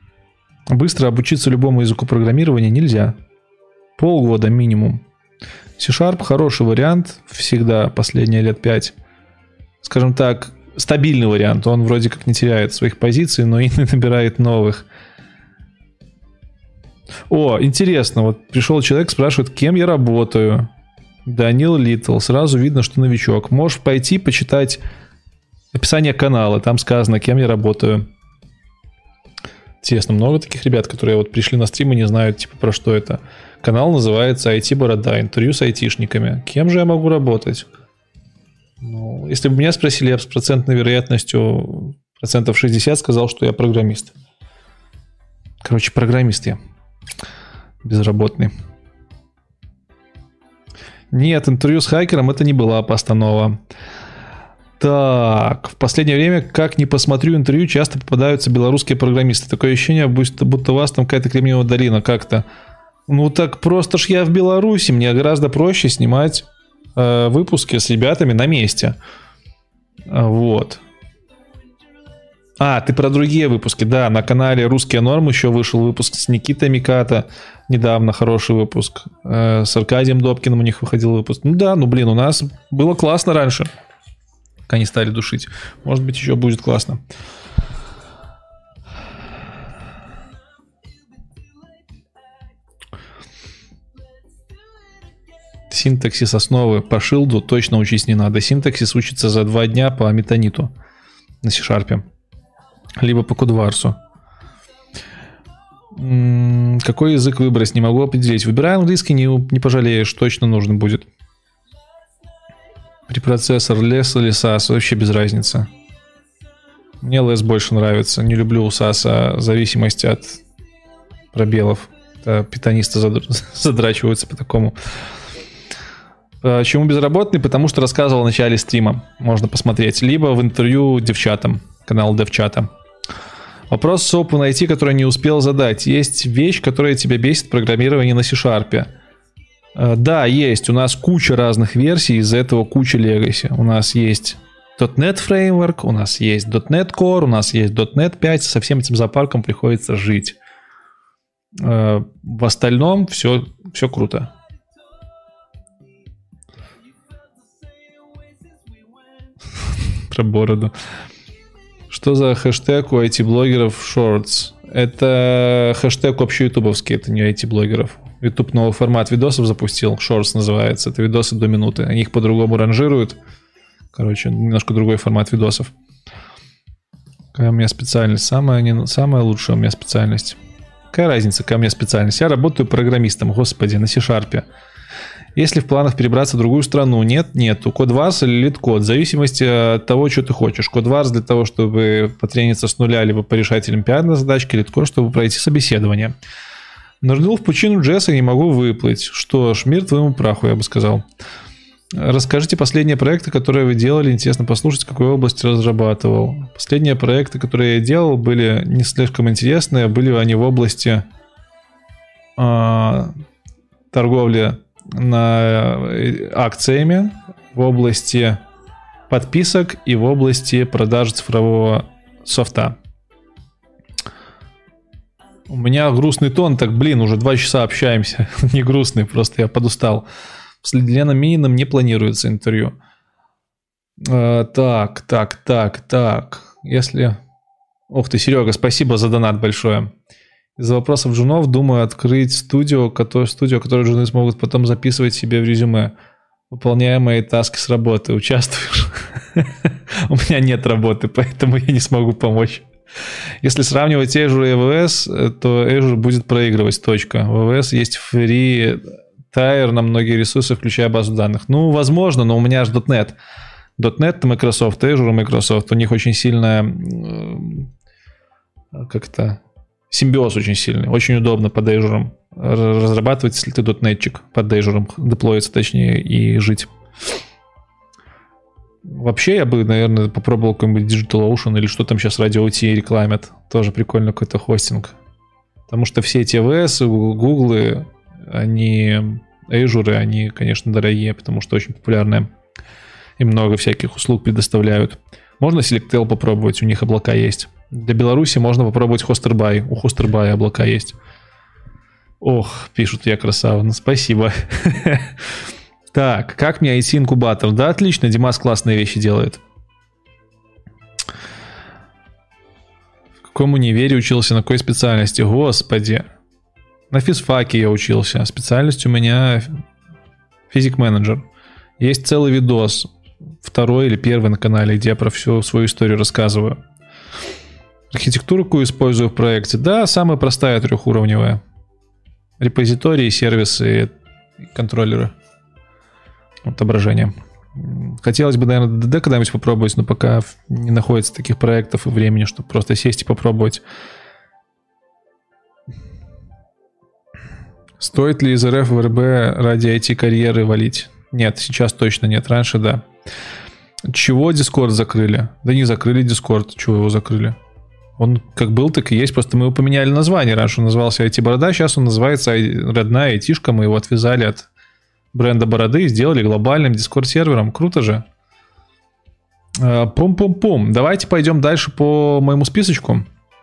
Быстро обучиться любому языку программирования нельзя. Полгода минимум. C# хороший вариант, всегда, последние лет 5. Скажем так, стабильный вариант. Он вроде как не теряет своих позиций, но и не набирает новых. О, интересно, вот пришел человек, спрашивает, кем я работаю. Данил Литл, сразу видно, что новичок. Можешь пойти почитать описание канала, там сказано, кем я работаю. Интересно, много таких ребят, которые вот пришли на стрим и не знают, типа, про что это. Канал называется IT-борода, интервью с айтишниками. Кем же я могу работать? Ну, если бы меня спросили, я бы с процентной вероятностью 60% сказал, что я программист. Короче, программист я. Безработный. Нет, интервью с хакером это не была постанова. Так, в последнее время, как ни посмотрю интервью, часто попадаются белорусские программисты. Такое ощущение, будто у вас там какая-то Кремниевая долина как-то. Ну так просто ж я в Беларуси, мне гораздо проще снимать выпуски с ребятами на месте. Вот. А, ты про другие выпуски. Да, на канале «Русские нормы» еще вышел выпуск с Никитой Миката. Недавно хороший выпуск. С Аркадием Добкиным у них выходил выпуск. Ну да, ну блин, у нас было классно раньше. Пока не стали душить. Может быть, еще будет классно. Синтаксис основы по шилду точно учить не надо. Синтаксис учится за 2 дня по метониту на C#. Либо по кодварсу. Какой язык выбрать? Не могу определить. Выбирай английский, не пожалеешь. Точно нужно будет. Препроцессор LESS или SAS? Вообще без разницы. Мне LESS больше нравится. Не люблю у SAS зависимости от пробелов. Питонисты задрачиваются по такому. Почему безработный? Потому что рассказывал в начале стрима. Можно посмотреть. Либо в интервью девчатам. Канал девчата. Вопрос с Open IT, который не успел задать. Есть вещь, которая тебя бесит в программировании на C#. Да, есть. У нас куча разных версий, из-за этого куча legacy. У нас есть .NET Framework, у нас есть .NET Core, у нас есть .NET 5. Со всем этим зоопарком приходится жить. В остальном все круто. Про бороду. Что за хэштег у IT-блогеров Shorts? Это хэштег общеютубовский, это не IT-блогеров. YouTube новый формат видосов запустил, Shorts называется. Это видосы до минуты. Они их по-другому ранжируют. Короче, немножко другой формат видосов. Какая у меня специальность? Самая лучшая у меня специальность. Какая разница, какая у меня специальность? Я работаю программистом, господи, на C#. Если в планах перебраться в другую страну, нету. Кодварс или лид-код, в зависимости от того, что ты хочешь. Кодварс для того, чтобы потрениться с нуля, либо порешать олимпиадные задачки, лид-код, чтобы пройти собеседование. Нырнул в пучину JS и не могу выплыть. Что ж, мир твоему праху, я бы сказал. Расскажите последние проекты, которые вы делали. Интересно послушать, в какой области разрабатывал. Последние проекты, которые я делал, были не слишком интересные. Были они в области торговли акциями, в области подписок и в области продажи цифрового софта. У меня грустный тон, так блин, уже 2 часа общаемся. Не грустный, просто я подустал. С Леном Мининым не планируется интервью. Так. Если... Ух ты, Серега, спасибо за донат большое. Из-за вопросов джунов думаю открыть студию, которую джуны смогут потом записывать себе в резюме. Выполняя мои таски с работы. Участвуешь? У меня нет работы, поэтому я не смогу помочь. Если сравнивать Azure и AWS, то Azure будет проигрывать, точка. В AWS есть free tier на многие ресурсы, включая базу данных. Ну, возможно, но у меня же .NET. .NET Microsoft, Azure Microsoft. У них очень сильная... как-то... Симбиоз очень сильный. Очень удобно под Azure разрабатывать, если ты .NET-чик под Azure, деплоиться точнее и жить. Вообще я бы, наверное, попробовал какой-нибудь DigitalOcean или что там сейчас Radio OT рекламят. Тоже прикольно какой-то хостинг. Потому что все эти AWS, Google, они Azure, они, конечно, дорогие, потому что очень популярные. И много всяких услуг предоставляют. Можно Selectel попробовать, у них облака есть. Для Беларуси можно попробовать Hosterby. У Hosterby облака есть. Ох, пишут, я красава. Ну, спасибо. Так, как мне IT-инкубатор? Да, отлично, Димас классные вещи делает. В каком универе учился, на какой специальности? Господи. На физфаке я учился. Специальность у меня физик-менеджер. Есть целый видос, 2-й или 1-й на канале, где я про всю свою историю рассказываю. Архитектуру, какую использую в проекте? Да, самая простая 3-уровневая. Репозитории, сервисы, контроллеры. Отображение. Хотелось бы, наверное, DDD когда-нибудь попробовать, но пока не находится таких проектов и времени, чтобы просто сесть и попробовать. Стоит ли из РФ в РБ ради IT-карьеры валить? Нет, сейчас точно нет. Раньше да. Чего Discord закрыли? Да не закрыли Discord. Чего его закрыли? Он как был, так и есть. Просто мы его поменяли название. Раньше он назывался IT-борода, сейчас он называется родная IT-шка. Мы его отвязали от бренда бороды и сделали глобальным Discord-сервером. Круто же. Пум-пум-пум. Давайте пойдем дальше по моему списочку.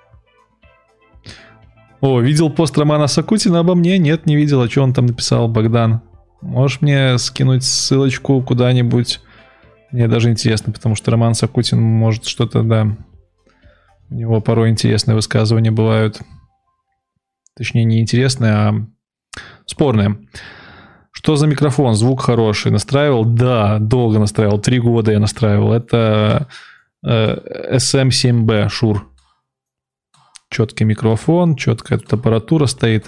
О, видел пост Романа Сакутина обо мне? Нет, не видел. А что он там написал, Богдан? Можешь мне скинуть ссылочку куда-нибудь? Мне даже интересно, потому что Роман Сакутин может что-то, да... У него порой интересные высказывания бывают. Точнее, не интересные, а спорные. Что за микрофон? Звук хороший. Настраивал? Да, долго настраивал. 3 года я настраивал. Это SM7B Shure. Четкий микрофон, четкая тут аппаратура стоит.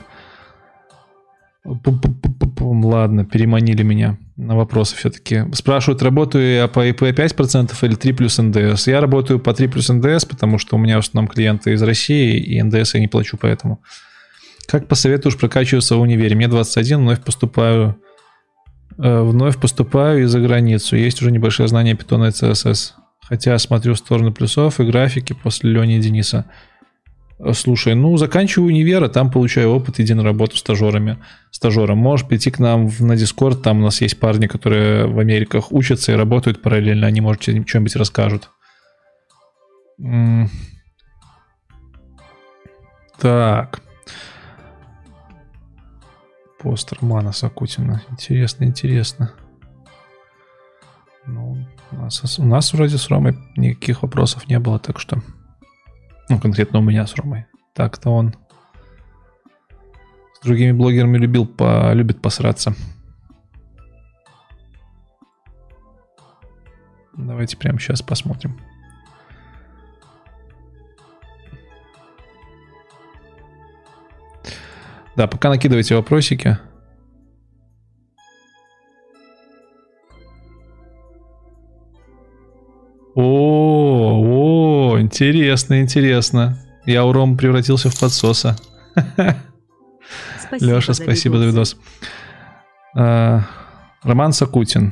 Ладно, переманили меня на вопросы все-таки. Спрашивают, работаю я по IP 5% или 3 плюс НДС. Я работаю по 3 плюс НДС, потому что у меня в основном клиенты из России, и НДС я не плачу поэтому. Как посоветуешь прокачиваться в универе? Мне 21, вновь поступаю и за границу. Есть уже небольшое знание Python и CSS. Хотя смотрю в сторону плюсов и графики после Лени и Дениса. Слушай, заканчиваю универ, а там получаю опыт, иди на работу стажером. Можешь прийти к нам на Discord, там у нас есть парни, которые в Америках учатся и работают параллельно, они, может, тебе что-нибудь расскажут. Так. Пост Романа Сакутина. Интересно. У нас вроде с Ромой никаких вопросов не было, так что... конкретно у меня с Ромой. Так-то он с другими блогерами любит посраться. Давайте прямо сейчас посмотрим. Да, пока накидывайте вопросики. О, интересно. Я у Ромы превратился в подсоса. Леша, спасибо за видос. Роман Сакутин.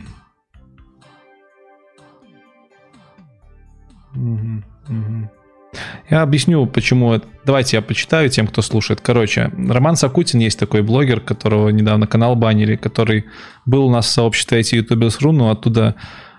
Я объясню, почему. Давайте я почитаю тем, кто слушает. Короче, Роман Сакутин есть такой блогер, которого недавно канал банили, который был у нас в сообществе IT-ютуберс.ру, но оттуда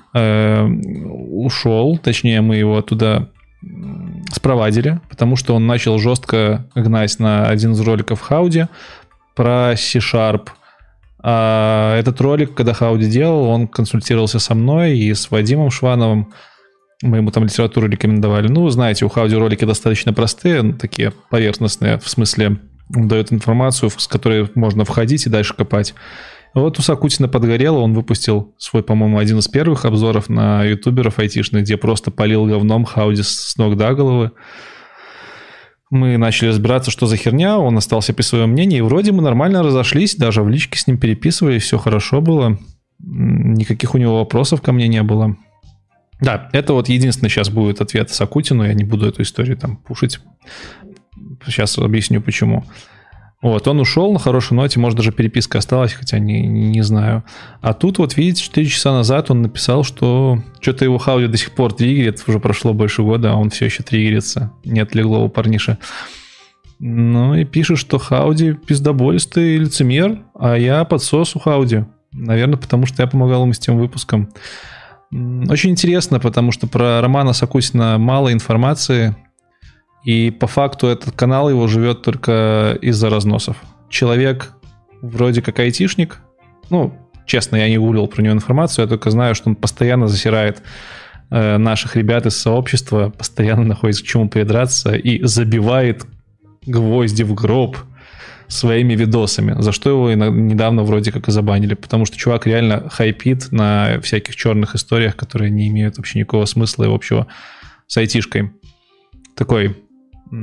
ушел. Точнее, мы его оттуда спровадили, потому что он начал жестко гнать на один из роликов Хауди про C-Sharp. А этот ролик, когда Хауди делал, он консультировался со мной и с Вадимом Швановым. Мы ему там литературу рекомендовали. Знаете, у Хауди ролики достаточно простые, такие поверхностные, в смысле, он дает информацию, с которой можно входить и дальше копать. Вот у Сакутина подгорело, он выпустил свой, по-моему, один из первых обзоров на ютуберов айтишных, где просто полил говном Хауди с ног до головы. Мы начали разбираться, что за херня, он остался при своем мнении, и вроде мы нормально разошлись, даже в личке с ним переписывались, все хорошо было, никаких у него вопросов ко мне не было. Да, это вот единственный сейчас будет ответ Сакутину, я не буду эту историю там пушить, сейчас объясню почему. Вот, он ушел на хорошей ноте, может, даже переписка осталась, хотя не знаю. А тут вот, видите, 4 часа назад он написал, что что-то его Хауди до сих пор триггерит, уже прошло больше года, а он все еще триггерится. Нет леглого парниша. И пишет, что Хауди пиздоболистый лицемер, а я подсос у Хауди. Наверное, потому что я помогал ему с тем выпуском. Очень интересно, потому что про Романа Сакутина мало информации. И по факту этот канал его живет только из-за разносов. Человек вроде как айтишник, Честно, я не гуглил про него информацию, я только знаю, что он постоянно засирает наших ребят из сообщества, постоянно находится к чему придраться и забивает гвозди в гроб своими видосами, за что его недавно вроде как и забанили, потому что чувак реально хайпит на всяких черных историях, которые не имеют вообще никакого смысла и общего с айтишкой. Такой... У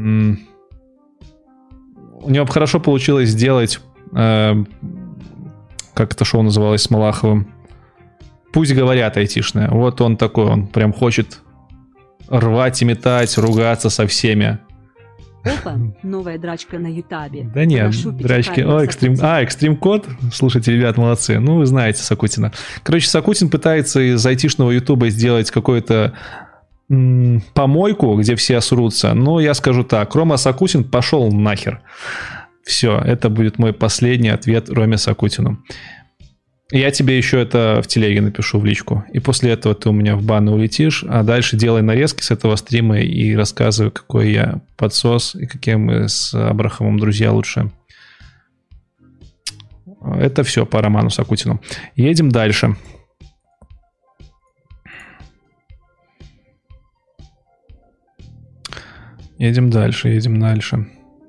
него хорошо получилось сделать... как это шоу называлось с Малаховым? Пусть говорят айтишное. Вот он такой, он прям хочет рвать и метать, ругаться со всеми. Опа, новая драчка на Ютабе. Да нет, драчки. О, Экстрим Код. Слушайте, ребят, молодцы. Ну, вы знаете Сакутина. Короче, Сакутин пытается из айтишного Ютуба сделать какую-то помойку, где все осрутся. Но я скажу так, Рома Сакутин пошел нахер. Все, это будет мой последний ответ Роме Сакутину. Я тебе еще это в телеге напишу в личку. И после этого ты у меня в баны улетишь, а дальше делай нарезки с этого стрима и рассказывай, какой я подсос и какие мы с Абрахамом друзья лучше. Это все по Роману Сакутину. Едем дальше. Едем дальше.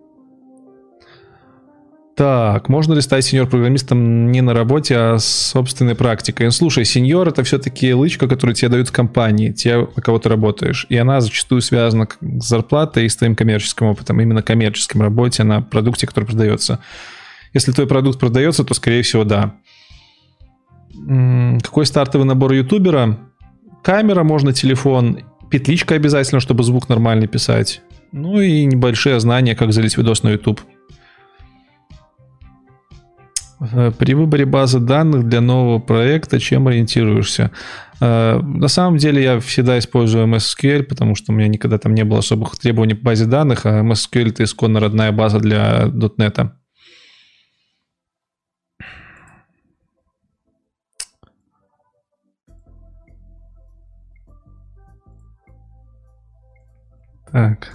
Так, можно ли стать сеньор-программистом не на работе, а с собственной практикой? Ну, слушай, сеньор — это все-таки лычка, которую тебе дают в компании, те, на кого ты работаешь. И она зачастую связана с зарплатой и с твоим коммерческим опытом, именно коммерческом работе на продукте, который продается. Если твой продукт продается, то, скорее всего, да. Какой стартовый набор ютубера? Камера, можно телефон, петличка обязательно, чтобы звук нормальный писать. Ну и небольшие знания, как залить видос на YouTube. При выборе базы данных для нового проекта чем ориентируешься? На самом деле я всегда использую MS SQL, потому что у меня никогда там не было особых требований по базе данных, а MS SQL — это исконно родная база для .NET. Так.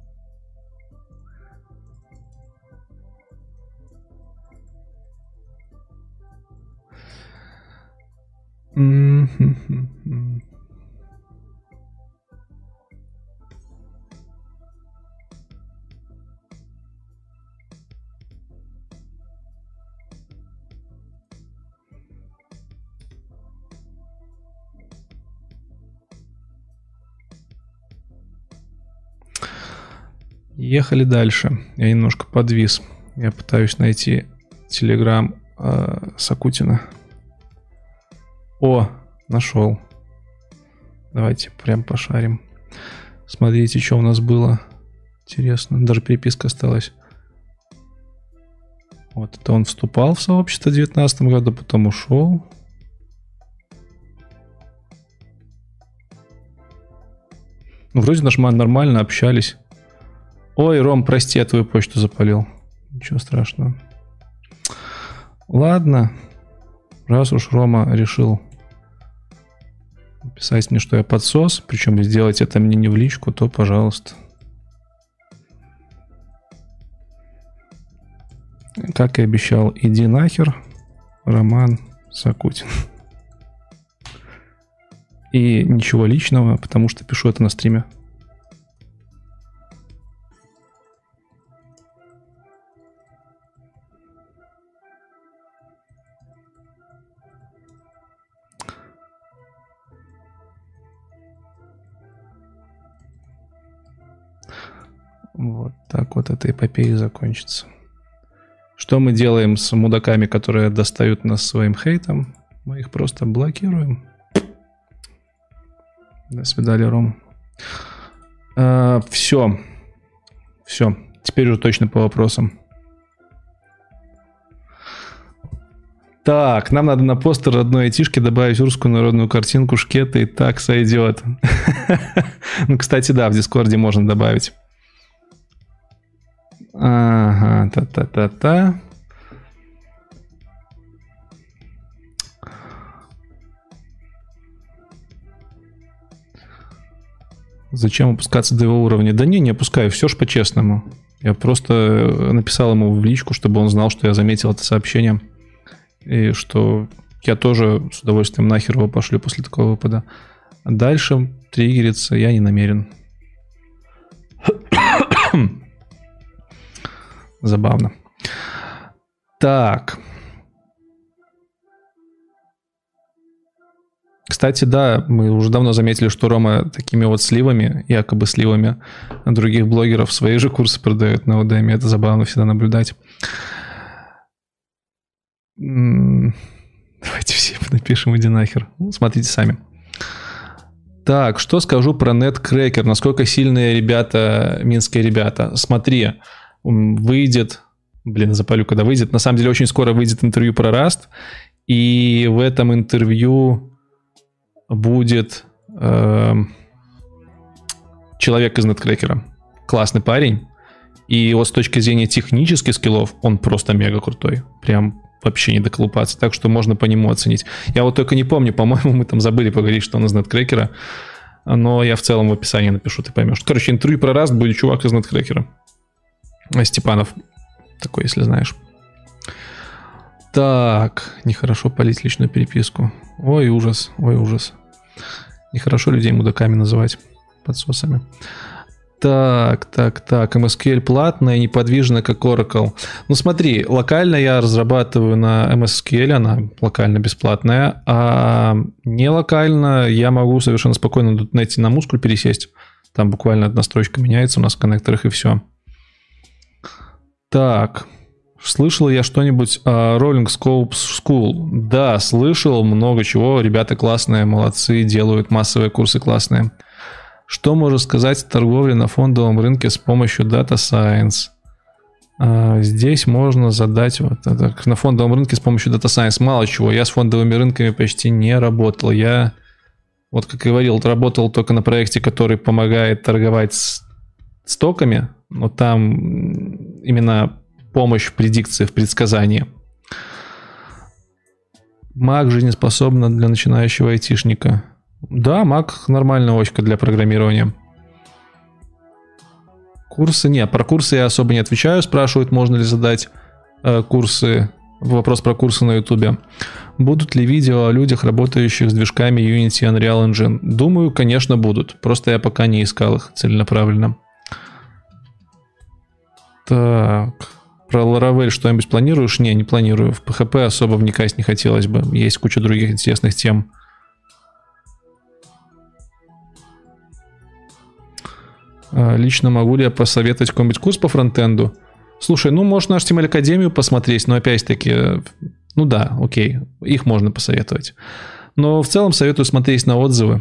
Ехали дальше. Я немножко подвис. Я пытаюсь найти Telegram Сакутина. О, нашел. Давайте прям пошарим. Смотрите, что у нас было. Интересно. Даже переписка осталась. Вот это он вступал в сообщество в 2019 году, потом ушел. Ну, вроде нормально общались. Ой, Ром, прости, я твою почту запалил. Ничего страшного. Ладно. Раз уж Рома решил писать мне, что я подсос, причем сделать это мне не в личку, то пожалуйста. Как и обещал, иди нахер, Роман Сакутин. И ничего личного, потому что пишу это на стриме. Вот так вот эта эпопея закончится. Что мы делаем с мудаками, которые достают нас своим хейтом? Мы их просто блокируем. До свидания, Ром. Все. Все. Теперь уже точно по вопросам. Так, нам надо на постер одной айтишки добавить русскую народную картинку шкета, и так сойдет. Ну, кстати, да, в Дискорде можно добавить. Ага, та-та-та-та. Зачем опускаться до его уровня? Да не опускаю, все ж по-честному. Я просто написал ему в личку, чтобы он знал, что я заметил это сообщение. И что Я тоже с удовольствием нахер его пошлю после такого выпада. Дальше триггериться я не намерен. Забавно. Так. Кстати, да, мы уже давно заметили, что Рома такими вот сливами, якобы сливами других блогеров свои же курсы продает на Udemy. Это забавно всегда наблюдать. Давайте все напишем, иди нахер. Смотрите сами. Так, что скажу про Netcracker? Насколько сильные ребята, минские ребята? Смотри, выйдет... запалю, когда выйдет. На самом деле, очень скоро выйдет интервью про Rust. И в этом интервью будет человек из Netcracker. Классный парень. И вот с точки зрения технических скиллов он просто мега крутой. Прям вообще не доколупаться. Так что можно по нему оценить. Я вот только не помню, по-моему, мы там забыли поговорить, что он из Netcracker. Но я в целом в описании напишу, ты поймешь. Короче, интервью про Rust будет чувак из Netcracker. Степанов. Такой, если знаешь. Так, нехорошо палить личную переписку. Ой, ужас, ой, ужас. Нехорошо людей мудаками называть, подсосами. Так, MSQL платная, неподвижная, как Oracle. Ну смотри, локально я разрабатываю на MSQL, она локально бесплатная, а не локально я могу совершенно спокойно на .NET на Muscle пересесть. Там буквально одна строчка меняется у нас в коннекторах и все. Так, слышал я что-нибудь о Rolling Scopes School? Да, слышал много чего. Ребята классные, молодцы, делают массовые курсы классные. Что можно сказать о торговле на фондовом рынке с помощью Data Science? Здесь можно задать... на фондовом рынке с помощью Data Science мало чего. Я с фондовыми рынками почти не работал. Я, вот как и говорил, работал только на проекте, который помогает торговать с стоками. Но там именно помощь в предикции, в предсказании. Mac жизнеспособна для начинающего айтишника. Да, Mac нормальная очка для программирования. Курсы? Нет, про курсы я особо не отвечаю. Спрашивают, можно ли задать курсы. Вопрос про курсы на YouTube. Будут ли видео о людях, работающих с движками Unity и Unreal Engine? Думаю, конечно, будут. Просто я пока не искал их целенаправленно. Так. Про Laravel что-нибудь планируешь? Не планирую. В PHP особо вникать не хотелось бы. Есть куча других интересных тем. Лично могу ли я посоветовать какой-нибудь курс по фронтенду? Слушай, можешь на HTML Академию посмотреть, но опять-таки, да, окей, их можно посоветовать. Но в целом советую смотреть на отзывы.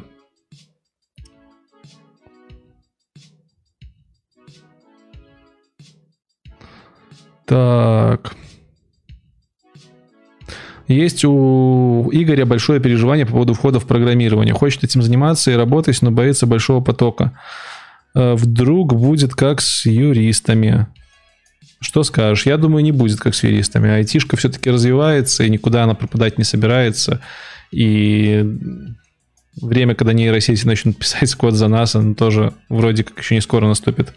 Так. Есть у Игоря большое переживание по поводу входа в программирование. Хочет этим заниматься и работать, но боится большого потока. Вдруг будет как с юристами. Что скажешь? Я думаю, не будет как с юристами. Айтишка все-таки развивается, и никуда она пропадать не собирается. И время, когда нейросети начнут писать код за нас, оно тоже вроде как еще не скоро наступит.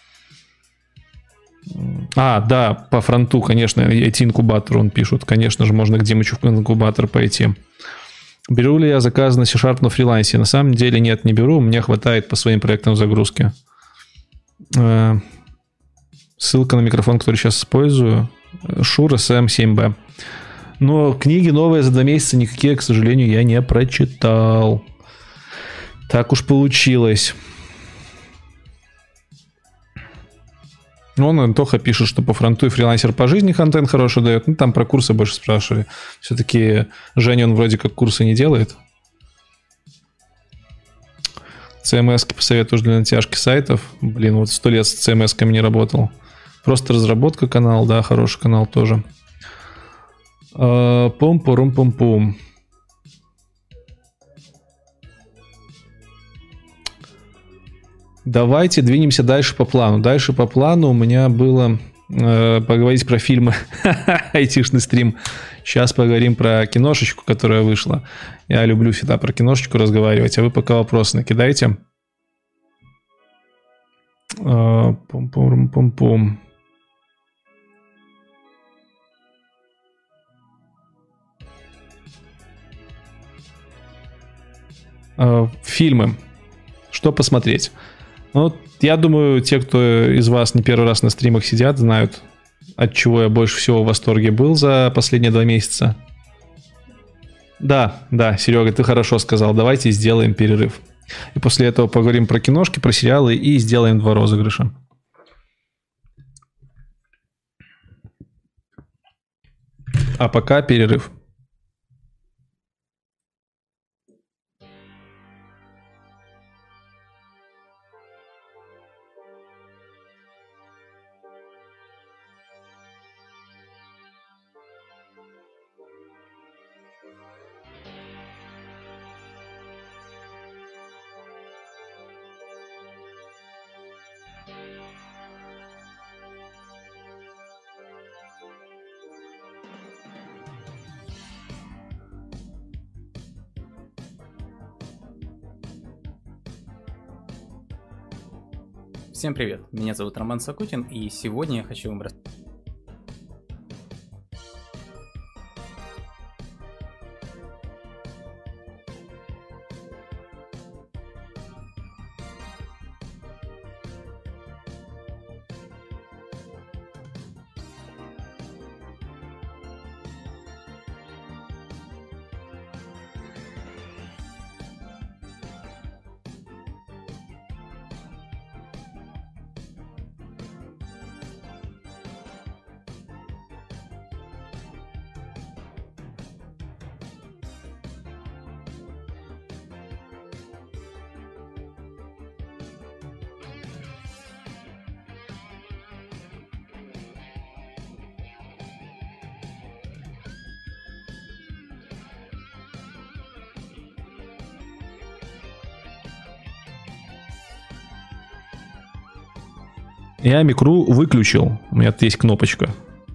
Да, по фронту, конечно, IT-инкубатор он пишут. Конечно же, можно к Димычу в инкубатор пойти. Беру ли я заказы на C# на фрилансе? На самом деле нет, не беру. Мне хватает по своим проектам загрузки. Ссылка на микрофон, который сейчас использую. Shure SM7B. Но книги новые за 2 месяца никакие, к сожалению, я не прочитал. Так уж получилось. Антоха пишет, что по фронту и фрилансер по жизни контент хороший дает. Там про курсы больше спрашивали. Все-таки Женя, он вроде как курсы не делает. CMS-ки посоветуешь для натяжки сайтов. 100 лет с CMS-ками не работал. Просто разработка канал, да, хороший канал тоже. Пум-пурум-пум-пум. Давайте двинемся дальше по плану. Дальше по плану у меня было поговорить про фильмы. Айтишный стрим. Сейчас поговорим про киношечку, которая вышла. Я люблю всегда про киношечку разговаривать, а вы пока вопросы накидайте. Пум-пум-пум-пум. Фильмы. Что посмотреть? Ну, я думаю, те, кто из вас не первый раз на стримах сидят, знают, от чего я больше всего в восторге был за последние 2 месяца. Да, Серега, ты хорошо сказал. Давайте сделаем перерыв. И после этого поговорим про киношки, про сериалы и сделаем 2 розыгрыша. А пока перерыв. Всем привет, меня зовут Роман Сакутин, и сегодня я хочу вам рассказать. Я микру выключил. У меня тут есть кнопочка.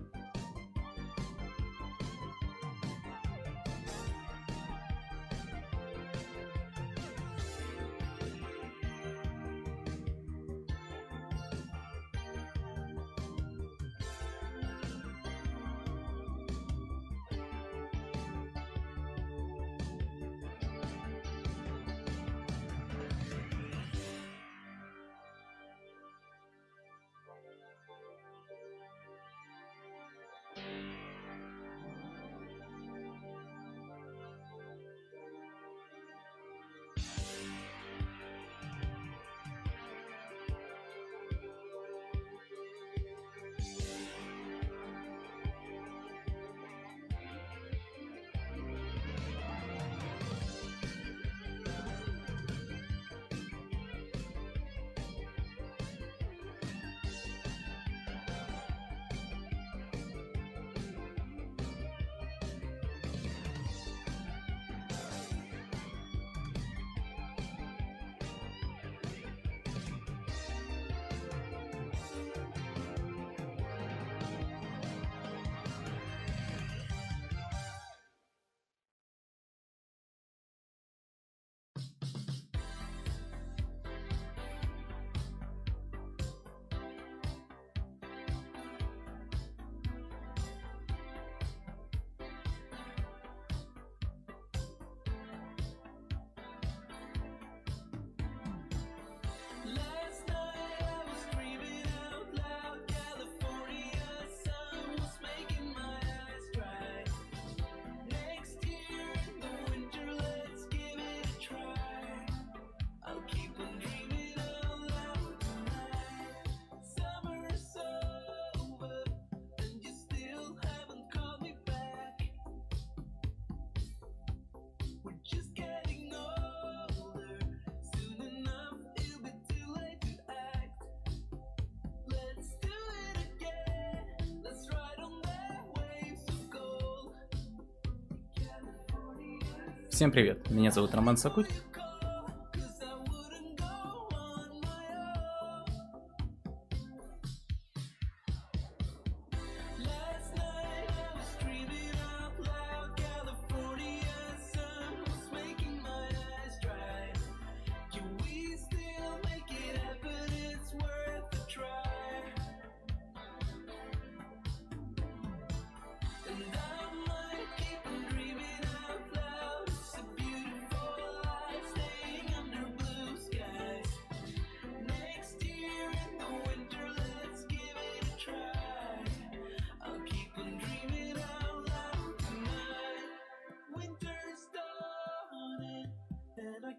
Всем привет, меня зовут Роман Сакутин.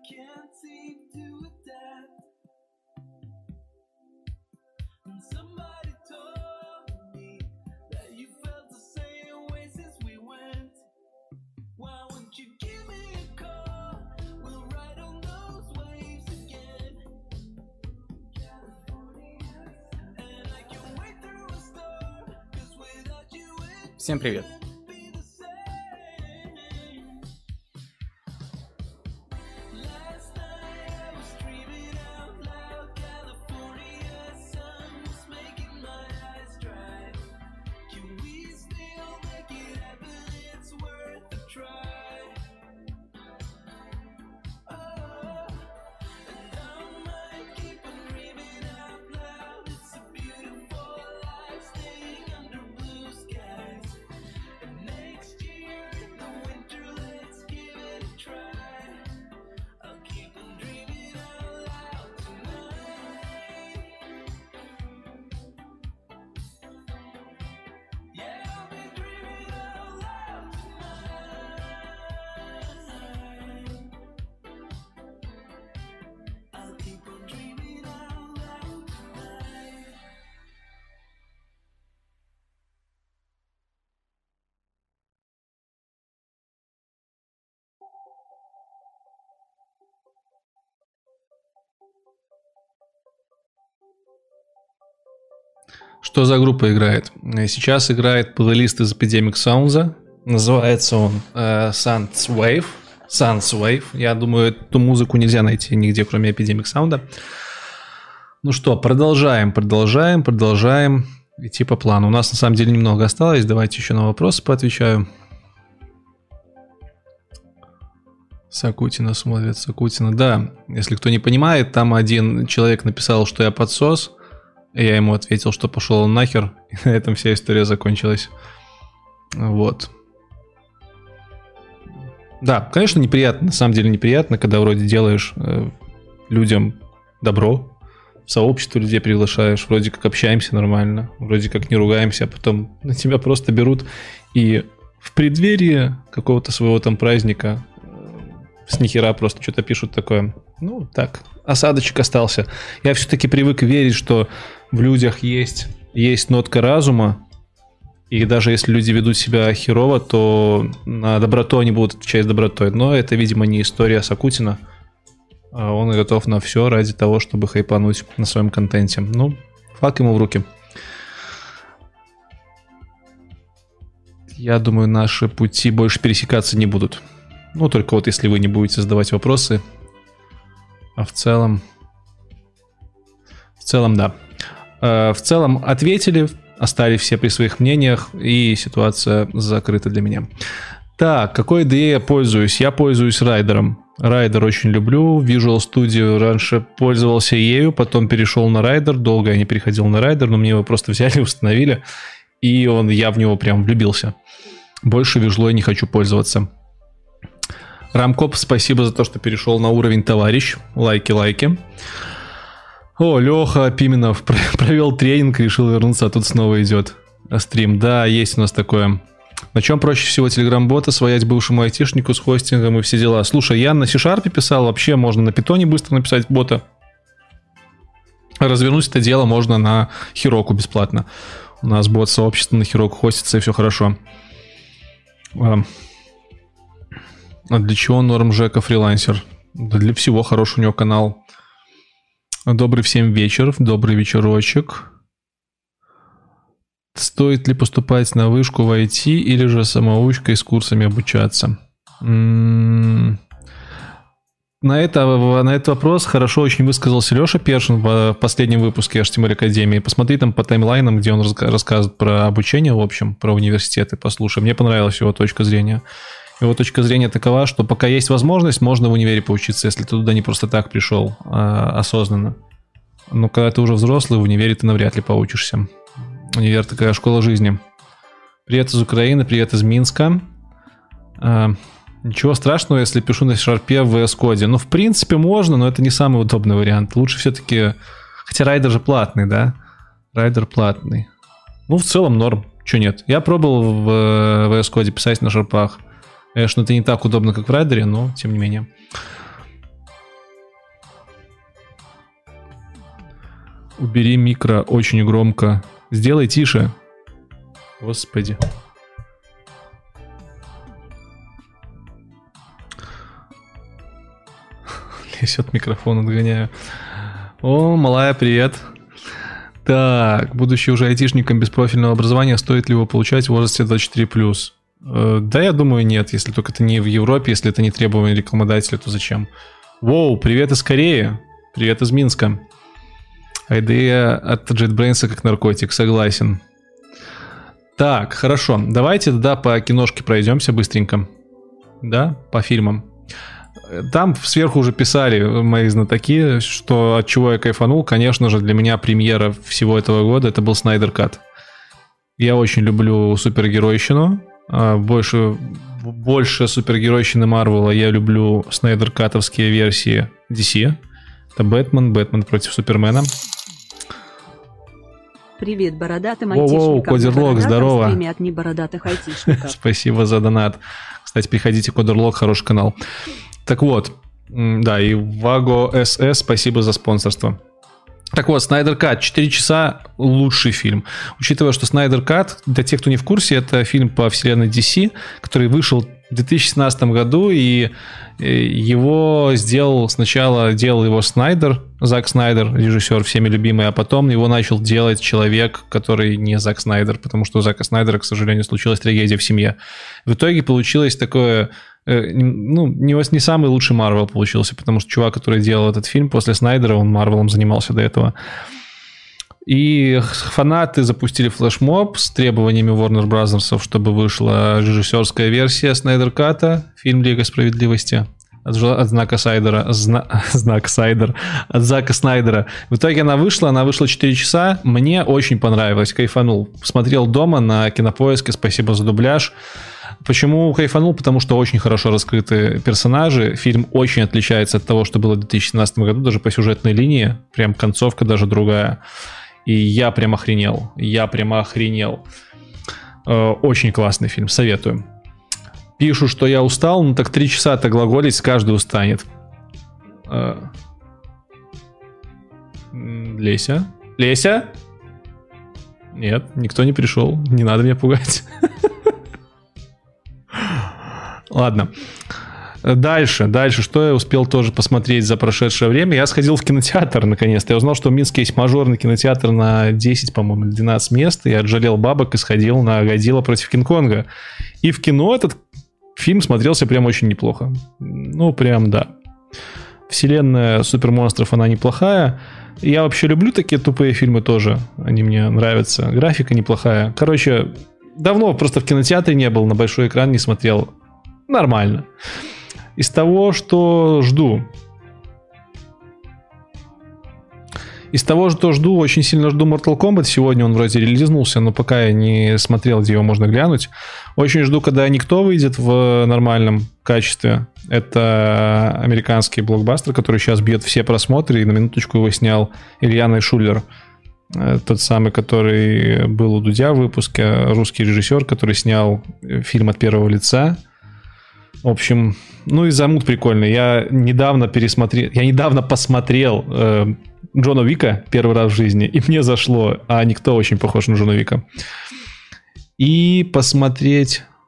Всем привет! Что за группа играет? Сейчас играет плейлист из Epidemic Sounds. Называется он Suns Wave. Я думаю, эту музыку нельзя найти нигде, кроме Epidemic Sound. Ну что, продолжаем идти по плану. У нас на самом деле немного осталось. Давайте еще на вопросы поотвечаю. Сакутина смотрит. Сакутина, да. Если кто не понимает, там один человек написал, что я подсос. Я ему ответил, что пошел он нахер. И на этом вся история закончилась. Вот. Да, конечно, неприятно. На самом деле неприятно, когда вроде делаешь людям добро. В сообщество людей приглашаешь. Вроде как общаемся нормально. Вроде как не ругаемся. А потом на тебя просто берут. И в преддверии какого-то своего там праздника с нихера просто что-то пишут такое. Ну, так, осадочек остался. Я все-таки привык верить, что в людях есть нотка разума, и даже если люди ведут себя херово, то на доброту они будут отвечать добротой. Но это, видимо, не история Сакутина. Он готов на все ради того, чтобы хайпануть на своем контенте. Ну, флаг ему в руки. Я думаю, наши пути больше пересекаться не будут. Ну, только вот если вы не будете задавать вопросы. А в целом, да. В целом ответили, остались все при своих мнениях, и ситуация закрыта для меня. Так, какой IDE я пользуюсь? Я пользуюсь Райдером. Райдер очень люблю. Visual Studio раньше пользовался ею, потом перешел на Райдер. Долго я не переходил на Райдер, но мне его просто взяли и установили. И я в него прям влюбился. Больше Visual не хочу пользоваться. Рамкоп, спасибо за то, что перешел на уровень товарищ. Лайки. О, Леха Пименов провел тренинг, решил вернуться, а тут снова идет стрим. Да, есть у нас такое. На чем проще всего телеграм-бота своять бывшему айтишнику с хостингом и все дела? Слушай, я на C# писал, вообще можно на питоне быстро написать бота. Развернуть это дело можно на Heroku бесплатно. У нас бот-сообщество на Heroku хостится, и все хорошо. А для чего норм Жека фрилансер? Да для всего хороший у него канал. Добрый всем вечер, добрый вечерочек. Стоит ли поступать на вышку в IT или же самоучкой с курсами обучаться? На этот вопрос хорошо очень высказался Леша Першин в последнем выпуске HTML Академии. Посмотри там по таймлайнам, где он рассказывает про обучение, в общем, про университеты. Послушай, мне понравилась его точка зрения. Его точка зрения такова, что пока есть возможность, можно в универе поучиться, если ты туда не просто так пришел, а осознанно. Но когда ты уже взрослый, в универе ты навряд ли поучишься. Универ такая школа жизни. Привет из Украины, привет из Минска. Ничего страшного, если пишу на C# в VS Code. Ну, в принципе, можно, но это не самый удобный вариант. Лучше все-таки... Хотя райдер же платный, да? Райдер платный. Ну, в целом норм. Чего нет? Я пробовал в VS Code писать на шарпах. Конечно, это не так удобно, как в райдере, но тем не менее. Убери микро очень громко. Сделай тише. Господи. Лезет микрофон, отгоняю. О, малая, привет. Так, будучи уже айтишником без профильного образования, стоит ли его получать в возрасте 24+. Да, я думаю, нет. Если только это не в Европе, если это не требование рекламодателя, то зачем? Воу, привет из Кореи. Привет из Минска. Идея от JetBrains как наркотик, согласен. Так, хорошо. Давайте тогда по киношке пройдемся быстренько. Да, по фильмам. Там сверху уже писали мои знатоки, что от чего я кайфанул. Конечно же, для меня премьера всего этого года это был Снайдер Кат. Я очень люблю супергеройщину. Больше супергеройщины Марвела я люблю Снайдер Катовские версии DC. Это Бэтмен против Супермена. Привет бородатым айтишникам. Кодерлог, здорово. От небородатых айтишников. Спасибо за донат. Кстати, приходите, Кодерлог, хороший канал. Так вот, да, и Vago SS, спасибо за спонсорство. Так вот, Снайдер Кат, 4 часа, лучший фильм. Учитывая, что Снайдер Кат, для тех, кто не в курсе, это фильм по вселенной DC, который вышел в 2017 году, и его сначала делал его Снайдер, Зак Снайдер, режиссер, всеми любимый, а потом его начал делать человек, который не Зак Снайдер, потому что у Зака Снайдера, к сожалению, случилась трагедия в семье. В итоге получилось такое... не самый лучший Марвел получился, потому что чувак, который делал этот фильм после Снайдера, он Марвелом занимался до этого. И фанаты запустили флешмоб с требованиями Warner Bros., чтобы вышла режиссерская версия Снайдер Ката, фильм Лига Справедливости от Зака Снайдера. В итоге она вышла 4 часа, мне очень понравилось, кайфанул. Смотрел дома на Кинопоиске, спасибо за дубляж. Почему кайфанул? Потому что очень хорошо раскрыты персонажи. Фильм очень отличается от того, что было в 2017 году, даже по сюжетной линии. Прям концовка даже другая. И я прям охренел. Очень классный фильм, советую. Пишу, что я устал, ну так 3 часа-то глаголить, каждый устанет. Леся? Леся? Нет, никто не пришел. Не надо меня пугать. Ладно. Дальше, что я успел тоже посмотреть за прошедшее время. Я сходил в кинотеатр, наконец-то. Я узнал, что в Минске есть мажорный кинотеатр на 10, по-моему, или 12 мест. Я отжалел бабок и сходил на Годзилла против Кинг-Конга. И в кино этот фильм смотрелся прям очень неплохо. Ну, прям, да. Вселенная супермонстров, она неплохая. Я вообще люблю такие тупые фильмы тоже. Они мне нравятся. Графика неплохая. Короче, давно просто в кинотеатре не был, на большой экран не смотрел. Нормально. Из того, что жду. Очень сильно жду Mortal Kombat. Сегодня он вроде релизнулся, но пока я не смотрел, где его можно глянуть. Очень жду, когда «Никто» выйдет в нормальном качестве. Это американский блокбастер, который сейчас бьет все просмотры, и на минуточку его снял Илья Найшулер. Тот самый, который был у Дудя в выпуске, русский режиссер, который снял фильм «От первого лица». В общем, ну и замут прикольный. Я недавно посмотрел Джона Уика первый раз в жизни, и мне зашло, а «Никто» очень похож на Джона Уика. И посмотри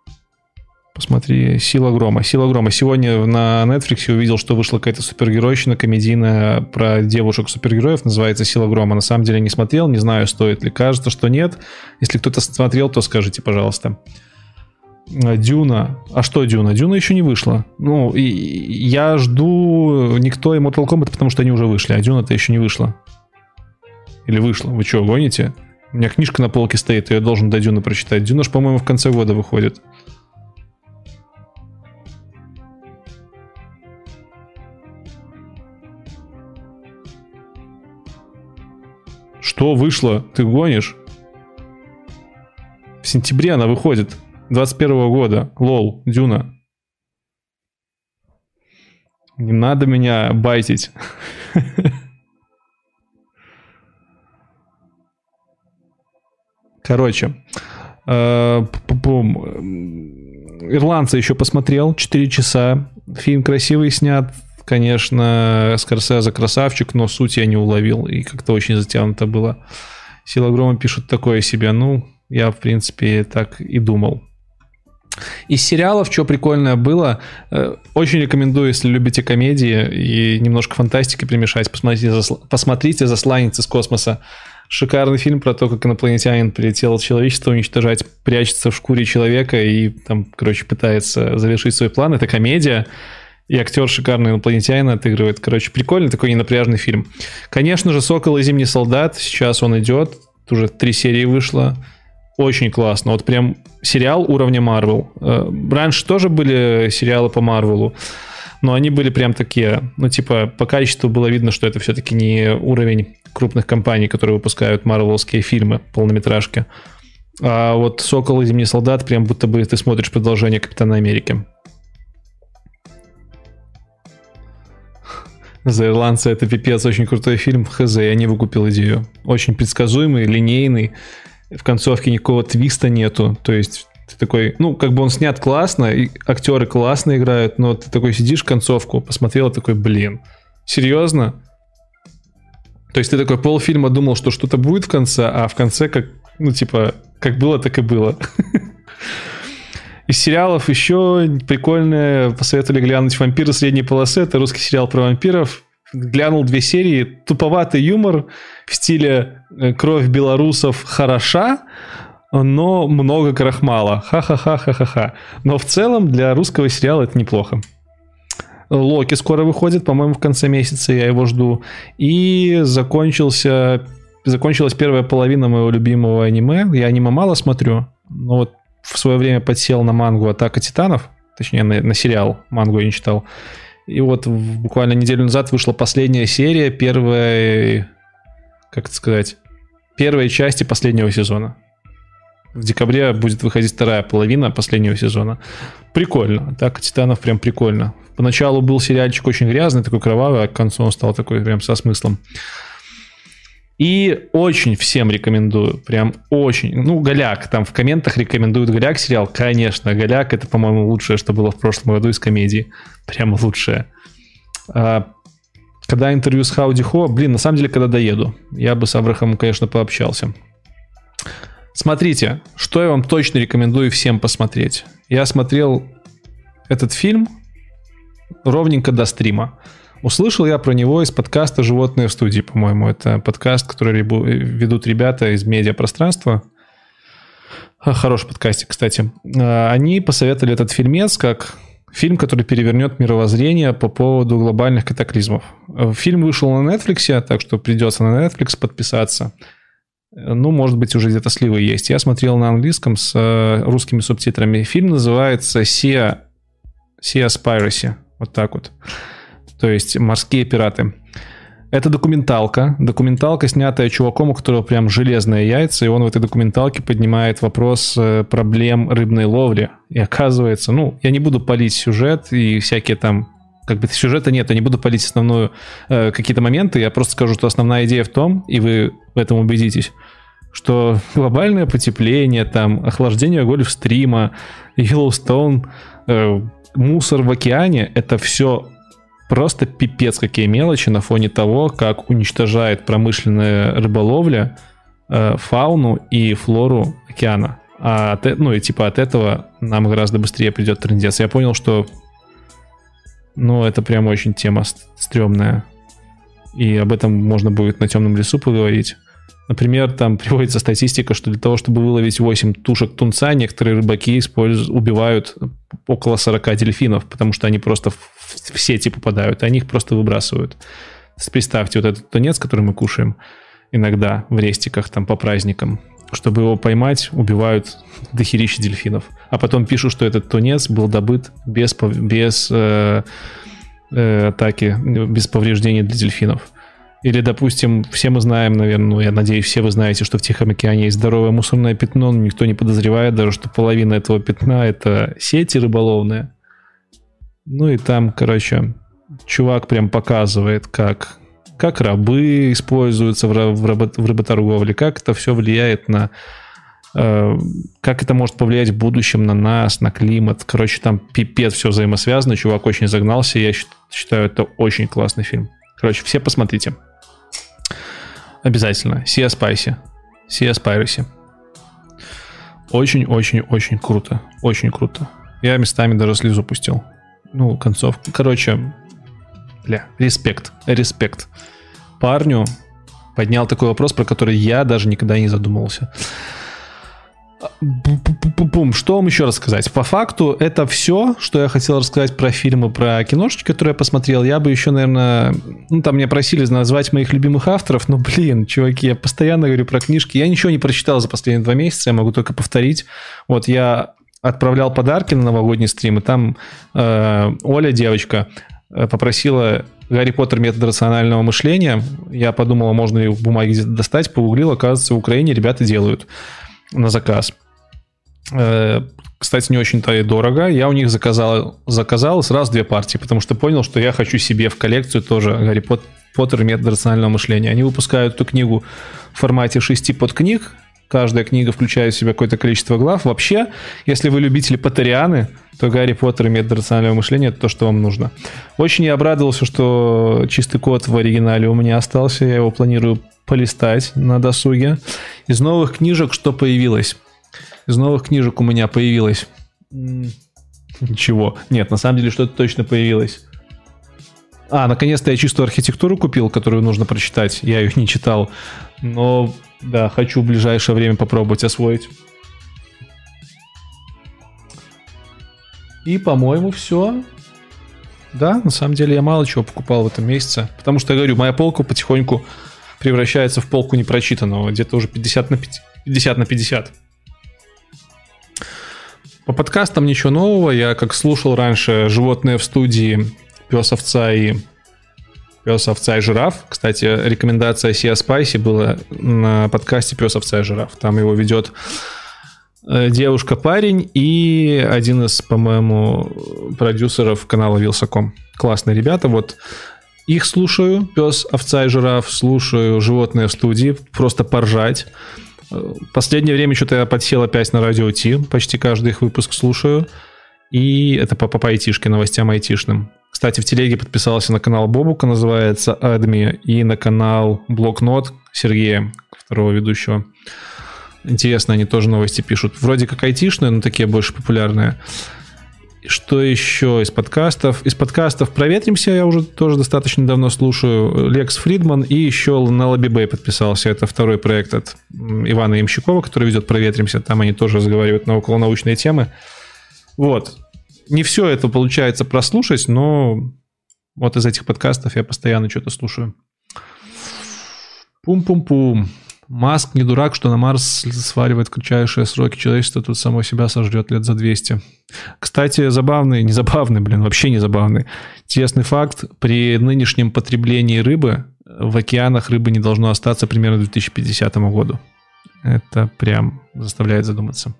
«Сила грома». Сегодня на Netflix увидел, что вышла какая-то супергеройщина комедийная про девушек-супергероев, называется «Сила грома». На самом деле не смотрел, не знаю, стоит ли. Кажется, что нет. Если кто-то смотрел, то скажите, пожалуйста. Дюна. А что Дюна? Дюна еще не вышла. Ну, и я жду «Никто» и Mortal Kombat, потому что они уже вышли, а Дюна-то еще не вышла. Или вышла? Вы что, гоните? У меня книжка на полке стоит, и я должен до Дюны прочитать. Дюна ж, по-моему, в конце года выходит. Что вышло? Ты гонишь? В сентябре она выходит. 21 года. Лол, Дюна. Не надо меня байтить. Короче. «Ирландца» еще посмотрел. 4 часа. Фильм красивый снят. Конечно, Скорсезе красавчик, но суть я не уловил, и как-то очень затянуто было. Сила грома пишут такое себе, ну, я, в принципе, так и думал. Из сериалов, что прикольное было, очень рекомендую, если любите комедии и немножко фантастики примешать, посмотрите «Засланец из космоса». Шикарный фильм про то, как инопланетянин прилетел человечество уничтожать, прячется в шкуре человека и там, короче, пытается завершить свой план. Это комедия, и актер шикарный инопланетянин отыгрывает. Короче, прикольный такой ненапряжный фильм. Конечно же, «Сокол и Зимний солдат», сейчас он идет, уже 3 серии вышло. Очень классно. Вот прям сериал уровня Marvel. Раньше тоже были сериалы по Марвелу, но они были прям такие, ну, типа, по качеству было видно, что это все-таки не уровень крупных компаний, которые выпускают марвеловские фильмы, полнометражки. А вот «Сокол и Зимний солдат» прям будто бы ты смотришь продолжение «Капитана Америки». «За ирландца» — это пипец, очень крутой фильм. Хз, я не выкупил идею. Очень предсказуемый, линейный. В концовке никакого твиста нету. То есть ты такой, ну, как бы он снят классно, и актеры классно играют, но ты такой сидишь, концовку посмотрел, такой, блин, серьезно? То есть ты такой полфильма думал, что что-то будет в конце, а в конце как, ну, типа, как было, так и было. Из сериалов еще прикольное посоветовали глянуть «Вампиры средней полосы». Это русский сериал про вампиров. Глянул 2 серии. Туповатый юмор в стиле «Кровь белорусов хороша, но много крахмала». Ха-ха-ха-ха-ха-ха. Но в целом для русского сериала это неплохо. «Локи» скоро выходит, по-моему, в конце месяца. Я его жду. И закончилась первая половина моего любимого аниме. Я аниме мало смотрю, но вот в свое время подсел на мангу «Атака титанов». Точнее, на сериал. Мангу я не читал. И вот буквально неделю назад вышла последняя серия первой части последнего сезона. В декабре будет выходить 2-я половина последнего сезона. Прикольно. «Атака титанов» прям прикольно. Поначалу был сериальчик очень грязный, такой кровавый, а к концу он стал такой прям со смыслом. И очень всем рекомендую, прям очень. Ну, «Голяк», там в комментах рекомендуют «Голяк» сериал. Конечно, «Голяк» — это, по-моему, лучшее, что было в прошлом году из комедий. Прямо лучшее. Когда интервью с Хауди Хо, на самом деле, когда доеду, я бы с Абрахамом, конечно, пообщался. Смотрите, что я вам точно рекомендую всем посмотреть. Я смотрел этот фильм ровненько до стрима. Услышал я про него из подкаста «Животные в студии», по-моему. Это подкаст, который ведут ребята из медиапространства. Хороший подкастик, кстати. Они посоветовали этот фильмец как фильм, который перевернет мировоззрение по поводу глобальных катаклизмов. Фильм вышел на Netflix, так что придется на Netflix подписаться. Ну, может быть, уже где-то сливы есть. Я смотрел на английском с русскими субтитрами. Фильм называется Sea Piracy. Вот так вот. То есть «Морские пираты». Это документалка. Документалка, снятая чуваком, у которого прям железные яйца, и он в этой документалке поднимает вопрос проблем рыбной ловли. И оказывается, я не буду палить сюжет и всякие там... Как бы сюжета нет, я не буду палить основную какие-то моменты, я просто скажу, что основная идея в том, и вы в этом убедитесь, что глобальное потепление, там, охлаждение Гольфстрима, Йеллоустоун, мусор в океане — это все просто пипец какие мелочи на фоне того, как уничтожает промышленная рыболовля фауну и флору океана. От этого нам гораздо быстрее придет трындец. Я понял, что это прям очень тема стрёмная. И об этом можно будет на «Темном лесу» поговорить. Например, там приводится статистика, что для того, чтобы выловить 8 тушек тунца, некоторые рыбаки убивают около 40 дельфинов, потому что они просто в сети попадают, а они их просто выбрасывают. Представьте, вот этот тунец, который мы кушаем иногда в рестиках там по праздникам, чтобы его поймать, убивают дохерища дельфинов. А потом пишут, что этот тунец был добыт без атаки, без повреждений для дельфинов. Или, допустим, все мы знаем, наверное, я надеюсь, все вы знаете, что в Тихом океане есть здоровое мусорное пятно, но никто не подозревает даже, что половина этого пятна — это сети рыболовные. И там, чувак прям показывает, как рабы используются в рыботорговле, как это все влияет на как это может повлиять в будущем на нас, на климат. Короче, там пипец все взаимосвязано. Чувак очень загнался. Я считаю, это очень классный фильм. Короче, все посмотрите. Обязательно. Sea Spiracy. Очень-очень-очень круто. Очень круто. Я местами даже слезу пустил. Ну, концовку. Короче, респект. Парню поднял такой вопрос, про который я даже никогда не задумывался. Что вам еще рассказать? По факту, это все, что я хотел рассказать про фильмы, про киношечки, которые я посмотрел. Я бы еще, наверное... Ну, там меня просили назвать моих любимых авторов. Но, чуваки, я постоянно говорю про книжки. Я ничего не прочитал за последние 2 месяца, я могу только повторить. Вот я отправлял подарки на новогодний стрим, и там Оля, девочка, попросила «Гарри Поттер. Метод рационального мышления». Я подумал, можно ее в бумаге где-то достать, погуглил. Оказывается, в Украине ребята делают на заказ. Кстати, не очень-то и дорого. Я у них заказал сразу 2 партии, потому что понял, что я хочу себе в коллекцию тоже «Гарри Поттер. Метод рационального мышления». Они выпускают эту книгу в формате 6 подкниг. Каждая книга включает в себя какое-то количество глав. Вообще, если вы любители поттерианы, то «Гарри Поттер. Метод рационального мышления» — это то, что вам нужно. Очень я обрадовался, что чистый код в оригинале у меня остался. Я его планирую полистать на досуге. Из новых книжек что появилось? Из новых книжек у меня появилось... Ничего. Нет, на самом деле что-то точно появилось. Наконец-то я чистую архитектуру купил, которую нужно прочитать. Я ее не читал. Но, да, хочу в ближайшее время попробовать освоить. И, по-моему, все. Да, на самом деле я мало чего покупал в этом месяце. Потому что, я говорю, моя полка потихоньку превращается в полку непрочитанного. Где-то уже 50 на 50. По подкастам ничего нового. Я как слушал раньше «Животные в студии», «Пес, овца и жираф». Кстати, рекомендация Sea Spicy была на подкасте «Пес, овца и жираф». Там его ведет девушка-парень и один из, по-моему, продюсеров канала Wylsacom. Классные ребята. Вот их слушаю. «Пес, овца и жираф». Слушаю «Животные в студии». Просто поржать. Последнее время что-то я подсел опять на Радио Ти. Почти каждый их выпуск слушаю. И это по айтишке, новостям айтишным. Кстати, в телеге подписался на канал Бобука, называется Адми, и на канал Блокнот Сергея, второго ведущего. Интересно, они тоже новости пишут. Вроде как айтишные, но такие больше популярные. Что еще из подкастов? Из подкастов «Проветримся» я уже тоже достаточно давно слушаю. Лекс Фридман и еще на Лобибэй подписался. Это второй проект от Ивана Ямщикова, который ведет «Проветримся». Там они тоже разговаривают на околонаучные темы. Вот. Не все это получается прослушать, но вот из этих подкастов я постоянно что-то слушаю. Пум-пум-пум. Маск не дурак, что на Марс сваливает в кратчайшие сроки. Человечество тут само себя сожрет лет за 200. Кстати, вообще не забавный. Интересный факт. При нынешнем потреблении рыбы в океанах рыбы не должно остаться примерно к 2050 году. Это прям заставляет задуматься.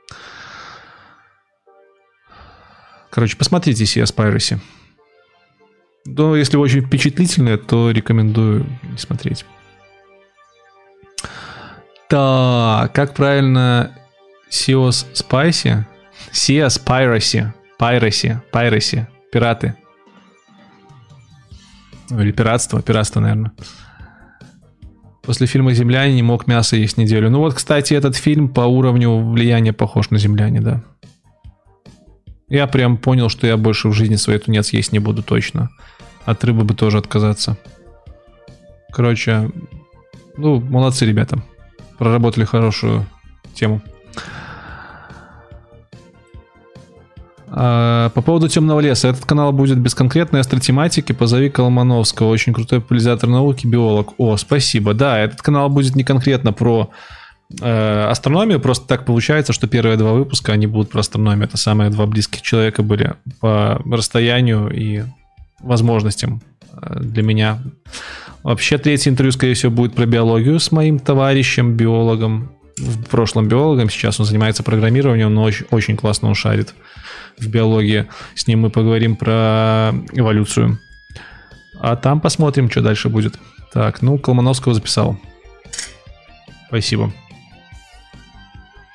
Короче, посмотрите Sea Spiracy. Но если вы очень впечатлительные, то рекомендую не смотреть. Так, как правильно Sea Spiracy. Пираты. Или пиратство, наверное. После фильма «Земляне» не мог мясо есть неделю. Ну вот, кстати, этот фильм по уровню влияния похож на «Земляне», да. Я прям понял, что я больше в жизни своей тунец есть не буду точно. От рыбы бы тоже отказаться. Короче, молодцы ребята. Проработали хорошую тему. По поводу «Темного леса». Этот канал будет без конкретной астρωτематики. Позови Колмановского. Очень крутой популяризатор науки, биолог. О, спасибо. Да, этот канал будет не конкретно про астрономию. Просто так получается, что первые 2 выпуска, они будут про астрономию. Это самые 2 близких человека были по расстоянию и возможностям для меня. Вообще, 3-е интервью, скорее всего, будет про биологию с моим товарищем, биологом. В прошлом биологом, сейчас он занимается программированием, но очень, очень классно он шарит в биологии. С ним мы поговорим про эволюцию. А там посмотрим, что дальше будет. Так, Колмановского записал. Спасибо.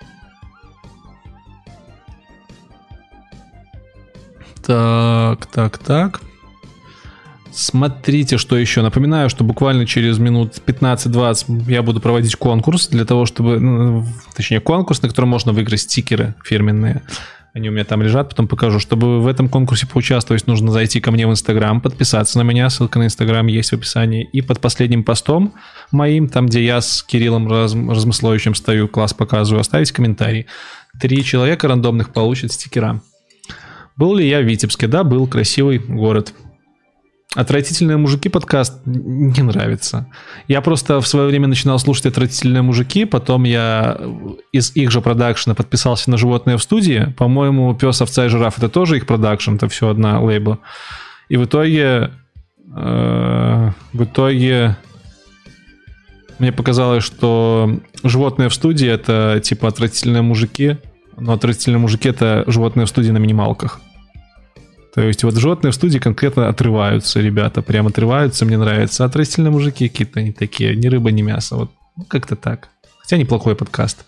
Так. Смотрите, что еще. Напоминаю, что буквально через минут 15-20 я буду проводить конкурс для того, чтобы... Точнее, конкурс, на котором можно выиграть стикеры фирменные. Они у меня там лежат, потом покажу. Чтобы в этом конкурсе поучаствовать, нужно зайти ко мне в Инстаграм, подписаться на меня. Ссылка на Инстаграм есть в описании. И под последним постом моим, там, где я с Кириллом Размысловичем стою, класс показываю, оставить комментарий. 3 человека рандомных получат стикера. Был ли я в Витебске? Да, был. Красивый город. «Отвратительные мужики» подкаст не нравится. Я просто в свое время начинал слушать «Отвратительные мужики», потом я из их же продакшена подписался на «Животные в студии». По-моему, «Пес, овца и жираф» — это тоже их продакшн, это все одна лейбла. И в итоге мне показалось, что «Животные в студии» — это типа «Отвратительные мужики», но «Отвратительные мужики» — это «Животные в студии» на минималках. То есть вот животные в студии конкретно отрываются, ребята, прям отрываются, мне нравится. Отвратительные мужики какие-то не такие, ни рыба, ни мясо, вот как-то так. Хотя неплохой подкаст.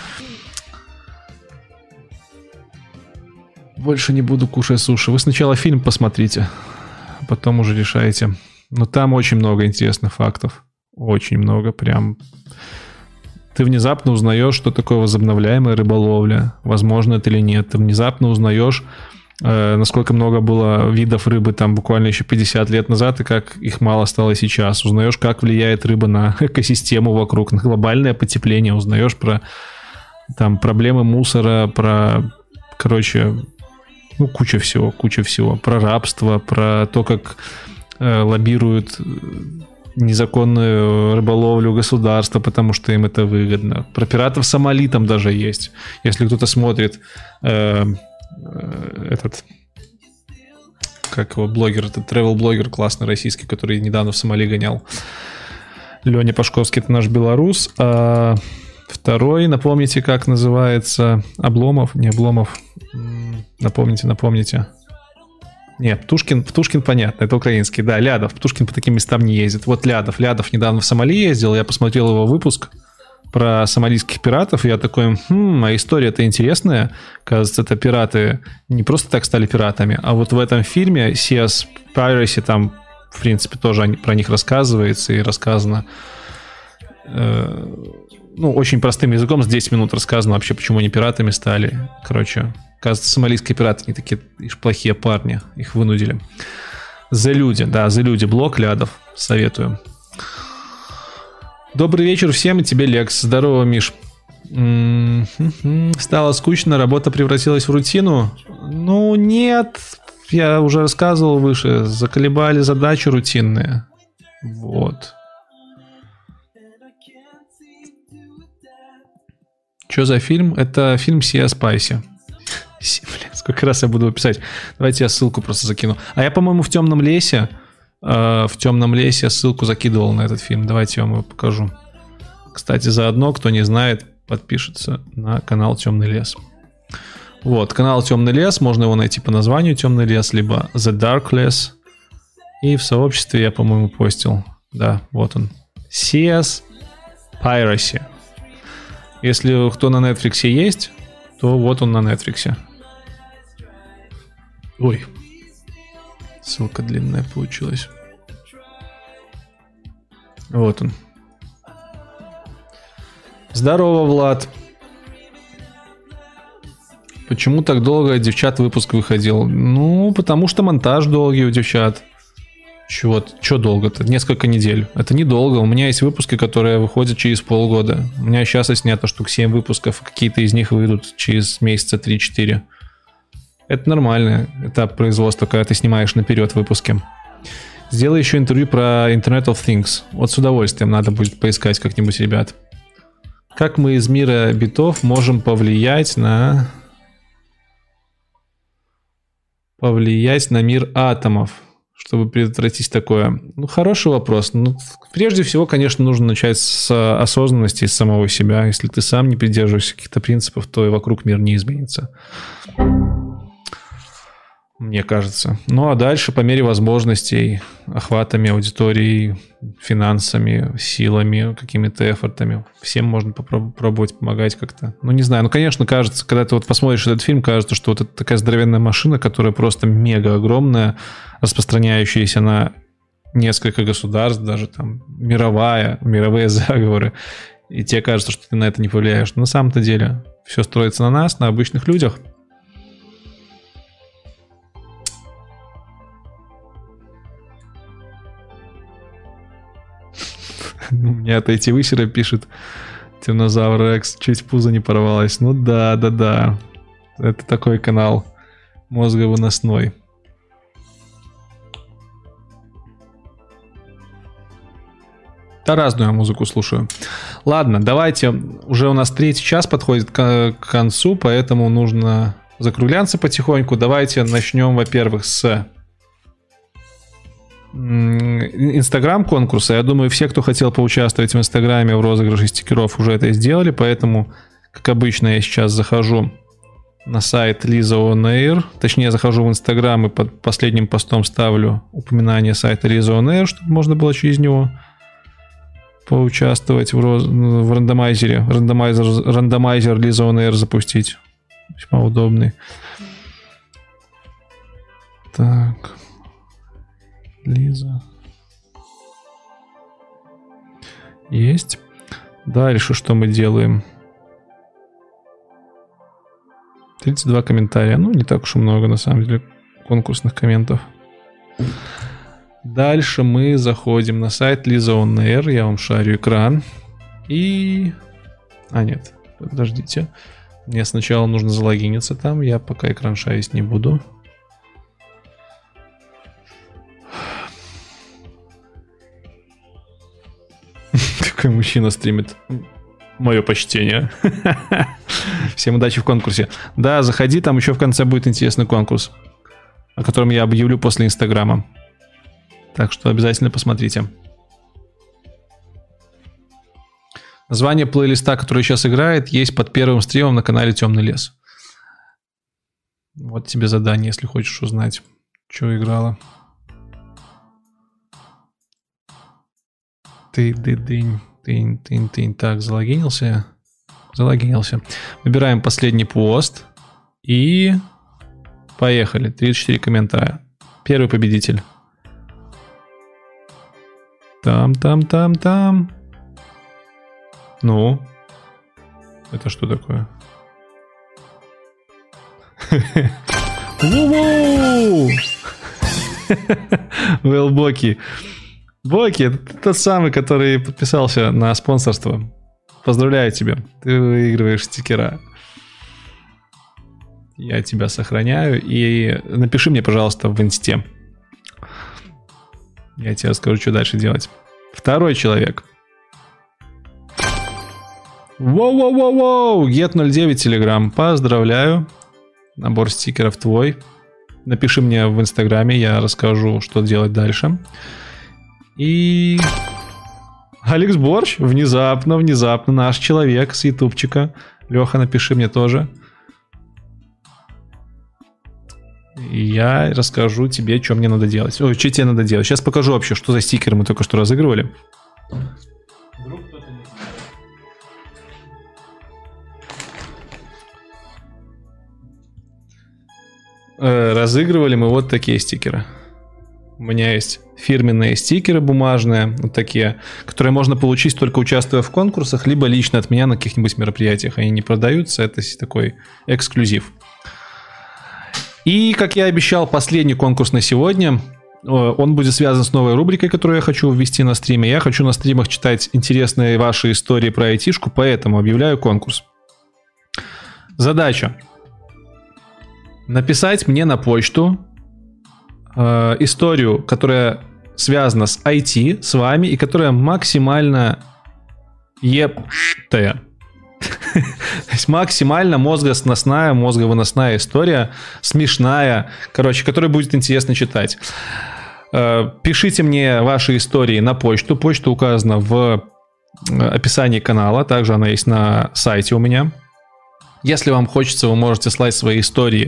Больше не буду кушать суши. Вы сначала фильм посмотрите, а потом уже решаете. Но там очень много интересных фактов. Очень много, прям. Ты внезапно узнаешь, что такое возобновляемая рыболовля. Возможно это или нет. Ты внезапно узнаешь, насколько много было видов рыбы там буквально еще 50 лет назад и как их мало стало сейчас. Узнаешь, как влияет рыба на экосистему вокруг, на глобальное потепление. Узнаешь про там проблемы мусора, про, короче, куча всего. Про рабство, про то, как лоббируют незаконную рыболовлю государства, потому что им это выгодно. Про пиратов Сомали там даже есть. Если кто-то смотрит этот, как его, блогер, этот travel-блогер классный российский, который недавно в Сомали гонял. Леня Пашковский — это наш белорус. А второй, напомните, как называется? Обломов? Не Обломов. Напомните. Нет, Птушкин понятно, это украинский. Да, Лядов. Птушкин по таким местам не ездит. Вот Лядов недавно в Сомали ездил, я посмотрел его выпуск про сомалийских пиратов, и я такой, а история-то интересная. Кажется, это пираты не просто так стали пиратами, а вот в этом фильме Sea Piracy там, в принципе, тоже про них рассказывается, и рассказано очень простым языком, за 10 минут рассказано вообще, почему они пиратами стали. Короче, кажется, сомалийские пираты не такие плохие парни, их вынудили. The Люди, блог Лядов, советую. Добрый вечер всем, и тебе, Лекс. Здорово, Миш. Стало скучно, работа превратилась в рутину? Ну, нет. Я уже рассказывал выше. Заколебали задачи рутинные. Вот. Что за фильм? Это фильм Sea Spicy. Сколько раз я буду его писать? Давайте я ссылку просто закину. А я, по-моему, в темном лесе ссылку закидывал на этот фильм. Давайте я вам его покажу. Кстати, заодно, кто не знает, подпишется на канал Темный лес. Вот, канал Темный лес. Можно его найти по названию Темный лес, либо The Dark Less. И в сообществе я, по-моему, постил. Да, вот он. Sea Piracy. Если кто на Netflix есть, то вот он на Netflix. Ой. Ссылка длинная получилась. Вот он. Здорово, Влад. Почему так долго девчат выпуск выходил? Ну, потому что монтаж долгий у девчат. Чё долго-то? Несколько недель. Это недолго. У меня есть выпуски, которые выходят через полгода. У меня сейчас снято штук 7 выпусков. Какие-то из них выйдут через месяца 3-4. Это нормальный этап производства, когда ты снимаешь наперед выпуски. Сделай еще интервью про Internet of Things. Вот с удовольствием надо будет поискать как-нибудь, ребят. Как мы из мира битов можем повлиять на мир атомов, чтобы предотвратить такое? Ну, хороший вопрос. Ну, прежде всего, конечно, нужно начать с осознанности, с самого себя. Если ты сам не придерживаешься каких-то принципов, то и вокруг мир не изменится. мне кажется. Ну а дальше по мере возможностей, охватами аудитории, финансами, силами, какими-то эфортами, всем можно попробовать помогать как-то. Ну не знаю, ну конечно кажется, когда ты вот посмотришь этот фильм, кажется, что вот это такая здоровенная машина, которая просто мега огромная, распространяющаяся на несколько государств, даже там мировые заговоры. И тебе кажется, что ты на это не повлияешь. Но на самом-то деле все строится на нас, на обычных людях. У меня от Высера пишет Темнозавр Рекс, чуть пузо не порвалось. Ну да. Это такой канал мозговыносной. Да разную я музыку слушаю. Ладно, давайте. Уже у нас 3-й час подходит к концу, поэтому нужно закругляться потихоньку. Давайте начнем, во-первых, с Инстаграм-конкурса. Я думаю, все, кто хотел поучаствовать в Инстаграме в розыгрыше стикеров, уже это сделали. Поэтому, как обычно, я сейчас захожу на сайт Лиза On Air. Точнее, захожу в Инстаграм и под последним постом ставлю упоминание сайта Лиза On Air, чтобы можно было через него поучаствовать в рандомайзере. Рандомайзер Лиза On Air запустить. Весьма удобный. Так. Лиза. Есть. Дальше что мы делаем? 32 комментария. Ну, не так уж и много, на самом деле, конкурсных комментов. Дальше мы заходим на сайт Лиза On Air. Я вам шарю экран. И... нет, подождите. Мне сначала нужно залогиниться там. Я пока экран шарить не буду. Какой мужчина стримит. Мое почтение. Всем удачи в конкурсе. Да, заходи, там еще в конце будет интересный конкурс, о котором я объявлю после Инстаграма. Так что обязательно посмотрите. Название плейлиста, который сейчас играет, есть под первым стримом на канале Темный лес. Вот тебе задание, если хочешь узнать, что играла. Так, залогинился. Выбираем последний пост. И поехали. 34 комментария. Первый победитель. Там. Ну. Это что такое? Боки. Боки, это тот самый, который подписался на спонсорство. Поздравляю тебя. Ты выигрываешь стикера. Я тебя сохраняю. И напиши мне, пожалуйста, в инсте. Я тебе расскажу, что дальше делать. Второй человек. Воу. Get09 Telegram. Поздравляю. Набор стикеров твой. Напиши мне в Инстаграме, я расскажу, что делать дальше. И... Алекс Борщ. Внезапно наш человек с ютубчика. Леха, напиши мне тоже. И я расскажу тебе, что мне надо делать. Ой, что тебе надо делать. Сейчас покажу вообще, что за стикеры мы только что разыгрывали. Вдруг кто-то не знает. Разыгрывали мы вот такие стикеры. У меня есть фирменные стикеры бумажные, вот такие, которые можно получить только участвуя в конкурсах, либо лично от меня на каких-нибудь мероприятиях. Они не продаются, это такой эксклюзив. И, как я обещал, последний конкурс на сегодня, он будет связан с новой рубрикой, которую я хочу ввести на стриме. Я хочу на стримах читать интересные ваши истории про айтишку, поэтому объявляю конкурс. Задача. Написать мне на почту историю, которая связана с IT, с вами, и которая максимально ептая. То есть максимально мозговыносная история, смешная, короче, которая будет интересно читать. Пишите мне ваши истории на почту. Почта указана в описании канала, также она есть на сайте у меня. Если вам хочется, вы можете слать свои истории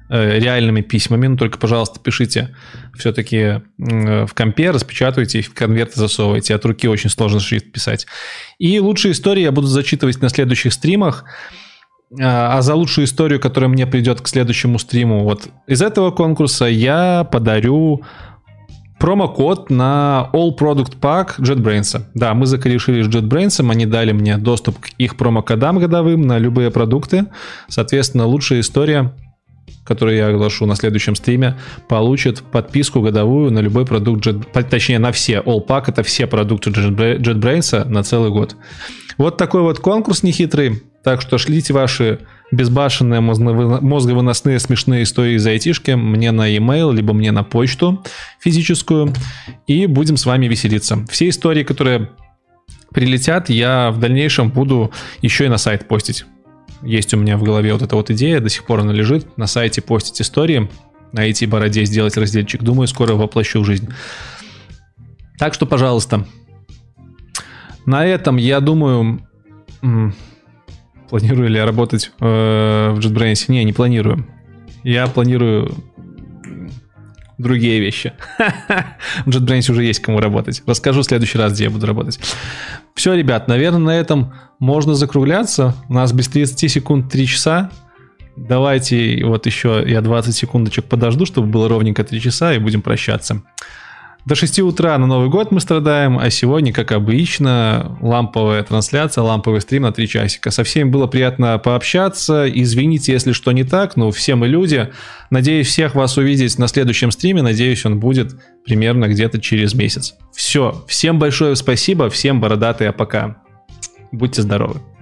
реальными письмами, но только, пожалуйста, пишите все-таки в компе, распечатывайте и в конверты засовывайте. От руки очень сложно шрифт писать. И лучшие истории я буду зачитывать на следующих стримах. А за лучшую историю, которая мне придет к следующему стриму, вот из этого конкурса я подарю промокод на All Product Pack JetBrains. Да, мы закорешились с JetBrains, они дали мне доступ к их промокодам годовым на любые продукты. Соответственно, лучшая история, которую я оглашу на следующем стриме, получит подписку годовую на любой продукт, точнее на все. All Pack — это все продукты JetBrains на целый год. Вот такой вот конкурс нехитрый. Так что шлите ваши безбашенные мозговыносные смешные истории из айтишки мне на e-mail, либо мне на почту физическую, и будем с вами веселиться. Все истории, которые прилетят, я в дальнейшем буду еще и на сайт постить. Есть у меня в голове вот эта вот идея, до сих пор она лежит. На сайте постить истории, на IT-бороде сделать разделчик. Думаю, скоро воплощу в жизнь. Так что, пожалуйста. На этом, я думаю... Планирую ли я работать в JetBrains? Не планирую. Я планирую другие вещи. В JetBrains уже есть кому работать. Расскажу в следующий раз, где я буду работать. Все, ребят, наверное, на этом можно закругляться. У нас без 30 секунд 3 часа. Давайте вот еще я 20 секундочек подожду, чтобы было ровненько 3 часа, и будем прощаться. До 6 утра на Новый год мы страдаем, а сегодня, как обычно, ламповая трансляция, ламповый стрим на 3 часика. Со всеми было приятно пообщаться. Извините, если что не так, но все мы люди. Надеюсь всех вас увидеть на следующем стриме. Надеюсь, он будет примерно где-то через месяц. Все. Всем большое спасибо. Всем бородатые пока. Будьте здоровы.